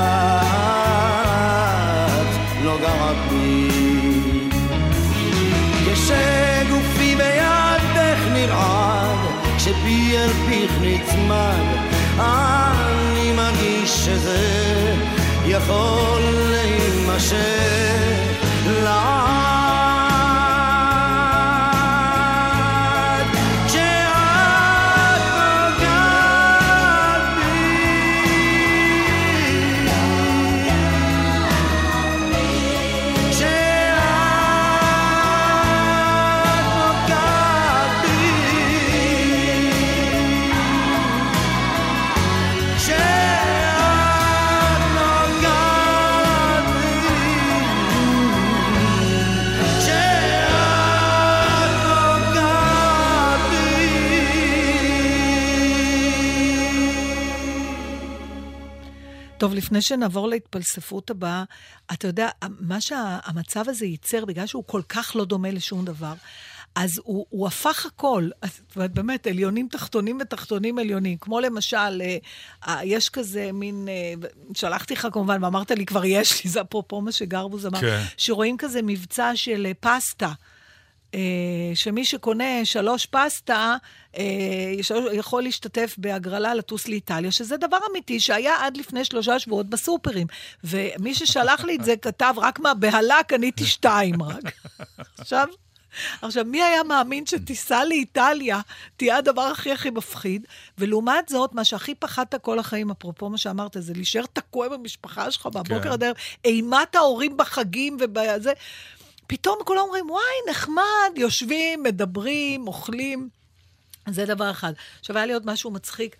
S13: נוגעת בי, כשגופי בידך נרעד, כשפי אל פיך נצמד אני מרגיש שזה יכול להימשך לעד.
S4: טוב, לפני שנעבור להתפלספות הבאה, אתה יודע, מה שהמצב הזה ייצר, בגלל שהוא כל כך לא דומה לשום דבר, אז הוא, הוא הפך הכל, אז, באמת, עליונים תחתונים ותחתונים עליונים, כמו למשל, אה, יש כזה מין, אה, שלחתי לך כמובן, ואמרת לי, כבר יש לי, זה אפרופו מה שגרבוז אמר, כן. שרואים כזה מבצע של פסטה, אה, שמי שקונה שלוש פסטה, אה, יכול להשתתף בהגרלה לטוס לאיטליה, שזה דבר אמיתי, שהיה עד לפני שלושה שבועות בסופרים, ומי ששלח לי את זה כתב, רק מהבהלה קניתי שתיים רק. עכשיו, עכשיו, מי היה מאמין שטיסה לאיטליה תהיה הדבר הכי הכי מפחיד, ולעומת זאת, מה שהכי פחדת כל החיים, אפרופו מה שאמרת, זה להישאר תקוע במשפחה שלך בבוקר עד הערב, אימת ההורים בחגים ובזה, פתאום כולם אומרים, וואי, נחמד, יושבים, מדברים, אוכלים, זה דבר אחד. עכשיו, היה לי עוד משהו מצחיק,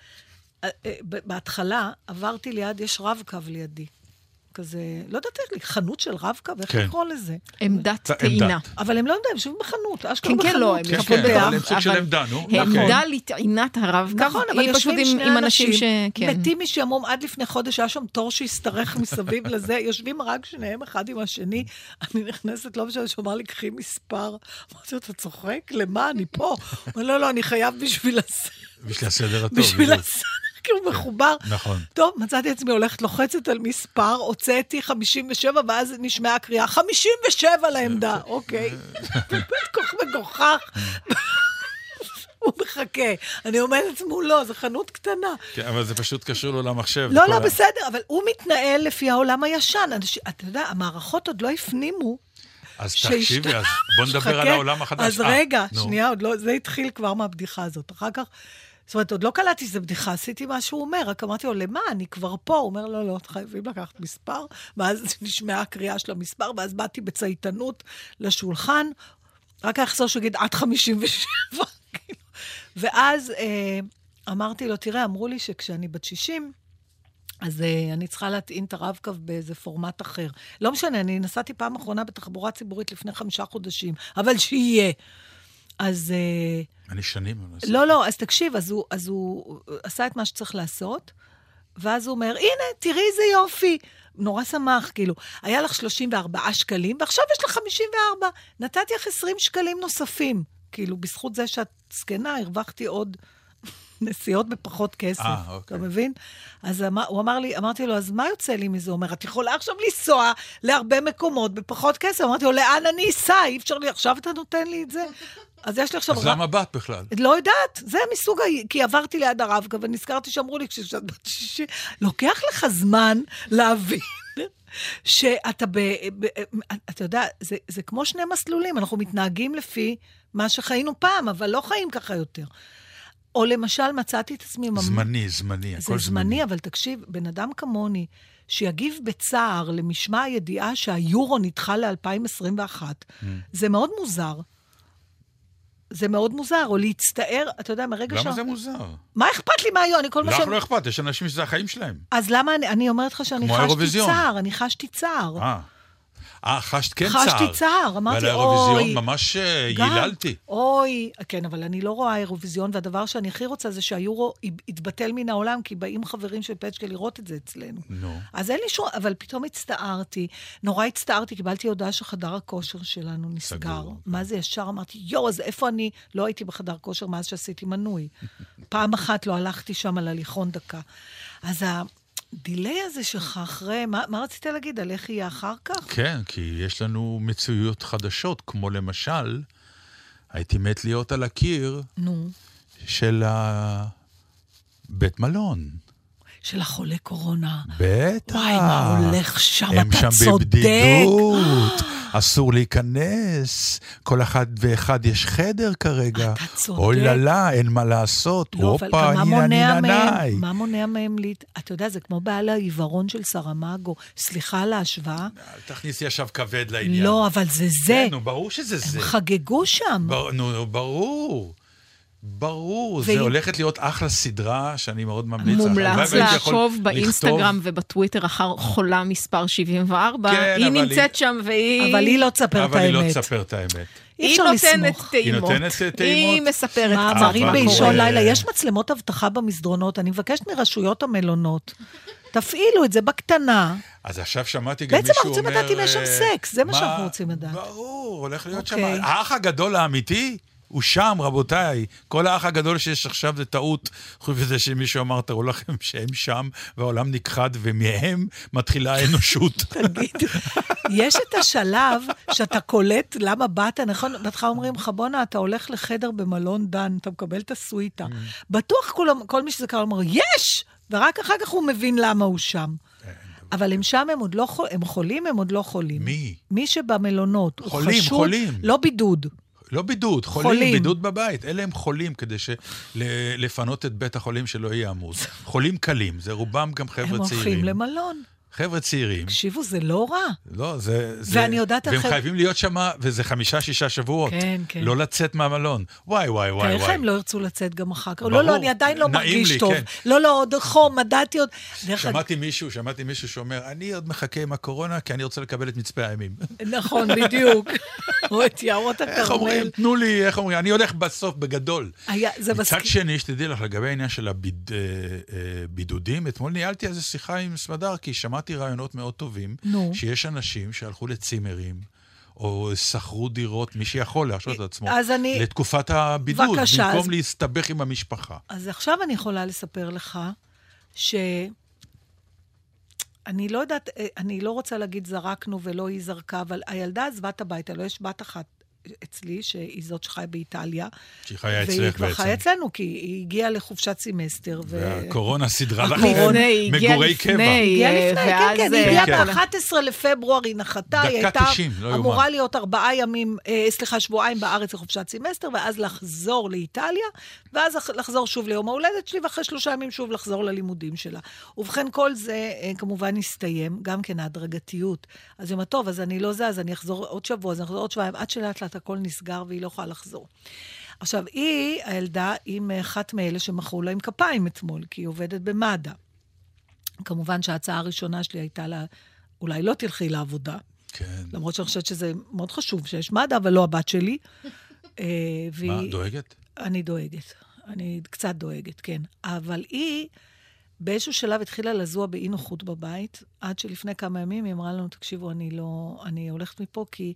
S4: בהתחלה עברתי ליד, יש רב קו לידי. כזה, לא יודעת איך לי, חנות של רבקה, ואיך לקרוא לזה?
S3: עמדת טעינה.
S4: אבל הם לא יודעים, שוב בחנות, אשכרה
S3: בחנות. כן, כן, לא,
S5: הם יושבים בחנות. הם סוג של עמדה, נו.
S3: העמדה לטעינת הרבקה, היא פשוט עם אנשים ש...
S4: מתים משעמום, עד לפני חודש היה שם תור שהסתרך מסביב לזה, יושבים רק שניהם אחד עם השני, אני נכנסת, לא משנה, שאומר לי, קחי מספר. אמרתי, אתה צוחק? למה? אני פה. לא, לא, אני חייב בשביל הסדר.
S5: בשביל הסדר הטוב.
S4: בשביל הסדר. כאילו מחובר.
S5: נכון.
S4: טוב, מצאתי עצמי הולכת לוחצת על מספר, הוצאתי חמישים ושבע, ואז נשמעה הקריאה, חמישים ושבע לעמדה, אוקיי. באמת כוח מגוחך. הוא מחכה. אני עומדת מולו, זו חנות קטנה.
S5: כן, אבל זה פשוט קשור לו למחשב.
S4: לא, לא, בסדר, אבל הוא מתנהל לפי העולם הישן. אתה יודע, המערכות עוד לא הפנימו.
S5: אז תקשיבי, אז בוא נדבר על העולם החדש.
S4: אז רגע, שנייה, זה התחיל כבר מהבדיחה הזאת. אחר כך, זאת אומרת, עוד לא קלטתי שזה בדיחה, עשיתי מה שהוא אומר, רק אמרתי לו, למה? אני כבר פה. הוא אומר, לא, לא, חייבים לקחת מספר, ואז נשמעה הקריאה של המספר, ואז באתי בצייתנות לשולחן, רק אחזור שהוא יגיד, עד חמישים ושבע. ואז אה, אמרתי לו, תראה, אמרו לי שכשאני בת שישים, אז אה, אני צריכה להטעין את הרב-קו באיזה פורמט אחר. לא משנה, אני נסעתי פעם אחרונה בתחבורה ציבורית לפני חמישה חודשים, אבל שיהיה. אז...
S5: אני שנים.
S4: לא, לא, אז תקשיב, אז הוא, אז הוא עשה את מה שצריך לעשות, ואז הוא אומר, הנה, תראי איזה יופי. נורא שמח, כאילו, היה לך שלושים וארבעה שקלים, ועכשיו יש לך חמישים וארבע. נתתי לך עשרים שקלים נוספים. כאילו, בזכות זה שאת סקנה, הרווחתי עוד נסיעות בפחות כסף. אה, אוקיי. אתה מבין? אז הוא אמר לי, אמרתי לו, אז מה יוצא לי מזה? הוא אומר, את יכולה עכשיו לנסוע להרבה מקומות בפחות כסף. אמרתי לו, לאן אני אסע? אי אפשר לי, עכשיו אתה נותן לי את זה? אז יש לי עכשיו...
S5: אז למה בת בכלל?
S4: לא יודעת, זה מסוג... כי עברתי ליד הרב-קו, ונזכרתי שאמרו לי, כשאת בת שישי, לוקח לך זמן להבין שאתה ב... אתה יודע, זה, זה כמו שני מסלולים, אנחנו מתנהגים לפי מה שחיינו פעם, אבל לא חיים ככה יותר. או למשל, מצאתי את עצמי...
S5: זמני, זמני, הכל זמני.
S4: זה זמני, אבל תקשיב, בן אדם כמוני, שיגיב בצער למשמע הידיעה שהיורו נדחה ל-אלפיים עשרים ואחת, זה מאוד מוזר. זה מאוד מוזר, או להצטער, אתה יודע, מרגע ש...
S5: למה זה מוזר?
S4: מה אכפת לי מהיום? אני כל מה ש...
S5: לך לא אכפת, יש אנשים שזה החיים שלהם.
S4: אז למה אני, אני אומרת לך שאני חשתי צער, אני חשתי צער.
S5: אה. אה, חשת כן צער.
S4: חשתי צער, אמרתי, אוי.
S5: ועל האירוויזיון ממש ייללתי.
S4: אוי, כן, אבל אני לא רואה אירוויזיון, והדבר שאני הכי רוצה זה שהיורו יתבטל מן העולם, כי באים חברים של פצ'קה לראות את זה אצלנו.
S5: נו.
S4: אז אין לי שום, אבל פתאום הצטערתי, נורא הצטערתי, קיבלתי הודעה שחדר הכושר שלנו נסגר. מה זה ישר? אמרתי, יו, אז איפה אני? לא הייתי בחדר כושר מאז שעשיתי מנוי. פעם אחת לא הלכתי שם על הליכון דקה. אז ה... דילי הזה שלך אחרי, מה, מה רצית להגיד? על איך יהיה אחר כך?
S5: כן, כי יש לנו מצויות חדשות, כמו למשל, הייתי מת להיות על הקיר
S4: נו.
S5: של הבית מלון.
S4: של החולה קורונה.
S5: בטח.
S4: וואי, מה הולך שם,
S5: הם
S4: אתה
S5: שם
S4: צודק.
S5: בבדידות, אסור להיכנס, כל אחד ואחד יש חדר כרגע.
S4: אתה צודק.
S5: אוי ללה, אין מה לעשות.
S4: לא,
S5: אופה,
S4: אבל מה מונע מהם?
S5: מה
S4: מונע מהם? אתה יודע, זה כמו בעל העיוורון של סרמגו. סליחה על ההשוואה.
S5: אל תכניסי עכשיו כבד לעניין.
S4: לא, אבל זה זה.
S5: כן, נו, ברור שזה זה.
S4: הם חגגו שם.
S5: נו, ברור. ברור, זה הולכת להיות אחלה סדרה שאני מאוד ממליץ.
S3: מומלץ לעקוב באינסטגרם ובטוויטר אחר חולה מספר שבעים וארבע. היא נמצאת שם והיא...
S4: אבל היא לא תספר את האמת.
S5: אבל היא לא תספר את האמת.
S3: היא נותנת טעימות.
S5: היא נותנת טעימות.
S3: היא מספרת
S4: מעברים באישון לילה. יש מצלמות אבטחה במסדרונות. אני מבקשת מרשויות המלונות. תפעילו את זה בקטנה.
S5: אז עכשיו שמעתי גם מישהו אומר...
S4: בעצם אנחנו רוצים לדעת אם יש שם סקס, זה מה שאנחנו רוצים לדעת.
S5: ברור, הולך להיות שם. האח הגדול האמיתי הוא שם, רבותיי. כל האח הגדול שיש עכשיו זה טעות, חוץ מזה שמישהו אמר, תראו לכם שהם שם, והעולם נכחד, ומהם מתחילה האנושות.
S4: תגידו, יש את השלב שאתה קולט למה באת, נכון? בתך אומרים, חבונה, אתה הולך לחדר במלון דן, אתה מקבל את הסוויטה. בטוח כל מי שזה קרה אומר, יש! ורק אחר כך הוא מבין למה הוא שם. אבל הם שם, הם עוד לא חולים, הם חולים, הם עוד לא חולים.
S5: מי?
S4: מי שבמלונות.
S5: חולים, חולים.
S4: לא בידוד.
S5: לא בידוד, חולים, חולים, בידוד בבית. אלה הם חולים כדי לפנות את בית החולים שלא יהיה עמוס. חולים קלים, זה רובם גם חבר'ה צעירים.
S4: הם הולכים למלון.
S5: חבר'ה צעירים.
S4: תקשיבו, זה לא רע.
S5: לא, זה...
S4: ואני יודעת...
S5: והם חייבים להיות שם, וזה חמישה, שישה שבועות.
S4: כן, כן.
S5: לא לצאת מהמלון. וואי, וואי, וואי, וואי.
S4: תאריך הם לא ירצו לצאת גם אחר כך. לא, לא, אני עדיין לא מרגיש טוב. לא, לא, עוד חום, מדעתי עוד...
S5: שמעתי מישהו, שמעתי מישהו שאומר, אני עוד מחכה עם הקורונה, כי אני רוצה לקבל את מצפה הימים.
S4: נכון, בדיוק. או את יערות הכרמל.
S5: איך אומרים, תנו לי, איך אומרים, אני הולך בסוף בגדול. מצד שני, שתדעי לך, לגבי העניין של הבידודים, אתמול ניהלתי איזו שיחה עם סמדר, כי שמעתי רעיונות מאוד טובים, שיש אנשים שהלכו לצימרים, או שכרו דירות, מי שיכול להרשות את עצמו, לתקופת הבידוד, במקום להסתבך עם המשפחה.
S4: אז עכשיו אני יכולה לספר לך, ש... אני לא יודעת, אני לא רוצה להגיד זרקנו ולא היא זרקה, אבל הילדה עזבה את הביתה, לא יש בת אחת אצלי, שהיא זאת שחיה באיטליה.
S5: שהיא חיה אצלך בעצם.
S4: והיא כבר חיה אצלנו, כי היא הגיעה לחופשת סמסטר.
S5: והקורונה סדרה לך מגורי קבע.
S4: היא הגיעה לפני, כן, כן. היא הגיעה ב-אחד עשר לפברואר, היא נחתה, היא הייתה אמורה להיות ארבעה ימים, סליחה, שבועיים בארץ לחופשת סמסטר, ואז לחזור לאיטליה, ואז לחזור שוב ליום ההולדת שלי, ואחרי שלושה ימים שוב לחזור ללימודים שלה. ובכן, כל זה כמובן הסתיים, גם כן ההדרגתיות. אז אם טוב, אז אני לא זה, אז אני אחזור עוד שבוע, אז אני אחזור עוד שבועיים, עד שלאט לאט הכל נסגר והיא לא יכולה לחזור. עכשיו, היא, הילדה, עם אחת מאלה שמחאו לה עם כפיים אתמול, כי היא עובדת במד"א. כמובן שההצעה הראשונה שלי הייתה לה, אולי לא תלכי לעבודה.
S5: כן.
S4: למרות שאני חושבת שזה מאוד חשוב שיש מד"א, אבל לא הבת שלי.
S5: מה, דואגת?
S4: אני דואגת. אני קצת דואגת, כן. אבל היא, באיזשהו שלב התחילה לזוע באי נוחות בבית, עד שלפני כמה ימים היא אמרה לנו, תקשיבו, אני לא, אני הולכת מפה, כי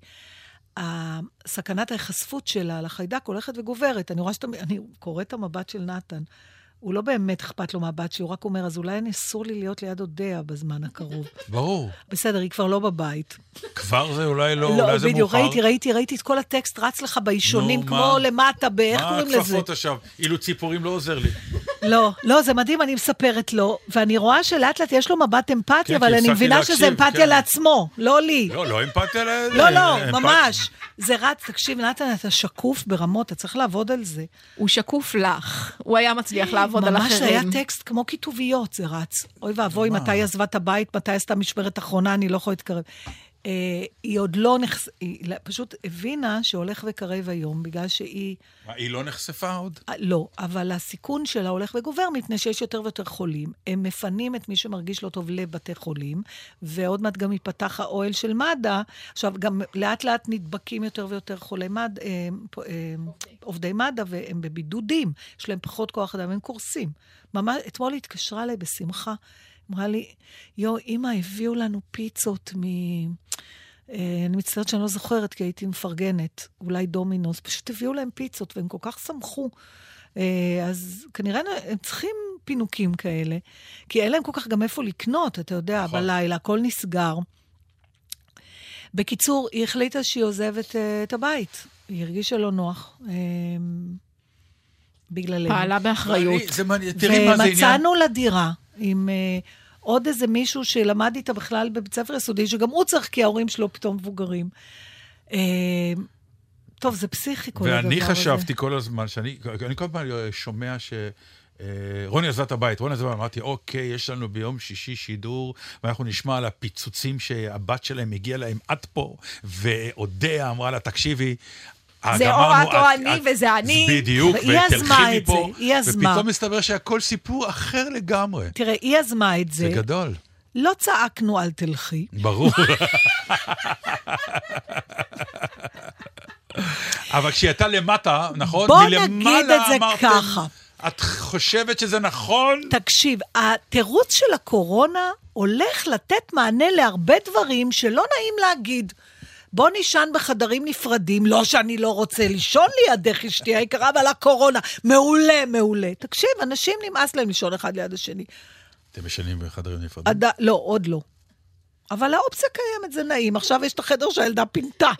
S4: הסכנת ההיחשפות שלה לחיידק הולכת וגוברת. אני רואה שאתה, אני קוראת את המבט של נתן. הוא לא באמת אכפת לו מהבת שלי, הוא רק אומר, אז אולי אני אסור לי להיות ליד אודיה בזמן הקרוב.
S5: ברור.
S4: בסדר, היא כבר לא בבית.
S5: כבר זה אולי לא,
S4: לא
S5: אולי זה
S4: בדיוק,
S5: מאוחר.
S4: ראיתי, ראיתי, ראיתי את כל הטקסט רץ לך בישונים, כמו מה? למטה, באיך קוראים לזה?
S5: מה הכפפות עכשיו? אילו ציפורים לא עוזר לי.
S4: לא, לא, זה מדהים, אני מספרת לו, ואני רואה שלאט לאט יש לו מבט אמפתיה, כן, אבל אני מבינה להקשיב, שזה אמפתיה כן. לעצמו, לא לי.
S5: לא, לא אמפתיה ל...
S4: לא, לא, אמפ... ממש. זה רץ, תקשיב, נתן, אתה שקוף ברמות, אתה צריך לעבוד על זה.
S3: הוא שקוף לך, הוא היה מצליח לעבוד על אחרים.
S4: ממש היה טקסט כמו כתוביות, זה רץ. אוי ואבוי, מתי עזבה את הבית, מתי עשתה משמרת אחרונה, אני לא יכולה להתקרב. היא עוד לא נחשפה, היא פשוט הבינה שהולך וקרב היום, בגלל שהיא...
S5: היא לא נחשפה עוד?
S4: לא, אבל הסיכון שלה הולך וגובר, מפני שיש יותר ויותר חולים. הם מפנים את מי שמרגיש לא טוב לבתי חולים, ועוד מעט גם ייפתח האוהל של מד"א. עכשיו, גם לאט לאט נדבקים יותר ויותר חולי מד"א, עובדי מד"א, והם בבידודים. יש להם פחות כוח אדם, הם קורסים. ממש, אתמול התקשרה אליי בשמחה, אמרה לי, יו, אמא, הביאו לנו פיצות מ... אני מצטערת שאני לא זוכרת, כי הייתי מפרגנת, אולי דומינוס, פשוט הביאו להם פיצות, והם כל כך שמחו. אז כנראה הם צריכים פינוקים כאלה, כי אין להם כל כך גם איפה לקנות, אתה יודע, בלילה, הכל נסגר. בקיצור, היא החליטה שהיא עוזבת את הבית. היא הרגישה לא נוח. בגללנו.
S3: פעלה באחריות.
S4: ומצאנו לדירה עם... עוד איזה מישהו שלמד איתה בכלל בבית ספר יסודי, שגם הוא צריך, כי ההורים שלו פתאום מבוגרים. טוב, זה פסיכי כל הדבר הזה.
S5: ואני חשבתי כל הזמן, שאני כל פעם שומע ש... רוני עזבה את הבית, רוני עזבה, אמרתי, אוקיי, יש לנו ביום שישי שידור, ואנחנו נשמע על הפיצוצים שהבת שלהם הגיעה להם עד פה, ועודיה אמרה לה, תקשיבי,
S3: זה או את או אני, וזה אני.
S5: בדיוק, ותלכי מפה.
S4: היא יזמה.
S5: ופתאום מסתבר שהכל סיפור אחר לגמרי.
S4: תראה, היא יזמה את זה.
S5: זה גדול.
S4: לא צעקנו על תלכי.
S5: ברור. אבל כשהיא הייתה למטה, נכון?
S4: בוא נגיד את זה ככה.
S5: את חושבת שזה נכון?
S4: תקשיב, התירוץ של הקורונה הולך לתת מענה להרבה דברים שלא נעים להגיד. בוא נישן בחדרים נפרדים, לא שאני לא רוצה לישון לידך אשתי היקרה, אבל הקורונה, מעולה, מעולה. תקשיב, אנשים נמאס להם לישון אחד ליד השני.
S5: אתם משנים בחדרים נפרדים?
S4: עד... לא, עוד לא. אבל האופציה קיימת, זה נעים. עכשיו יש את החדר שהילדה פינתה.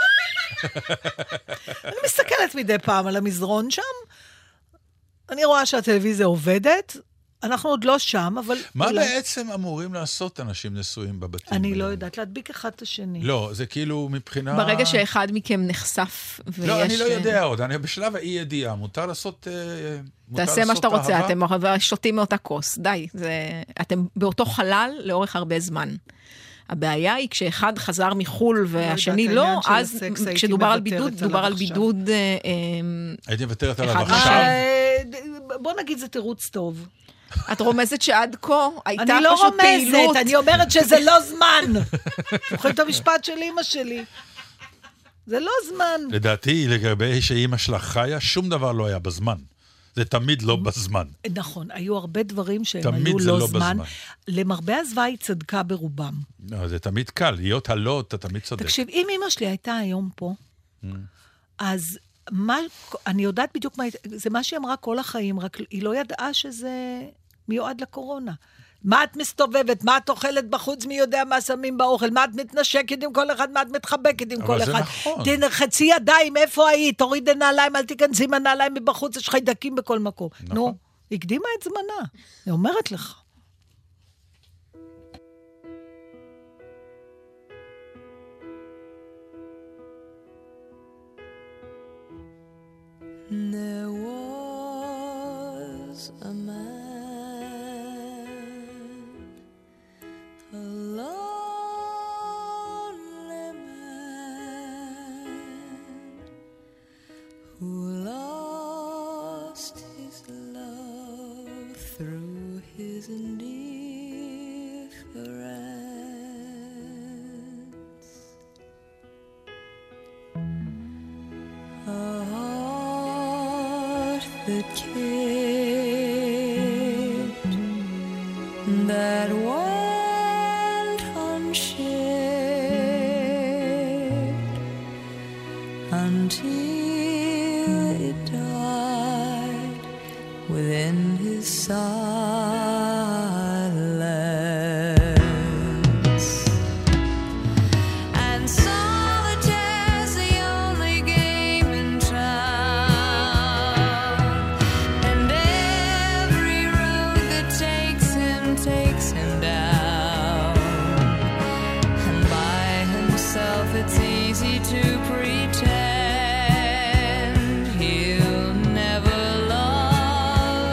S4: אני מסתכלת מדי פעם על המזרון שם, אני רואה שהטלוויזיה עובדת, אנחנו עוד לא שם, אבל...
S5: מה
S4: אולי...
S5: בעצם אמורים לעשות אנשים נשואים בבתים?
S4: אני לא יודעת, להדביק אחד את השני.
S5: לא, זה כאילו מבחינה...
S3: ברגע שאחד מכם נחשף ויש...
S5: לא, אני לא יודע עוד, אני בשלב האי ידיעה, מותר לעשות... מותר
S3: תעשה
S5: לעשות
S3: מה שאתה רוצה,
S5: אהבה?
S3: אתם שותים מאותה כוס, די, זה... אתם באותו חלל לאורך הרבה זמן. הבעיה היא כשאחד חזר מחול והשני לא, אז כשדובר על בידוד, דובר על בידוד...
S5: הייתי מוותרת עליו עכשיו.
S4: בוא נגיד זה תירוץ טוב.
S3: את רומזת שעד כה הייתה
S4: אני לא
S3: פשוט פעילות.
S4: רומזת, אני אומרת שזה לא זמן. זוכרים את המשפט של אמא שלי. זה לא זמן.
S5: לדעתי, לגבי שאמא שלך חיה, שום דבר לא היה בזמן. זה תמיד לא בזמן.
S4: נכון, היו הרבה דברים שהם היו לא זמן. למרבה הזוועה היא צדקה ברובם.
S5: לא, זה תמיד קל, להיות הלא, אתה תמיד צודק.
S4: תקשיב, אם אמא שלי הייתה היום פה, אז מה, אני יודעת בדיוק מה, זה מה שהיא אמרה כל החיים, רק היא לא ידעה שזה מיועד לקורונה. מה את מסתובבת? מה את אוכלת בחוץ? מי יודע מה שמים באוכל? מה את מתנשקת עם כל אחד? מה את מתחבקת עם כל אחד? אבל זה נכון. תנחצי ידיים, איפה היית? תוריד נעליים, אל תיכנסי מהנעליים מבחוץ, יש חיידקים בכל מקום. נכון. נו, הקדימה את זמנה. אני אומרת לך.
S10: There was a man, a lonely man, who lost his love through his indifference. A heart that cared, that went unshared until it died within his silence. And solitaire's the only game in town, and every road that takes him takes him down, and by himself it's easy to pretend he'll never love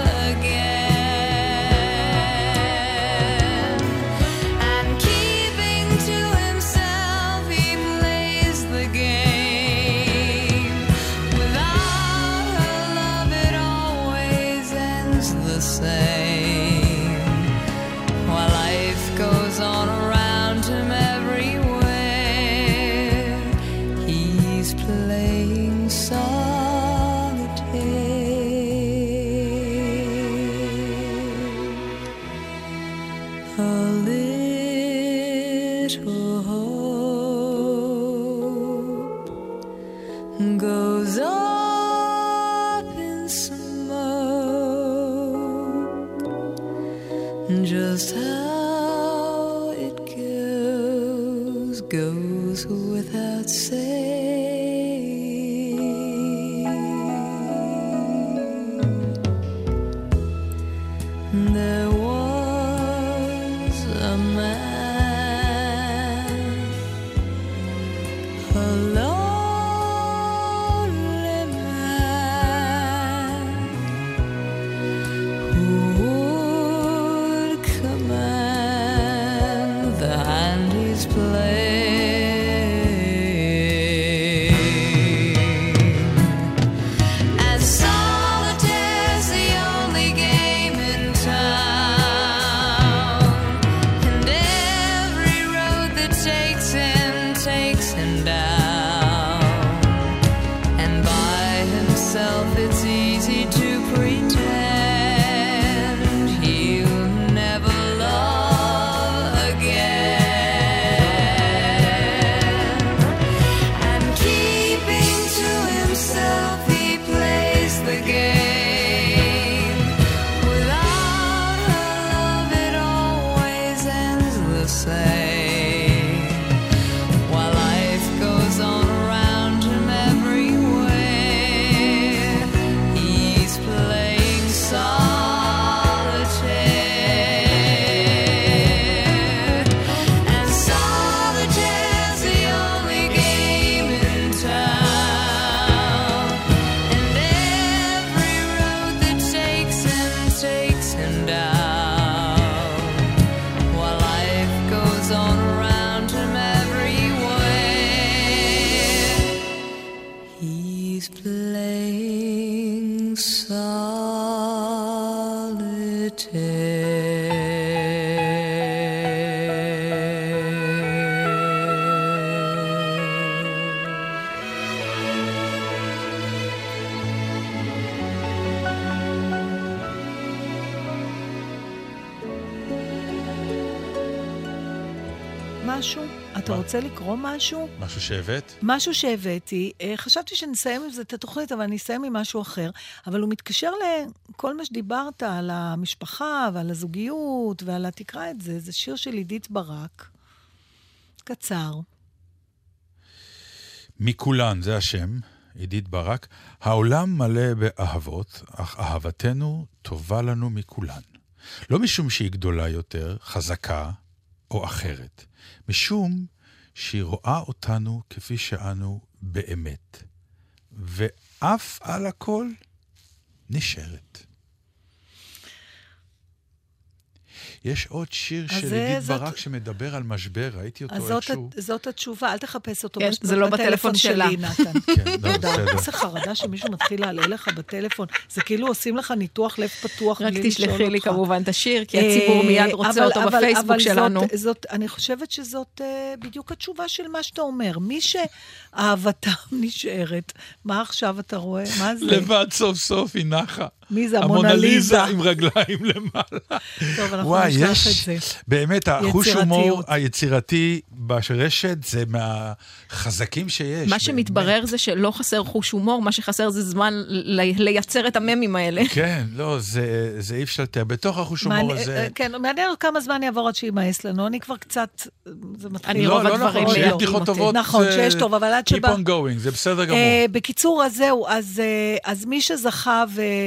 S10: again. And keeping to himself he plays the game. Without her love it always ends the same, while life goes on around him everywhere. He's playing solitaire. A little hope goes up in smoke. Just how it goes, goes without saying. There was a man, a lonely man, who would command the hand he's playing. And solitaire's the only game in town, and every road that takes him takes him down.
S4: משהו? אתה רוצה לקרוא משהו?
S5: משהו שהבאת?
S4: משהו שהבאתי. חשבתי שנסיים עם זה את התוכנית, אבל אני אסיים עם משהו אחר. אבל הוא מתקשר לכל מה שדיברת על המשפחה ועל הזוגיות ועל התקרא את זה. זה שיר של עידית ברק. קצר.
S5: מכולן, זה השם, עידית ברק. העולם מלא באהבות, אך אהבתנו טובה לנו מכולן. לא משום שהיא גדולה יותר, חזקה או אחרת. משום שהיא רואה אותנו כפי שאנו באמת. ואף על הכל נשארת. יש עוד שיר של עידית ברק שמדבר על משבר, ראיתי אותו איכשהו.
S4: אז זאת התשובה, אל תחפש אותו
S3: זה לא בטלפון שלה.
S4: נתן.
S5: כן, לא, בסדר.
S4: איזה חרדה שמישהו מתחיל להעלה לך בטלפון. זה כאילו עושים לך ניתוח לב פתוח.
S3: רק תשלחי לי כמובן את השיר, כי הציבור מיד רוצה אותו בפייסבוק שלנו.
S4: אני חושבת שזאת בדיוק התשובה של מה שאתה אומר. מי שאהבתם נשארת, מה עכשיו אתה רואה? מה זה?
S5: לבד סוף סוף היא נחה.
S4: מי זה? המונליזה.
S5: עם רגליים למעלה.
S4: טוב, אנחנו נשלח את זה.
S5: באמת, החוש הומור היצירתי ברשת זה מהחזקים שיש.
S3: מה שמתברר זה שלא חסר חוש הומור, מה שחסר זה זמן לייצר את הממים האלה.
S5: כן, לא, זה אי אפשר לתאר. בתוך החוש הומור הזה...
S4: כן, מעניין עוד כמה זמן יעבור עד שימאס לנו. אני כבר קצת... זה מתחיל...
S3: אני רוב הדברים
S5: שיש בדיחות טובות.
S4: נכון, שיש טוב, אבל עד שבא...
S5: Keep on going, זה בסדר גמור.
S4: בקיצור, אז זהו, אז מי שזכה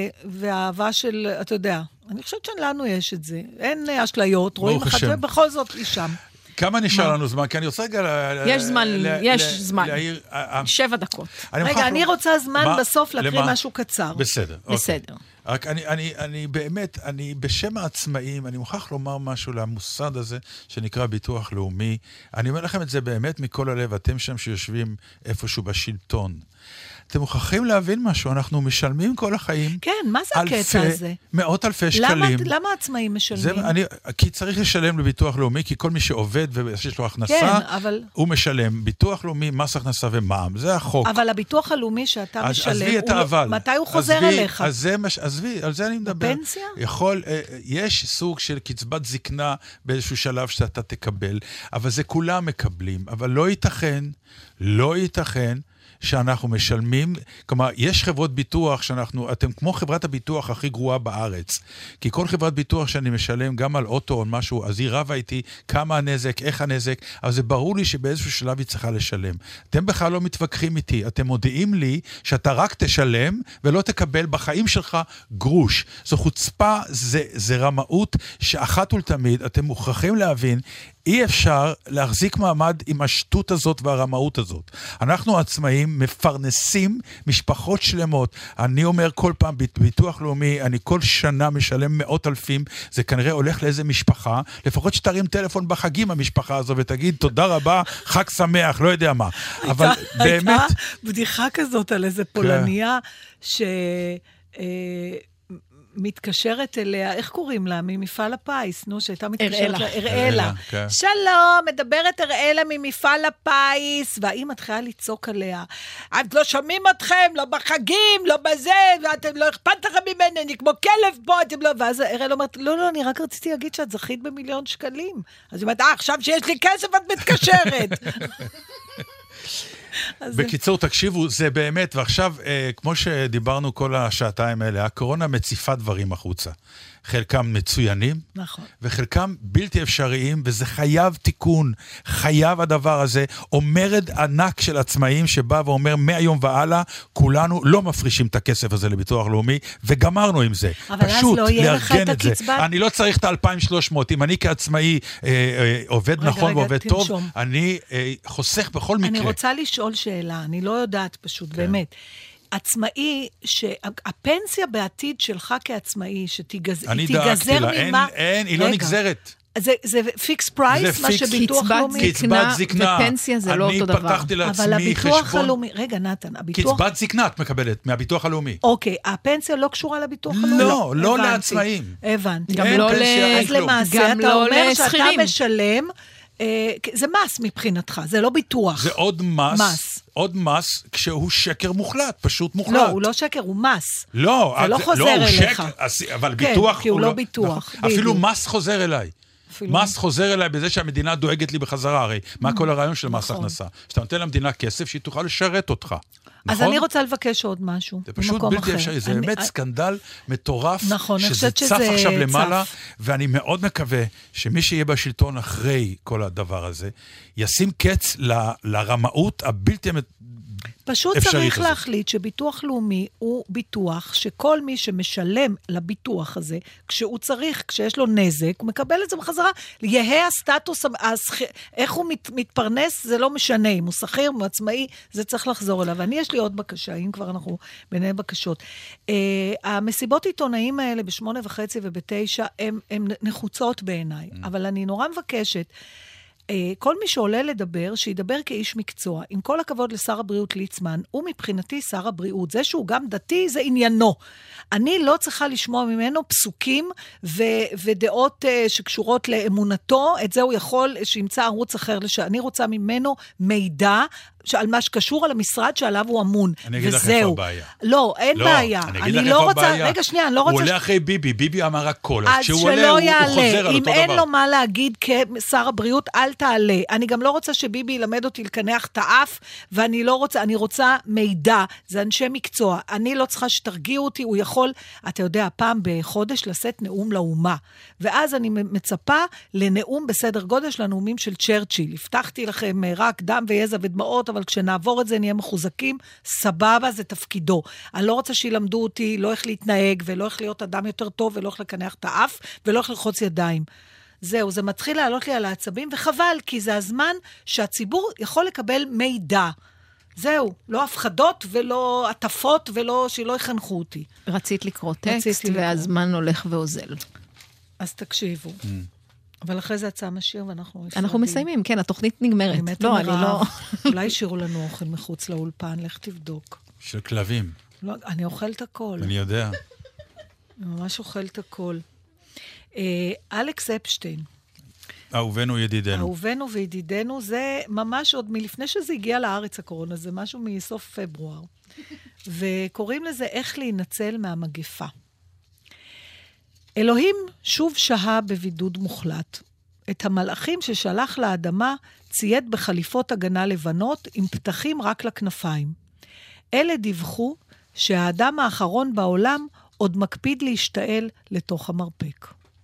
S4: והאהבה של, אתה יודע, אני חושבת שלנו יש את זה. אין אשליות, רואים אחת ובכל זאת היא שם.
S5: כמה נשאר לנו זמן? כי אני רוצה רגע...
S3: יש זמן, יש זמן. שבע דקות.
S4: רגע, אני רוצה זמן בסוף להקריא משהו קצר.
S5: בסדר.
S3: בסדר.
S5: רק אני, אני, אני באמת, אני בשם העצמאים, אני מוכרח לומר משהו למוסד הזה שנקרא ביטוח לאומי. אני אומר לכם את זה באמת מכל הלב, אתם שם שיושבים איפשהו בשלטון. אתם מוכרחים להבין משהו, אנחנו משלמים כל החיים.
S4: כן, מה זה הקטע הזה?
S5: מאות אלפי שקלים.
S4: למה עצמאים משלמים?
S5: זה, אני, כי צריך לשלם לביטוח לאומי, כי כל מי שעובד ויש לו הכנסה,
S4: כן, אבל...
S5: הוא משלם. ביטוח לאומי, מס הכנסה ומע"מ, זה החוק.
S4: אבל הביטוח הלאומי שאתה
S5: אז,
S4: משלם,
S5: עזבי את האבל.
S4: מתי הוא חוזר
S5: עזבי,
S4: אליך?
S5: אז זה, עזבי, על זה אני מדבר.
S4: בפנסיה?
S5: יכול, יש סוג של קצבת זקנה באיזשהו שלב שאתה תקבל, אבל זה כולם מקבלים. אבל לא ייתכן, לא ייתכן, שאנחנו משלמים, כלומר, יש חברות ביטוח שאנחנו, אתם כמו חברת הביטוח הכי גרועה בארץ, כי כל חברת ביטוח שאני משלם גם על אוטו או משהו, אז היא רבה איתי כמה הנזק, איך הנזק, אבל זה ברור לי שבאיזשהו שלב היא צריכה לשלם. אתם בכלל לא מתווכחים איתי, אתם מודיעים לי שאתה רק תשלם ולא תקבל בחיים שלך גרוש. זו חוצפה, זה, זה רמאות שאחת ולתמיד, אתם מוכרחים להבין, אי אפשר להחזיק מעמד עם השטות הזאת והרמאות הזאת. אנחנו עצמאים מפרנסים משפחות שלמות. אני אומר כל פעם ביטוח לאומי, אני כל שנה משלם מאות אלפים, זה כנראה הולך לאיזה משפחה, לפחות שתרים טלפון בחגים המשפחה הזו ותגיד תודה רבה, חג שמח, לא יודע מה. אבל באמת...
S4: הייתה בדיחה כזאת על איזה פולניה ש... מתקשרת אליה, איך קוראים לה? ממפעל הפיס, נו, שהייתה מתקשרת לה, הראלה. שלום, מדברת הראלה ממפעל הפיס, והאם מתחילה לצעוק עליה, את לא שומעים אתכם, לא בחגים, לא בזה, ואתם לא אכפת לכם ממני, אני כמו כלב פה, אתם לא, ואז הראלה אומרת, לא, לא, אני רק רציתי להגיד שאת זכית במיליון שקלים. אז היא אומרת, אה, עכשיו שיש לי כסף, את מתקשרת.
S5: בקיצור, תקשיבו, זה באמת, ועכשיו, אה, כמו שדיברנו כל השעתיים האלה, הקורונה מציפה דברים החוצה. חלקם מצוינים,
S4: נכון.
S5: וחלקם בלתי אפשריים, וזה חייב תיקון, חייב הדבר הזה, אומרד ענק של עצמאים שבא ואומר, מהיום והלאה, כולנו לא מפרישים את הכסף הזה לביטוח לאומי, וגמרנו עם זה. פשוט
S4: לא
S5: לארגן את זה. הקצבה... אני לא צריך את ה-אלפיים ושלוש מאות, אם אני כעצמאי אה, אה, עובד רגע, נכון רגע, ועובד תנשום. טוב, אני אה, חוסך בכל מקרה.
S4: אני רוצה לשאול שאלה, אני לא יודעת פשוט, כן. באמת. עצמאי, שהפנסיה בעתיד שלך כעצמאי, שתיגזר
S5: אני דאגתי לה, אין, אין, היא לא נגזרת.
S4: זה, זה פיקס פרייס, מה שביטוח לאומי.
S5: קצבת זקנה.
S3: ופנסיה זה לא אותו דבר.
S5: אני פתחתי לעצמי חשבון.
S4: אבל הביטוח הלאומי, רגע נתן, הביטוח...
S5: קצבת זקנה את מקבלת מהביטוח הלאומי.
S4: אוקיי, הפנסיה לא קשורה לביטוח הלאומי?
S5: לא, לא לעצמאים.
S4: הבנתי.
S3: גם לא ל...
S4: אז למעשה, אתה אומר שאתה משלם... זה מס מבחינתך, זה לא ביטוח.
S5: זה עוד מס, מס. עוד מס כשהוא שקר מוחלט, פשוט מוחלט.
S4: לא, הוא לא שקר, הוא מס.
S5: לא,
S4: זה לא חוזר
S5: לא,
S4: אליך.
S5: שקר, אבל
S4: כן,
S5: ביטוח...
S4: כי הוא לא ביטוח.
S5: נכון, אפילו מס חוזר אליי.
S4: אפילו.
S5: מס חוזר אליי בזה שהמדינה דואגת לי בחזרה, הרי מה כל הרעיון של מס הכנסה? שאתה נותן למדינה כסף שהיא תוכל לשרת אותך.
S4: אז אני רוצה לבקש עוד משהו.
S5: זה פשוט בלתי אפשרי, זה באמת סקנדל מטורף, שזה צף עכשיו למעלה, ואני מאוד מקווה שמי שיהיה בשלטון אחרי כל הדבר הזה, ישים קץ לרמאות הבלתי
S4: פשוט צריך להחליט שביטוח לאומי הוא ביטוח שכל מי שמשלם לביטוח הזה, כשהוא צריך, כשיש לו נזק, הוא מקבל את זה בחזרה, יהיה הסטטוס, איך הוא מת, מתפרנס, זה לא משנה, אם הוא שכיר, הוא עצמאי, זה צריך לחזור אליו. ואני יש לי עוד בקשה, אם כבר אנחנו ביני בקשות. Uh, המסיבות עיתונאים האלה בשמונה וחצי ובתשע, הן נחוצות בעיניי, mm. אבל אני נורא מבקשת, כל מי שעולה לדבר, שידבר כאיש מקצוע. עם כל הכבוד לשר הבריאות ליצמן, הוא מבחינתי שר הבריאות. זה שהוא גם דתי, זה עניינו. אני לא צריכה לשמוע ממנו פסוקים ו- ודעות uh, שקשורות לאמונתו. את זה הוא יכול שימצא ערוץ אחר. לש... אני רוצה ממנו מידע על מה שקשור על המשרד שעליו הוא אמון.
S5: אני אגיד לך איפה הבעיה.
S4: לא, אין
S5: לא,
S4: בעיה.
S5: אני אגיד לך איפה הבעיה.
S4: רגע, שנייה, אני לא רוצה...
S5: הוא עולה אחרי ביבי, ביבי אמר הכל.
S4: אז שלא יעלה. אם אין לו מה להגיד כשר הבריאות, אל תעלה. אני גם לא רוצה שביבי ילמד אותי לקנח את האף, ואני לא רוצה, אני רוצה מידע. זה אנשי מקצוע. אני לא צריכה שתרגיעו אותי, הוא יכול, אתה יודע, פעם בחודש לשאת נאום לאומה. ואז אני מצפה לנאום בסדר גודל של הנאומים של צ'רצ'יל. הבטחתי לכם רק דם ויזע ודמעות, אבל כשנעבור את זה נהיה מחוזקים, סבבה, זה תפקידו. אני לא רוצה שילמדו אותי, לא איך להתנהג, ולא איך להיות אדם יותר טוב, ולא איך לקנח את האף, ולא איך ללחוץ ידיים. זהו, זה מתחיל לעלות לי על העצבים, וחבל, כי זה הזמן שהציבור יכול לקבל מידע. זהו, לא הפחדות ולא עטפות, ולא שלא יחנכו אותי.
S3: רצית לקרוא טקסט, והזמן הולך ואוזל.
S4: אז תקשיבו. אבל אחרי זה הצעה משאיר ואנחנו...
S3: אנחנו מסיימים, כן, התוכנית נגמרת. לא, אני לא...
S4: אולי השאירו לנו אוכל מחוץ לאולפן, לך תבדוק.
S5: של כלבים.
S4: לא, אני אוכלת הכל.
S5: אני יודע.
S4: אני ממש אוכלת הכל. אלכס אפשטיין.
S5: אהובנו ידידנו.
S4: אהובנו וידידנו, זה ממש עוד מלפני שזה הגיע לארץ הקורונה, זה משהו מסוף פברואר. וקוראים לזה איך להינצל מהמגפה. אלוהים שוב שהה בבידוד מוחלט. את המלאכים ששלח לאדמה צייד בחליפות הגנה לבנות עם פתחים רק לכנפיים. אלה דיווחו שהאדם האחרון בעולם עוד מקפיד להשתעל לתוך המרפק.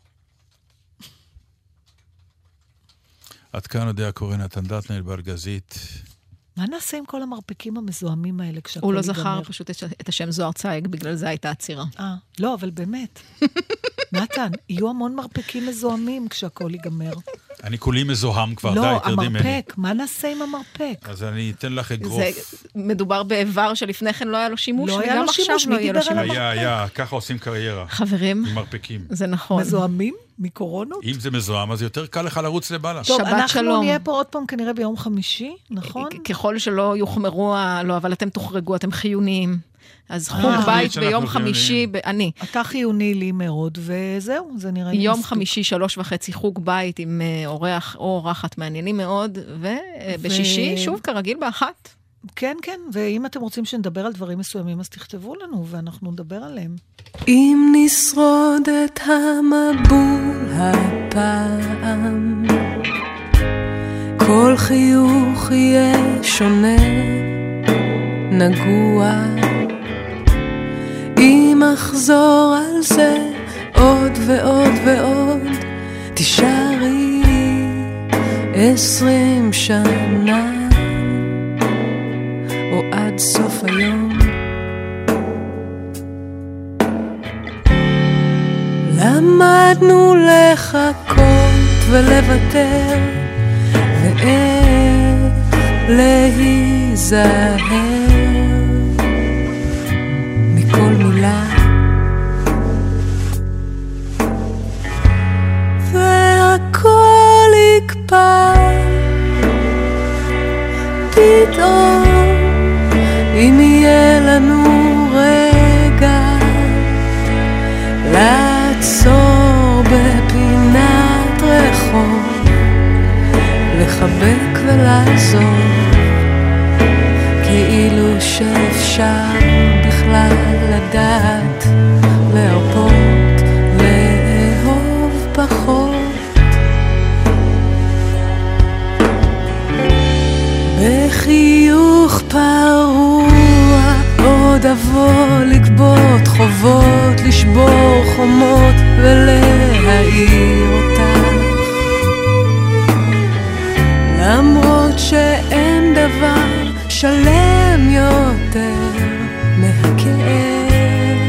S5: עד כאן יודע קורא נתן דטנר בארגזית.
S4: מה נעשה עם כל המרפקים המזוהמים האלה כשהכל
S3: הוא לא
S4: ייגמר?
S3: זכר פשוט את השם זוהר צייג, בגלל זה הייתה עצירה.
S4: אה, לא, אבל באמת. נתן, יהיו המון מרפקים מזוהמים כשהכל ייגמר.
S5: אני כולי מזוהם כבר, די,
S4: תרדי ממני. לא, המרפק, מה נעשה עם המרפק?
S5: אז אני אתן לך אגרוף.
S3: מדובר באיבר שלפני כן לא היה לו שימוש,
S4: לא היה לו שימוש, מי דיבר על המרפק?
S5: היה, היה, ככה עושים קריירה.
S3: חברים,
S5: עם מרפקים.
S3: זה נכון.
S4: מזוהמים? מקורונות?
S5: אם זה מזוהם, אז יותר קל לך לרוץ לבעלה.
S4: טוב, אנחנו נהיה פה עוד פעם כנראה ביום חמישי, נכון?
S3: ככל שלא יוחמרו, לא, אבל אתם תוחרגו, אתם חיוניים. אז חוג בית ביום חמישי, אני.
S4: אתה חיוני לי מאוד, וזהו, זה נראה לי מספיק.
S3: יום חמישי, שלוש וחצי, חוג בית עם אורח או אורחת מעניינים מאוד, ובשישי, שוב כרגיל באחת.
S4: כן, כן, ואם אתם רוצים שנדבר על דברים מסוימים, אז תכתבו לנו, ואנחנו נדבר עליהם.
S14: אם נשרוד את המבול הפעם, כל חיוך יהיה שונה, נגוע. אם אחזור על זה עוד ועוד ועוד, תישארי עשרים שנה, או עד סוף היום. למדנו לחכות ולוותר, ואיך להיזהר מכל מילה, והכל יקפא פתאום, אם יהיה לנו רגע לעצור בפינת רחוב, לחבק ולעזור, כאילו שאפשר בכלל לדעת, להרפות, לאהוב פחות, בחיוך פרוע עוד אבוא לקבות חובות, לשבור חומות ולהאיר אותך, למרות שאין דבר שלם יותר מהכאב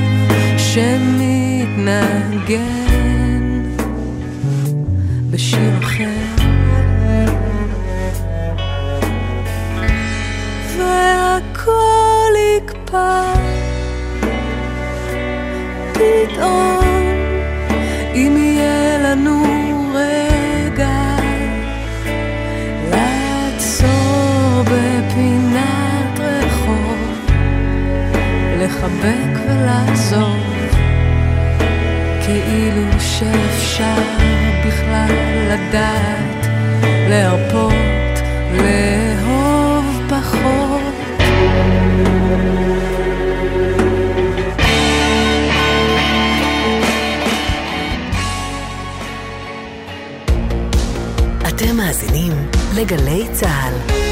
S14: שמתנגן בשיר אחר. והכל יקפא פתאום אם יהיה לנו רגע לעצור בפינת רחוב, לחבק ולעזוב, כאילו שאפשר בכלל לדעת להרפות, לאהוב פחות.
S2: אתם מאזינים לגלי צהל.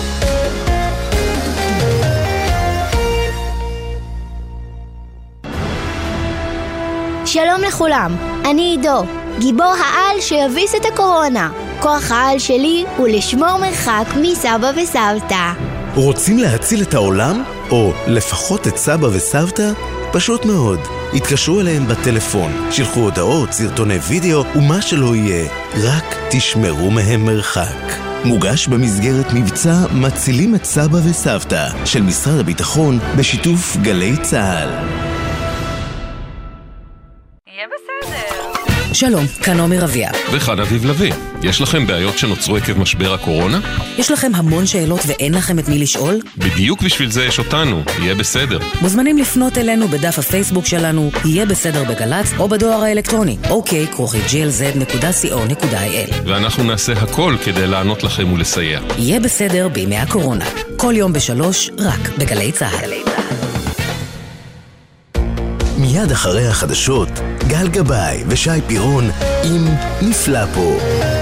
S9: שלום לכולם, אני עידו, גיבור העל שיביס את הקורונה. כוח העל שלי הוא לשמור מרחק מסבא וסבתא.
S11: רוצים להציל את העולם? או לפחות את סבא וסבתא? פשוט מאוד. התקשרו אליהם בטלפון, שלחו הודעות, סרטוני וידאו ומה שלא יהיה. רק תשמרו מהם מרחק. מוגש במסגרת מבצע מצילים את סבא וסבתא של משרד הביטחון בשיתוף גלי צהל.
S15: יהיה בסדר.
S16: שלום, כאן עומר אביה.
S17: וכאן אביב לביא. יש לכם בעיות שנוצרו עקב משבר הקורונה?
S16: יש לכם המון שאלות ואין לכם את מי לשאול?
S17: בדיוק בשביל זה יש אותנו, יהיה בסדר.
S16: מוזמנים לפנות אלינו בדף הפייסבוק שלנו, יהיה בסדר בגלץ, או בדואר האלקטרוני, אוקיי, כרוכי ג'י אל זד נקודה סי או נקודה איי אל.
S17: ואנחנו נעשה הכל כדי לענות לכם ולסייע.
S16: יהיה בסדר בימי הקורונה. כל יום בשלוש, רק בגלי צהל.
S11: מיד אחרי החדשות, גל גבאי ושי פירון עם נפלא פה.